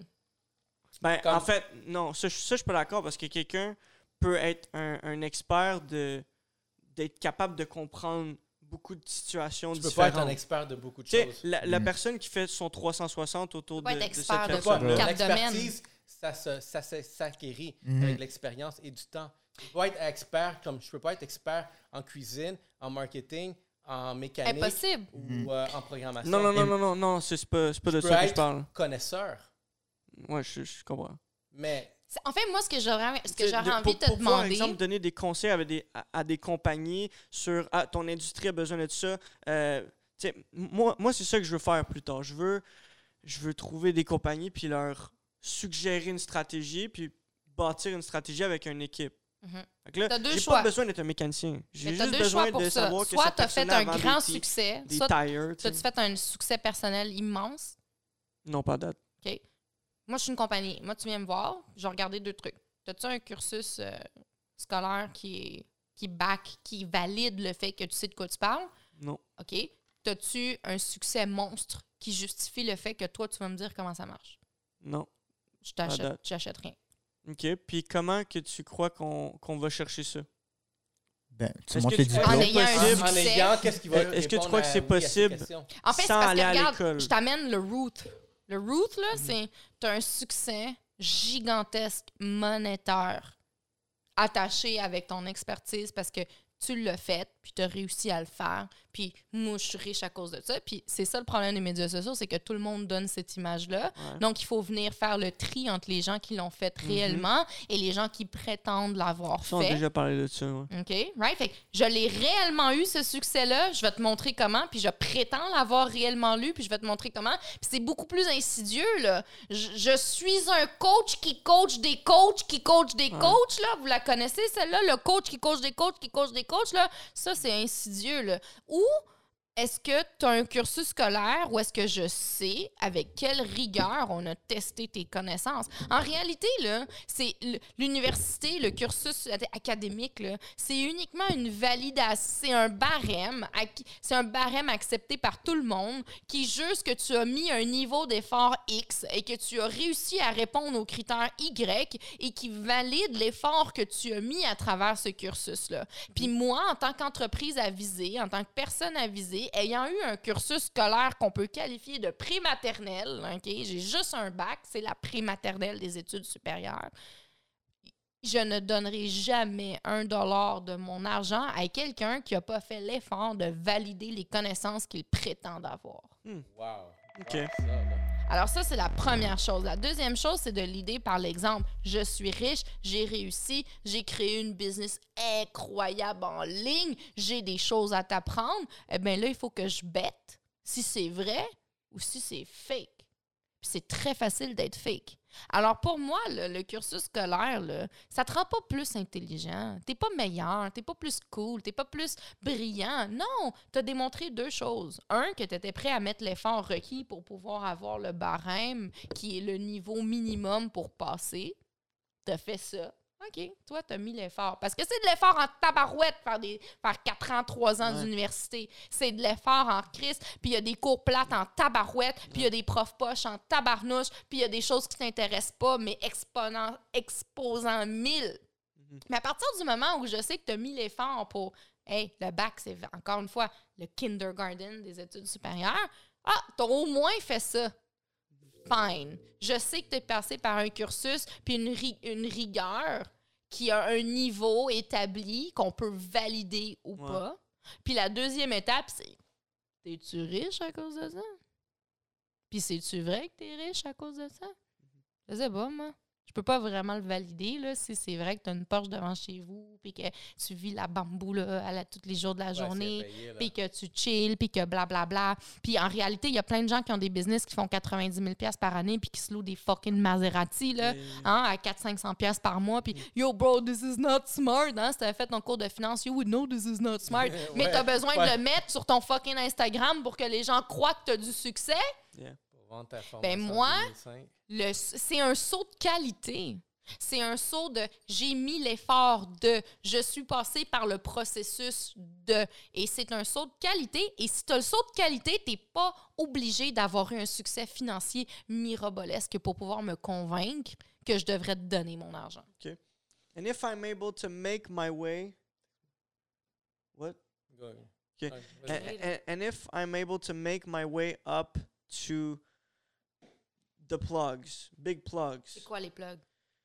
Ben, Comme- En fait, non, ça, je- ça je suis pas d'accord parce que quelqu'un peut être un, un expert de d'être capable de comprendre beaucoup de situations Tu peux différentes. pas être un expert de beaucoup de Tu sais, choses. la, la Mm. personne qui fait son trois cent soixante autour Tu peux de, pas être de cette expert de Tu peux pas. personne-là. Quatre domaines. L'expertise, ça, se- ça, se- s'acquérit Mhm. avec l'expérience et du temps. Tu peux pas être expert comme je peux pas être expert en cuisine, en marketing, en mécanique Impossible. ou Mhm. euh, en programmation. Non, non, non, Et- non, non, non, c'est c'est pas, c'est pas Tu de peux ça que je être parle. connaisseur, Ouais, je, je comprends. mais C'est- En fait, moi, ce que j'aurais, ce que Tu sais, j'aurais de- envie pour, de te pour pouvoir, demander... exemple, donner des conseils avec des, à, à des compagnies sur ah, ton industrie a besoin de ça. Euh, tu sais, moi, moi c'est ça que je veux faire plus tard. Je veux, je veux trouver des compagnies puis leur suggérer une stratégie puis bâtir une stratégie avec une équipe. Mhm. Fait que là, T'as deux j'ai choix. pas besoin d'être un mécanicien. J'ai Mais t'as juste deux besoin choix pour de ça. savoir que Soit cette t'as fait personne-là un vend grand des, ti- succès, des soit tires. tu t'as-tu sais. fait un succès personnel immense. Non, pas à date. OK. Moi, je suis une compagnie. Moi, tu viens me voir, je vais regarder deux trucs. T'as-tu un cursus euh, scolaire qui est qui back, qui valide le fait que tu sais de quoi tu parles? Non. OK. T'as-tu un succès monstre qui justifie le fait que toi, tu vas me dire comment ça marche? Non. Je t'achète, date. j'achète rien. OK. Puis comment que tu crois qu'on qu'on va chercher ça? Ben, tu Est-ce montes que les tu crois En diplômes. ayant un possible? en succès. ayant, qu'est-ce qui va Est-ce que tu répondre crois que à- c'est oui à ces possible? questions? En fait, c'est Sans parce aller que, à regarde, l'école. je t'amène le root. Le root, là, c'est tu as un succès gigantesque monétaire attaché avec ton expertise parce que tu l'as fait, puis tu as réussi à le faire, puis moi, je suis riche à cause de ça. Puis c'est ça le problème des médias sociaux, c'est que tout le monde donne cette image-là. Ouais. Donc, il faut venir faire le tri entre les gens qui l'ont fait Mhm. réellement et les gens qui prétendent l'avoir Ça, on a fait. déjà parlé de ça. Ouais. OK, right? Fait que je l'ai réellement eu, ce succès-là. Je vais te montrer comment, puis je prétends l'avoir réellement lu, puis je vais te montrer comment. Puis c'est beaucoup plus insidieux, là. Je, je suis un coach qui coach des coachs qui coach des Ouais. coachs, là. Vous la connaissez, celle-là? Le coach qui coach des coachs qui coach des coachs, là. Ça, c'est insidieux, là. Ou est-ce que tu as un cursus scolaire ou est-ce que je sais avec quelle rigueur on a testé tes connaissances? En réalité, là, c'est l- l'université, le cursus académique, là, c'est uniquement une validation, c'est un barème, ac- c'est un barème accepté par tout le monde qui juge que tu as mis un niveau d'effort X et que tu as réussi à répondre aux critères Y et qui valide l'effort que tu as mis à travers ce cursus-là. Puis moi, en tant qu'entreprise à viser, en tant que personne à viser, ayant eu un cursus scolaire qu'on peut qualifier de prématernelle, OK? J'ai juste un bac, c'est la prématernelle des études supérieures. je ne donnerai jamais un dollar de mon argent à quelqu'un qui n'a pas fait l'effort de valider les connaissances qu'il prétend avoir. Wow. OK. Wow, ça, là. Alors ça, c'est la première chose. La deuxième chose, c'est de l'idée par l'exemple. Je suis riche, j'ai réussi, j'ai créé une business incroyable en ligne, j'ai des choses à t'apprendre. Eh bien là, il faut que je bête si c'est vrai ou si c'est fake. Puis c'est très facile d'être fake. Alors pour moi, là, le cursus scolaire, là, ça te rend pas plus intelligent. T'es pas meilleur, t'es pas plus cool, t'es pas plus brillant. Non, t'as démontré deux choses. Un, que t'étais prêt à mettre l'effort requis pour pouvoir avoir le barème, qui est le niveau minimum pour passer. T'as fait ça. OK, toi, t'as mis l'effort. Parce que c'est de l'effort en tabarouette faire, des, faire quatre ans, trois ans Ouais. d'université. C'est de l'effort en crise. Puis il y a des cours plates en tabarouette. Puis il y a des profs poches en tabarnouche. Puis il y a des choses qui t'intéressent pas, mais exponent, exposant mille. Mm-hmm. Mais à partir du moment où je sais que t'as mis l'effort pour... Hey, le bac, c'est encore une fois le kindergarten des études supérieures. Ah, t'as au moins fait ça. Fine. Je sais que tu es passé par un cursus puis une, ri- une rigueur qui a un niveau établi qu'on peut valider ou Ouais. pas. Puis la deuxième étape, c'est t'es-tu riche à cause de ça? Puis c'est-tu vrai que t'es riche à cause de ça? Je sais pas, moi. Je peux pas vraiment le valider, là, si c'est vrai que tu as une Porsche devant chez vous, puis que tu vis la bambou, là, à la, tous les jours de la Ouais, journée, c'est payé, là. puis que tu chill, puis que blablabla. Puis en réalité, il y a plein de gens qui ont des business qui font quatre-vingt-dix mille dollars par année, puis qui se louent des fucking Maserati, là, Mais- hein, à quatre cents à cinq cents dollars par mois. Puis yo, bro, this is not smart. Hein? Si tu avais fait ton cours de finance, you would know this is not smart. Mais Ouais, tu as besoin ouais. de le mettre sur ton fucking Instagram pour que les gens croient que tu as du succès. Pour vendre ta formation Ben, en moi, deux mille cinq. Le, c'est un saut de qualité. C'est un saut de j'ai mis l'effort de, je suis passé par le processus de. Et c'est un saut de qualité. Et si tu as le saut de qualité, tu n'es pas obligé d'avoir eu un succès financier mirabolesque pour pouvoir me convaincre que je devrais te donner mon argent. And if I'm able to make my way... What? Go. Okay. Ouais, And, vas-y. and, and if I'm able to make my way up to the plugs, big plugs, C'est quoi les plugs?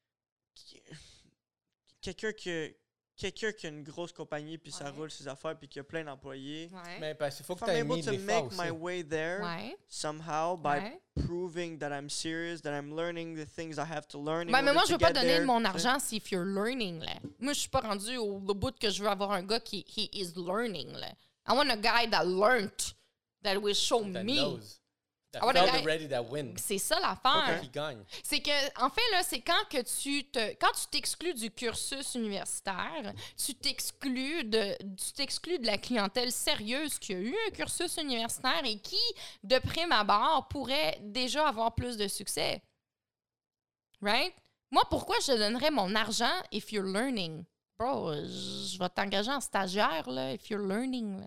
quelqu'un qui, quelqu'un qui a une grosse compagnie puis ça Ouais. roule ses affaires puis qui a plein d'employés, Ouais. Mais parce qu'il faut que if tu I'm aies able mis to l'effort make aussi. my way there Ouais. somehow by Ouais. proving that I'm serious, that I'm learning the things I have to learn. in Ben, mais order moi, to je veux pas get donner there, de mon tu sais. argent si if you're learning, là. Moi, je suis pas rendu au, au bout que je veux avoir un gars qui he is learning, là. I want a guy that learned, that will show That me. knows. That I want a felt guy- ready that win. C'est ça l'affaire. Qui gagne. C'est que, en fait, là, c'est quand que tu te, quand tu t'exclus du cursus universitaire, tu t'exclus de, tu t'exclus de la clientèle sérieuse qui a eu un cursus universitaire et qui, de prime abord, pourrait déjà avoir plus de succès. Right? Moi, pourquoi je te donnerais mon argent if you're learning? Bro, je vais t'engager en stagiaire, là, if you're learning, là.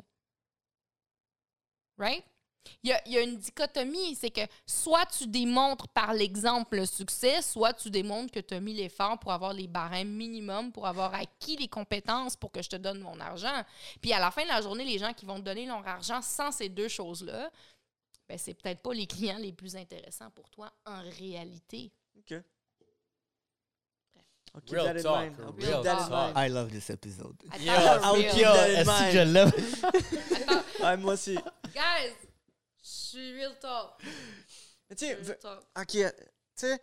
Right? Il y, a, il y a une dichotomie, c'est que soit tu démontres par l'exemple le succès, soit tu démontres que tu as mis l'effort pour avoir les barèmes minimum, pour avoir acquis les compétences pour que je te donne mon argent. Puis à la fin de la journée, les gens qui vont te donner leur argent sans ces deux choses-là, ben c'est peut-être pas les clients les plus intéressants pour toi en réalité. OK. I'll keep Real that in talk, mind. I'll keep real that in talk. mind. I love this episode. Attends, Yo, for I'll real. keep that in est-ce que mind. je l'aime? Attends, Ouais, moi aussi. guys, je suis real talk. Mais tu sais, Real v- talk. OK, tu sais,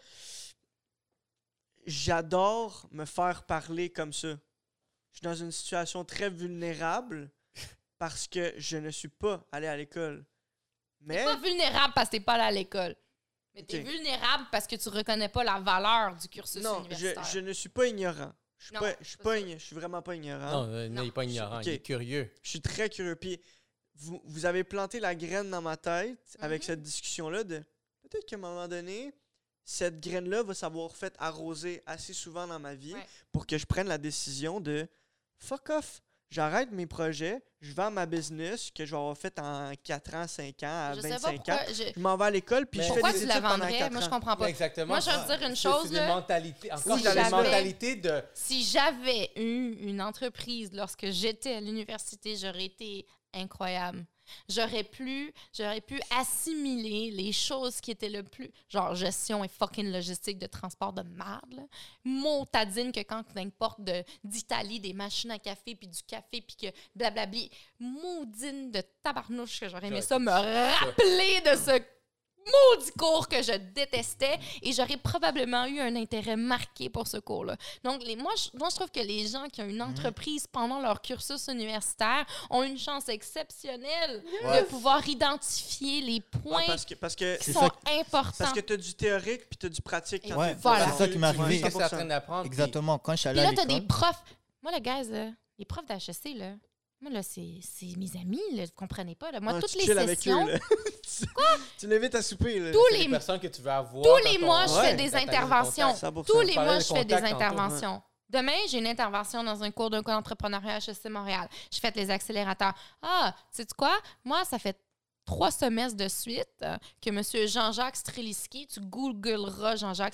j'adore me faire parler comme ça. Je suis dans une situation très vulnérable parce que je ne suis pas allé à l'école. Mais T'es pas vulnérable parce que t'es pas allé à l'école. Mais t'es Ok. vulnérable parce que tu reconnais pas la valeur du cursus non, je, universitaire. je ne suis pas ignorant. Je suis Non, pas, je suis c'est pas ça. ign- je suis vraiment pas ignorant. Non, euh, non, il n'est pas ignorant, Ok. il est curieux. Je suis très curieux. Puis vous, vous avez planté la graine dans ma tête avec Mhm. cette discussion-là de peut-être qu'à un moment donné, cette graine-là va savoir fait arroser assez souvent dans ma vie Ouais. pour que je prenne la décision de fuck off. J'arrête mes projets, je vends ma business que je vais avoir fait en quatre ans, cinq ans, à Je sais pas vingt-cinq pourquoi. ans. je- Je m'en vais à l'école puis Mais je fais Pourquoi des tu études la pendant vendrais? quatre Moi, je ans. comprends pas. Exactement. Moi, je vais te dire une C'est- chose, C'est des là. mentalités. Encore, Si c'est des j'avais- mentalités de... Si j'avais eu une entreprise lorsque j'étais à l'université, j'aurais été incroyable. J'aurais pu, j'aurais pu assimiler les choses qui étaient le plus... Genre, gestion et fucking logistique de transport de merde, là. Motadine que quand t'importes de, d'Italie des machines à café, puis du café, puis que blablabli. Maudine de tabarnouche que j'aurais aimé ça me rappeler de ce maudit cours que je détestais et j'aurais probablement eu un intérêt marqué pour ce cours-là. Donc, les, moi, je, moi, je trouve que les gens qui ont une entreprise pendant leur cursus universitaire ont une chance exceptionnelle Ouais. de pouvoir identifier les points Ouais, parce que, parce que, qui c'est sont ça importants. parce que tu as du théorique puis tu as du pratique. Quand Ouais, t'es voilà. dedans. c'est ça qui m'est Tu- tu arrivé. sais Qu'est-ce que tu es en train d'apprendre? puis- Exactement. Quand je suis allé Puis à là, t'as l'école... des profs. Moi, le gars, là, les profs d'H E C, là, moi, là, c'est, c'est mes amis, là, vous comprenez pas. Là. Moi, Ouais, toutes tu les chilles avec sessions, eux, là. Tu- Tu l'invites à souper. Là. tous C'est les les personnes que tu veux avoir. Tous dans les ton- mois, je Ouais. fais des dans ta liste de interventions. contacts. cent pour cent. Tous les parlais mois, de je fais des contact tantôt, interventions. Demain, j'ai une intervention dans un cours d'un cours d'entrepreneuriat à H E C Montréal. Je fais les accélérateurs. Ah, sais-tu quoi? Moi, ça fait trois semestres de suite euh, que M. Jean-Jacques Streliski, tu googleras Jean-Jacques,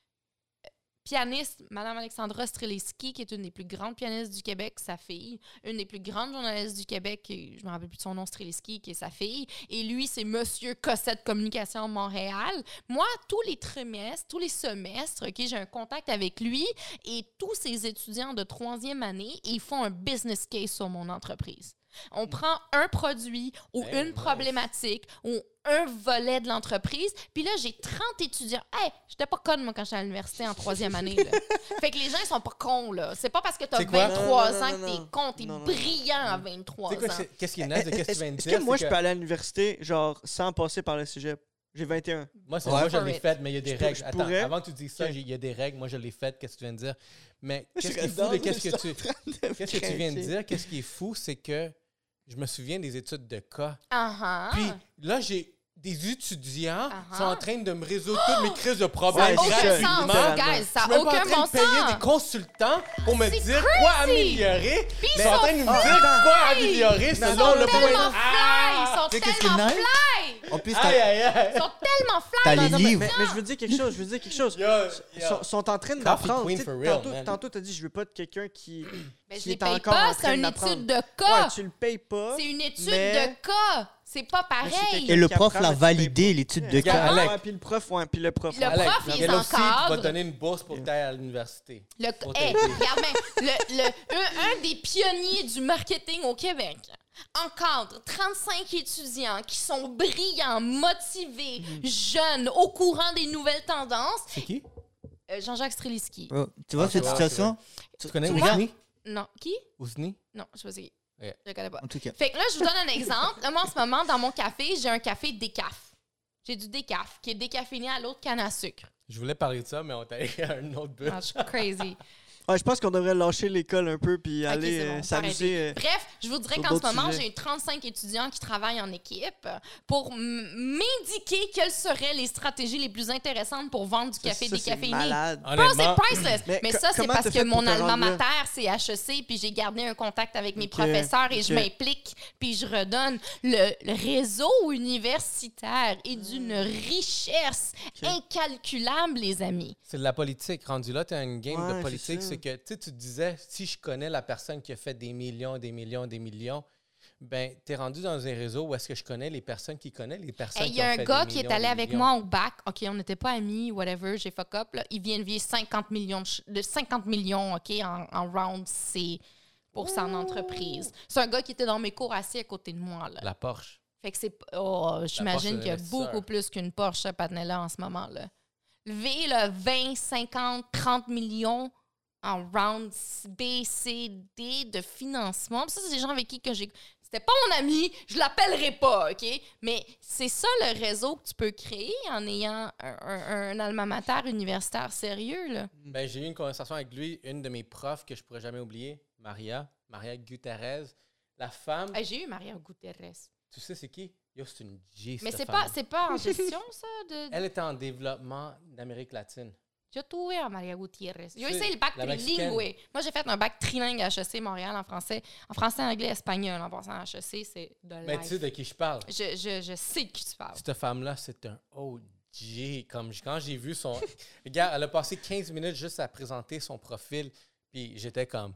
euh, pianiste, Mme Alexandra Streliski, qui est une des plus grandes pianistes du Québec, sa fille, une des plus grandes journalistes du Québec, qui- je ne me rappelle plus de son nom, Streliski, qui est sa fille, et lui, c'est M. Cossette Communication Montréal. Moi, tous les trimestres, tous les semestres, ok, j'ai un contact avec lui et tous ces étudiants de troisième année, ils font un business case sur mon entreprise. On prend un produit ou Hey, une nice. problématique ou un volet de l'entreprise. Puis là, j'ai trente étudiants. Hey, j'étais pas conne, moi, quand j'étais à l'université en troisième année. Là. Fait que les gens, ils sont pas cons, là. C'est pas parce que t'as C'est quoi? vingt-trois Non, non, ans non, que t'es non. con, t'es Non, non, brillant à vingt-trois Tu sais quoi, ans. c'est- qu'est-ce qui est nice de qu'est-ce que tu viens de Est-ce dire? que moi, c'est je peux aller à l'université, genre, sans passer par le cégep? J'ai vingt et un. Moi, c'est, Ouais. moi je For l'ai it. fait, mais il y a des Je peux- règles. je Attends, pourrais. avant que tu dises ça, Ok. j'ai- il y a des règles. Moi, je l'ai fait. Qu'est-ce que tu viens de dire? Mais Je qu'est-ce qui est reste fou de dans- qu'est-ce je que suis tu, en train de qu'est-ce que tu viens de craquer. dire? Qu'est-ce qui est fou, c'est que je me souviens des études de cas. Ah ah. Puis là, j'ai des étudiants Ah qui sont en ah. train de me résoudre toutes mes crises de problèmes Ouais, Aucun c'est ça, sens, littéralement. guys. Ça Je n'a suis même pas en aucun train bon de payer sens. des consultants pour me C'est dire quoi améliorer. Puis Ils ils sont en sont train de me fly. dire quoi améliorer Ils selon sont le tellement point. fly. Ils sont Tu sais qu'est-ce qui est tellement nice? fly. En plus, Aïe, t'as aïe, aïe. Ils sont tellement fly. t'as dans- les Non, mais, livres. mais- mais je veux dire quelque chose, je veux dire quelque chose. Yo, Ils yo. sont, sont en train Coffee d'apprendre. Queen Tu sais, for real, tantôt, man. tantôt, t'as dit, je veux pas de quelqu'un qui, Mais qui je les est paye encore pas, en c'est train une d'apprendre. étude de Ouais, cas. tu le payes pas. C'est une étude mais- de cas. C'est pas Mais c'est pareil. quelqu'un Et le qui prof apprend, l'a mais tu payes validé, pas. l'étude de Ouais, cas. Alex. ouais, puis le prof, ouais, puis le prof. Le ouais. Alex, prof, il il est aussi, tu vas encadre. te donner une bourse pour que tu ailles à l'université. Le, Faut hey, t'aider. regarde bien, le, le- un, un des pionniers du marketing au Québec encadre trente-cinq étudiants qui sont brillants, motivés, jeunes, au courant des nouvelles tendances. C'est qui? Euh, Jean-Jacques Streliski. Oh, tu vois Ah, cette c'est vrai, situation? Tu connais vois? Ousni? Non, qui? Ousni? Non, je sais pas c'est qui. Ok. Je le connais pas. En tout cas. Fait que là, je vous donne un exemple. Là, moi, en ce moment, dans mon café, j'ai un café décaf. J'ai du décaf qui est décaféiné à l'autre canne à sucre. Je voulais parler de ça, mais on t'a allé à un autre but. Ah, je suis crazy. Ouais, je pense qu'on devrait lâcher l'école un peu puis Ok, aller c'est euh, bon, s'amuser. euh, Bref, je vous dirais sur qu'en ce d'autres moment, sujets. j'ai trente-cinq étudiants qui travaillent en équipe pour m- m'indiquer quelles seraient les stratégies les plus intéressantes pour vendre du ça, café ça, c'est décaféiné. malade. Pas, Honnêtement, c'est priceless. Mais Mais co- ça, c'est comment parce t'as que fait mon pour te alma rendre là? mater, c'est H E C, puis j'ai gardé un contact avec mes Ok, professeurs et je ok. m'implique, puis je redonne. Le, le réseau universitaire est d'une richesse Ok. incalculable, les amis. c'est de la politique. Rendu là, tu as une game Ouais, de c'est politique. ça. C'est que tu sais, tu te disais, si je connais la personne qui a fait des millions, des millions, des millions, ben, tu es rendu dans un réseau où est-ce que je connais les personnes qui connaissent les personnes Il qui y a ont un fait gars des qui est millions, allé des avec millions. moi au bac. OK, on n'était pas amis, whatever, j'ai fuck up. Là. Il vient de vivre cinquante millions, de, ch- de cinquante millions OK, en, en round C pour son entreprise. C'est un gars qui était dans mes cours assis à côté de moi. Là. La Porsche. Fait que c'est... Oh, j'imagine de qu'il y a l'investisseur. beaucoup plus qu'une Porsche, ce patinet-là, en ce moment-là. Lever le vingt, cinquante, trente millions en round B, C, D de financement. Ça, c'est des gens avec qui que j'ai... C'était pas mon ami, je l'appellerai pas, OK? Mais c'est ça le réseau que tu peux créer en ayant un, un, un alma mater universitaire sérieux, là. Ben, j'ai eu une conversation avec lui, une de mes profs que je pourrais jamais oublier, Maria, Maria Gutierrez. La femme, Hey, j'ai eu Maria Gutiérrez. tu sais c'est qui? Yo, c'est une G, Mais cette c'est pas, femme-là. c'est pas en gestion, ça? De... Elle était en développement d'Amérique latine. J'ai trouvé à Maria Gutiérrez. J'ai C'est essayé le bac la trilingue, Mexicaine. oui. Moi, j'ai fait un bac trilingue à H E C Montréal en français. En français, anglais, espagnol. En passant à H E C, c'est de Mais life. tu sais de qui je parle. Je, je, je sais de qui tu parles. Cette femme-là, c'est un O G. Comme j- quand j'ai vu son. Regarde, elle a passé quinze minutes juste à présenter son profil. Puis j'étais comme.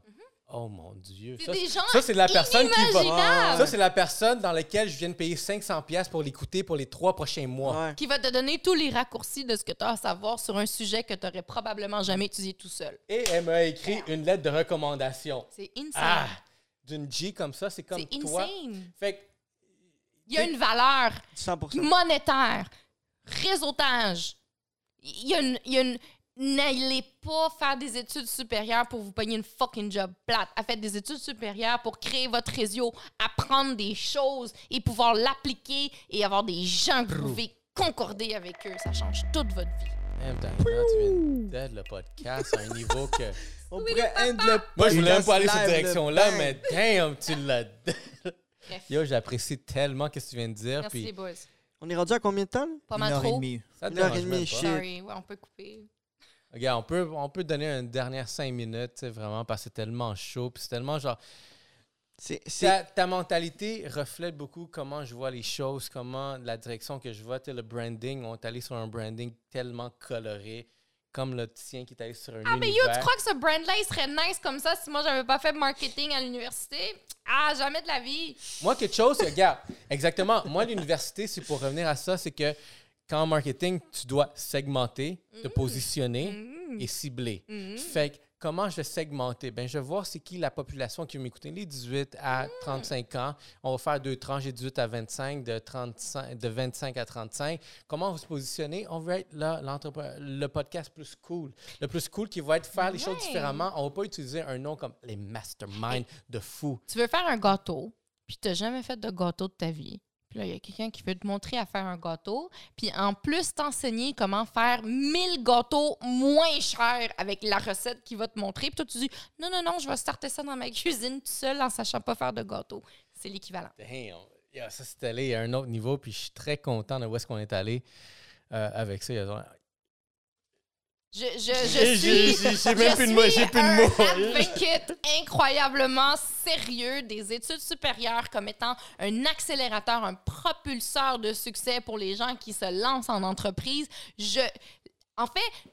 Oh mon Dieu. C'est Ça, des gens ça, c'est la personne qui va. inimaginables. Ça, c'est la personne dans laquelle je viens de payer cinq cents dollars pour l'écouter pour les trois prochains mois. Ouais. Qui va te donner tous les raccourcis de ce que tu as à savoir sur un sujet que tu n'aurais probablement jamais étudié tout seul. Et elle m'a écrit une lettre de recommandation. C'est insane. Ah! D'une G comme ça, c'est comme C'est toi. insane. Fait que, Il y a une valeur cent pour cent. monétaire, réseautage. Il y a une... il y a une N'allez pas faire des études supérieures pour vous pogner une fucking job plate. Faites des études supérieures pour créer votre réseau, apprendre des choses et pouvoir l'appliquer et avoir des gens que vous pouvez concorder avec eux. Ça change toute votre vie. Damn, Diana, tu viens d'être le podcast à un niveau que... On pourrait end le Moi, je voulais même pas aller podcast cette live, direction-là, le mais bang. damn, tu l'as... Bref. Yo, j'apprécie tellement ce que tu viens de dire. Merci Puis les boys. On est rendu à combien de temps? là? Pas Une mal heure et trop. demie. ça te Une heure dérange et même demie, pas. shit. Sorry, ouais, on peut couper. Regarde, on peut, on peut donner une dernière cinq minutes, tu sais, vraiment, parce que c'est tellement chaud. Puis c'est tellement genre... C'est, c'est... Ta, ta mentalité reflète beaucoup comment je vois les choses, comment la direction que je vois, tu sais, le branding. On est allé sur un branding tellement coloré, comme le tien qui est allé sur un Ah, mais univers. yo, tu crois que ce brand-là, il serait nice comme ça si moi, j'avais pas fait marketing à l'université? Ah, jamais de la vie. Moi, quelque chose, regarde, exactement. Moi, l'université, c'est pour revenir à ça, c'est que quand en marketing, tu dois segmenter, te positionner Mm. et cibler. Mm. Fait que comment je vais segmenter? Ben, je vais voir c'est qui la population qui va m'écouter. Les dix-huit à trente-cinq ans. On va faire deux tranches, des dix-huit à vingt-cinq, de, trente-cinq, de vingt-cinq à trente-cinq. Comment on va se positionner? On veut être là, l'entrepre- le podcast plus cool. Le plus cool qui va être faire les choses Ouais. différemment. On va pas utiliser un nom comme les masterminds de fou. Tu veux faire un gâteau, puis tu n'as jamais fait de gâteau de ta vie. Puis là, il y a quelqu'un qui veut te montrer à faire un gâteau, puis en plus t'enseigner comment faire mille gâteaux moins chers avec la recette qu'il va te montrer. Puis toi, tu dis « Non, non, non, je vais starter ça dans ma cuisine tout seul en sachant pas faire de gâteau. » C'est l'équivalent. Damn. Yeah, ça, c'est allé à un autre niveau, puis je suis très content de où est-ce qu'on est allé euh, avec ça. Il y a- Je, je, je J'ai- suis, j'ai- j'ai même je plus de mots, suis j'ai plus de un mots. advocate incroyablement sérieux des études supérieures comme étant un accélérateur, un propulseur de succès pour les gens qui se lancent en entreprise. Je, en fait,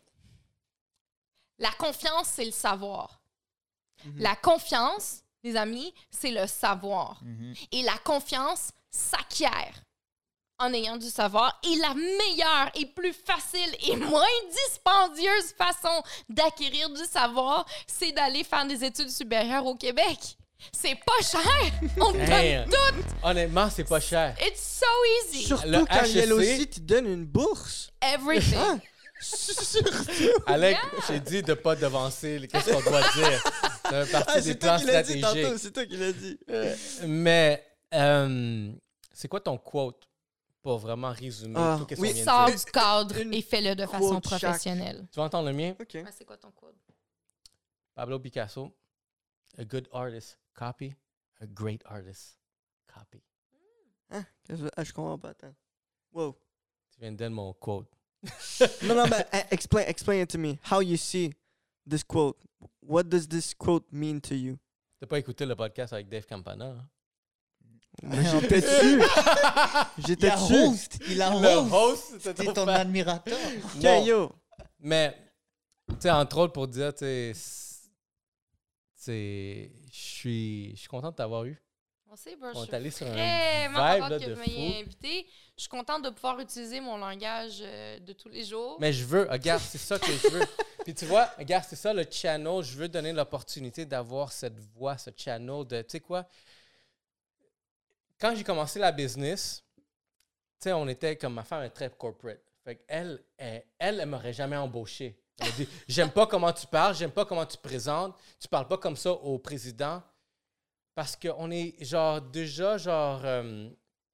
la confiance, c'est le savoir. La confiance, les amis, c'est le savoir. Mhm. Et la confiance s'acquiert en ayant du savoir. Et la meilleure et plus facile et moins dispendieuse façon d'acquérir du savoir, c'est d'aller faire des études supérieures au Québec. C'est pas cher. On te Damn. donne tout. Honnêtement, c'est pas cher. It's so easy. Surtout Le quand H E C Yellow aussi te donne une bourse. Everything. Hein? Surtout. Alec, j'ai dit de pas devancer les- qu'est-ce qu'on doit dire. Ça fait partie Ah, des c'est plans toi qui l'as dit tantôt, stratégiques. c'est toi qui l'as dit. Mais euh, c'est quoi ton quote pour vraiment résumer Ah, tout ce oui. qu'on vient de Sors dire? du cadre Une et fais-le de façon quote chaque. professionnelle. Tu vas entendre le mien? OK. Ouais, c'est quoi ton code? Pablo Picasso. A good artist, copy. A great artist, copy. Hein? Qu'est-ce que- Ah, je comprends pas, attends. Wow. Tu viens de donner mon quote. No, no, but uh, explain, explain it to me. How you see this quote? What does this quote mean to you? T'as pas écouté le podcast avec Dave Campana, hein? Moi, J'étais dessus. Il J'étais a dessus. host. Il a Le host. host, c'était C'est ton ton fan. admirateur. Ok, Non. yo. Mais, tu sais, entre autres, pour dire, tu sais, c'est- tu sais, je suis je suis content de t'avoir eu. On sait, bro, On je est suis allé sur un vraiment vibe contente là, que de vous m'ayez fou. invité. Je suis contente de pouvoir utiliser mon langage euh, de tous les jours. Mais je veux, regarde, c'est ça que je veux. Puis tu vois, regarde, c'est ça le channel. Je veux donner l'opportunité d'avoir cette voix, ce channel de, tu sais quoi, quand j'ai commencé la business, tu sais, on était comme ma femme est très corporate. Fait qu'elle, elle, elle, elle m'aurait jamais embauché. Elle m'a dit, j'aime pas comment tu parles, j'aime pas comment tu présentes, tu parles pas comme ça au président. Parce qu'on est genre déjà genre euh,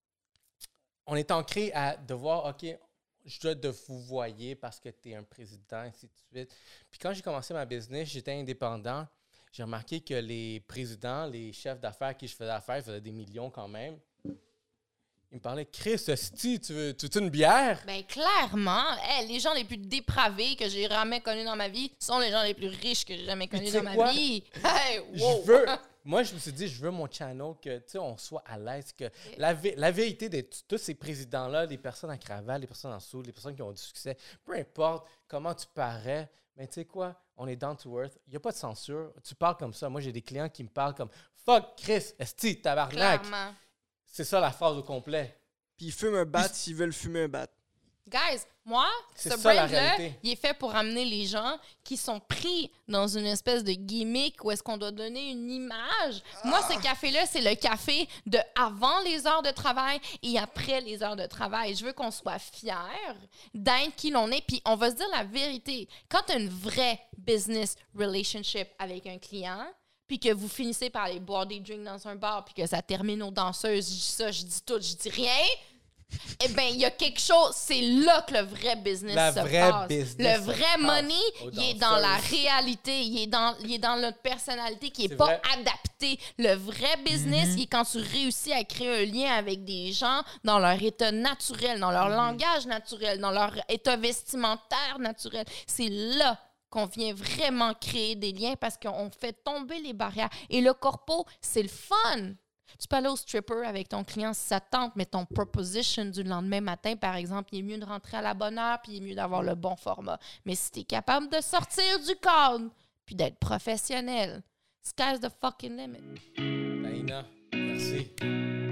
on est ancré à devoir, OK, je dois de vous voyer parce que tu es un président, ainsi de suite. Puis quand j'ai commencé ma business, j'étais indépendant. J'ai remarqué que les présidents, les chefs d'affaires qui je faisais affaire, ils faisaient des millions quand même. Ils me parlaient, Chris, esti, tu veux, tu veux une bière? Ben clairement, hey, les gens les plus dépravés que j'ai jamais connus dans ma vie sont les gens les plus riches que j'ai jamais connus tu sais dans ma quoi? vie. Hey, wow. Je veux, moi, je me suis dit, je veux mon channel, que, tu sais, on soit à l'aise, que la, vé- la vérité de t- tous ces présidents-là, les personnes en cravate, les personnes en dessous, les personnes qui ont du succès, peu importe comment tu parais, Mais tu sais quoi? On est down to earth. Il n'y a pas de censure. Tu parles comme ça. Moi, j'ai des clients qui me parlent comme « Fuck, Chris, esti, tabarnak! » Clairement. C'est ça la phrase au complet. Puis ils fument un bat s'ils veulent fumer un bat. Guys, moi, C'est ce ça, la brand-là, réalité. il est fait pour amener les gens qui sont pris dans une espèce de gimmick où est-ce qu'on doit donner une image. Moi, ce café-là, c'est le café de avant les heures de travail et après les heures de travail. Je veux qu'on soit fiers d'être qui l'on est. Puis on va se dire la vérité. Quand tu as une vraie business relationship avec un client, puis que vous finissez par aller boire des drinks dans un bar, puis que ça termine aux danseuses, je dis ça, je dis tout, je dis rien... Eh bien, il y a quelque chose, c'est là que le vrai business La se vraie passe. business le se vrai passe money, aux il est dans la danseuses. réalité, il est dans, il est dans notre personnalité qui n'est C'est pas vrai. adaptée. Le vrai business, il est quand tu réussis à créer un lien avec des gens dans leur état naturel, dans leur langage naturel, dans leur état vestimentaire naturel. C'est là qu'on vient vraiment créer des liens parce qu'on fait tomber les barrières. Et le corpo, c'est le fun. Tu peux aller au stripper avec ton client si ça te tente, mais ton proposition du lendemain matin, par exemple, il est mieux de rentrer à la bonne heure puis il est mieux d'avoir le bon format. Mais si tu es capable de sortir du cadre puis d'être professionnel, sky's the fucking limit. Taïna, merci.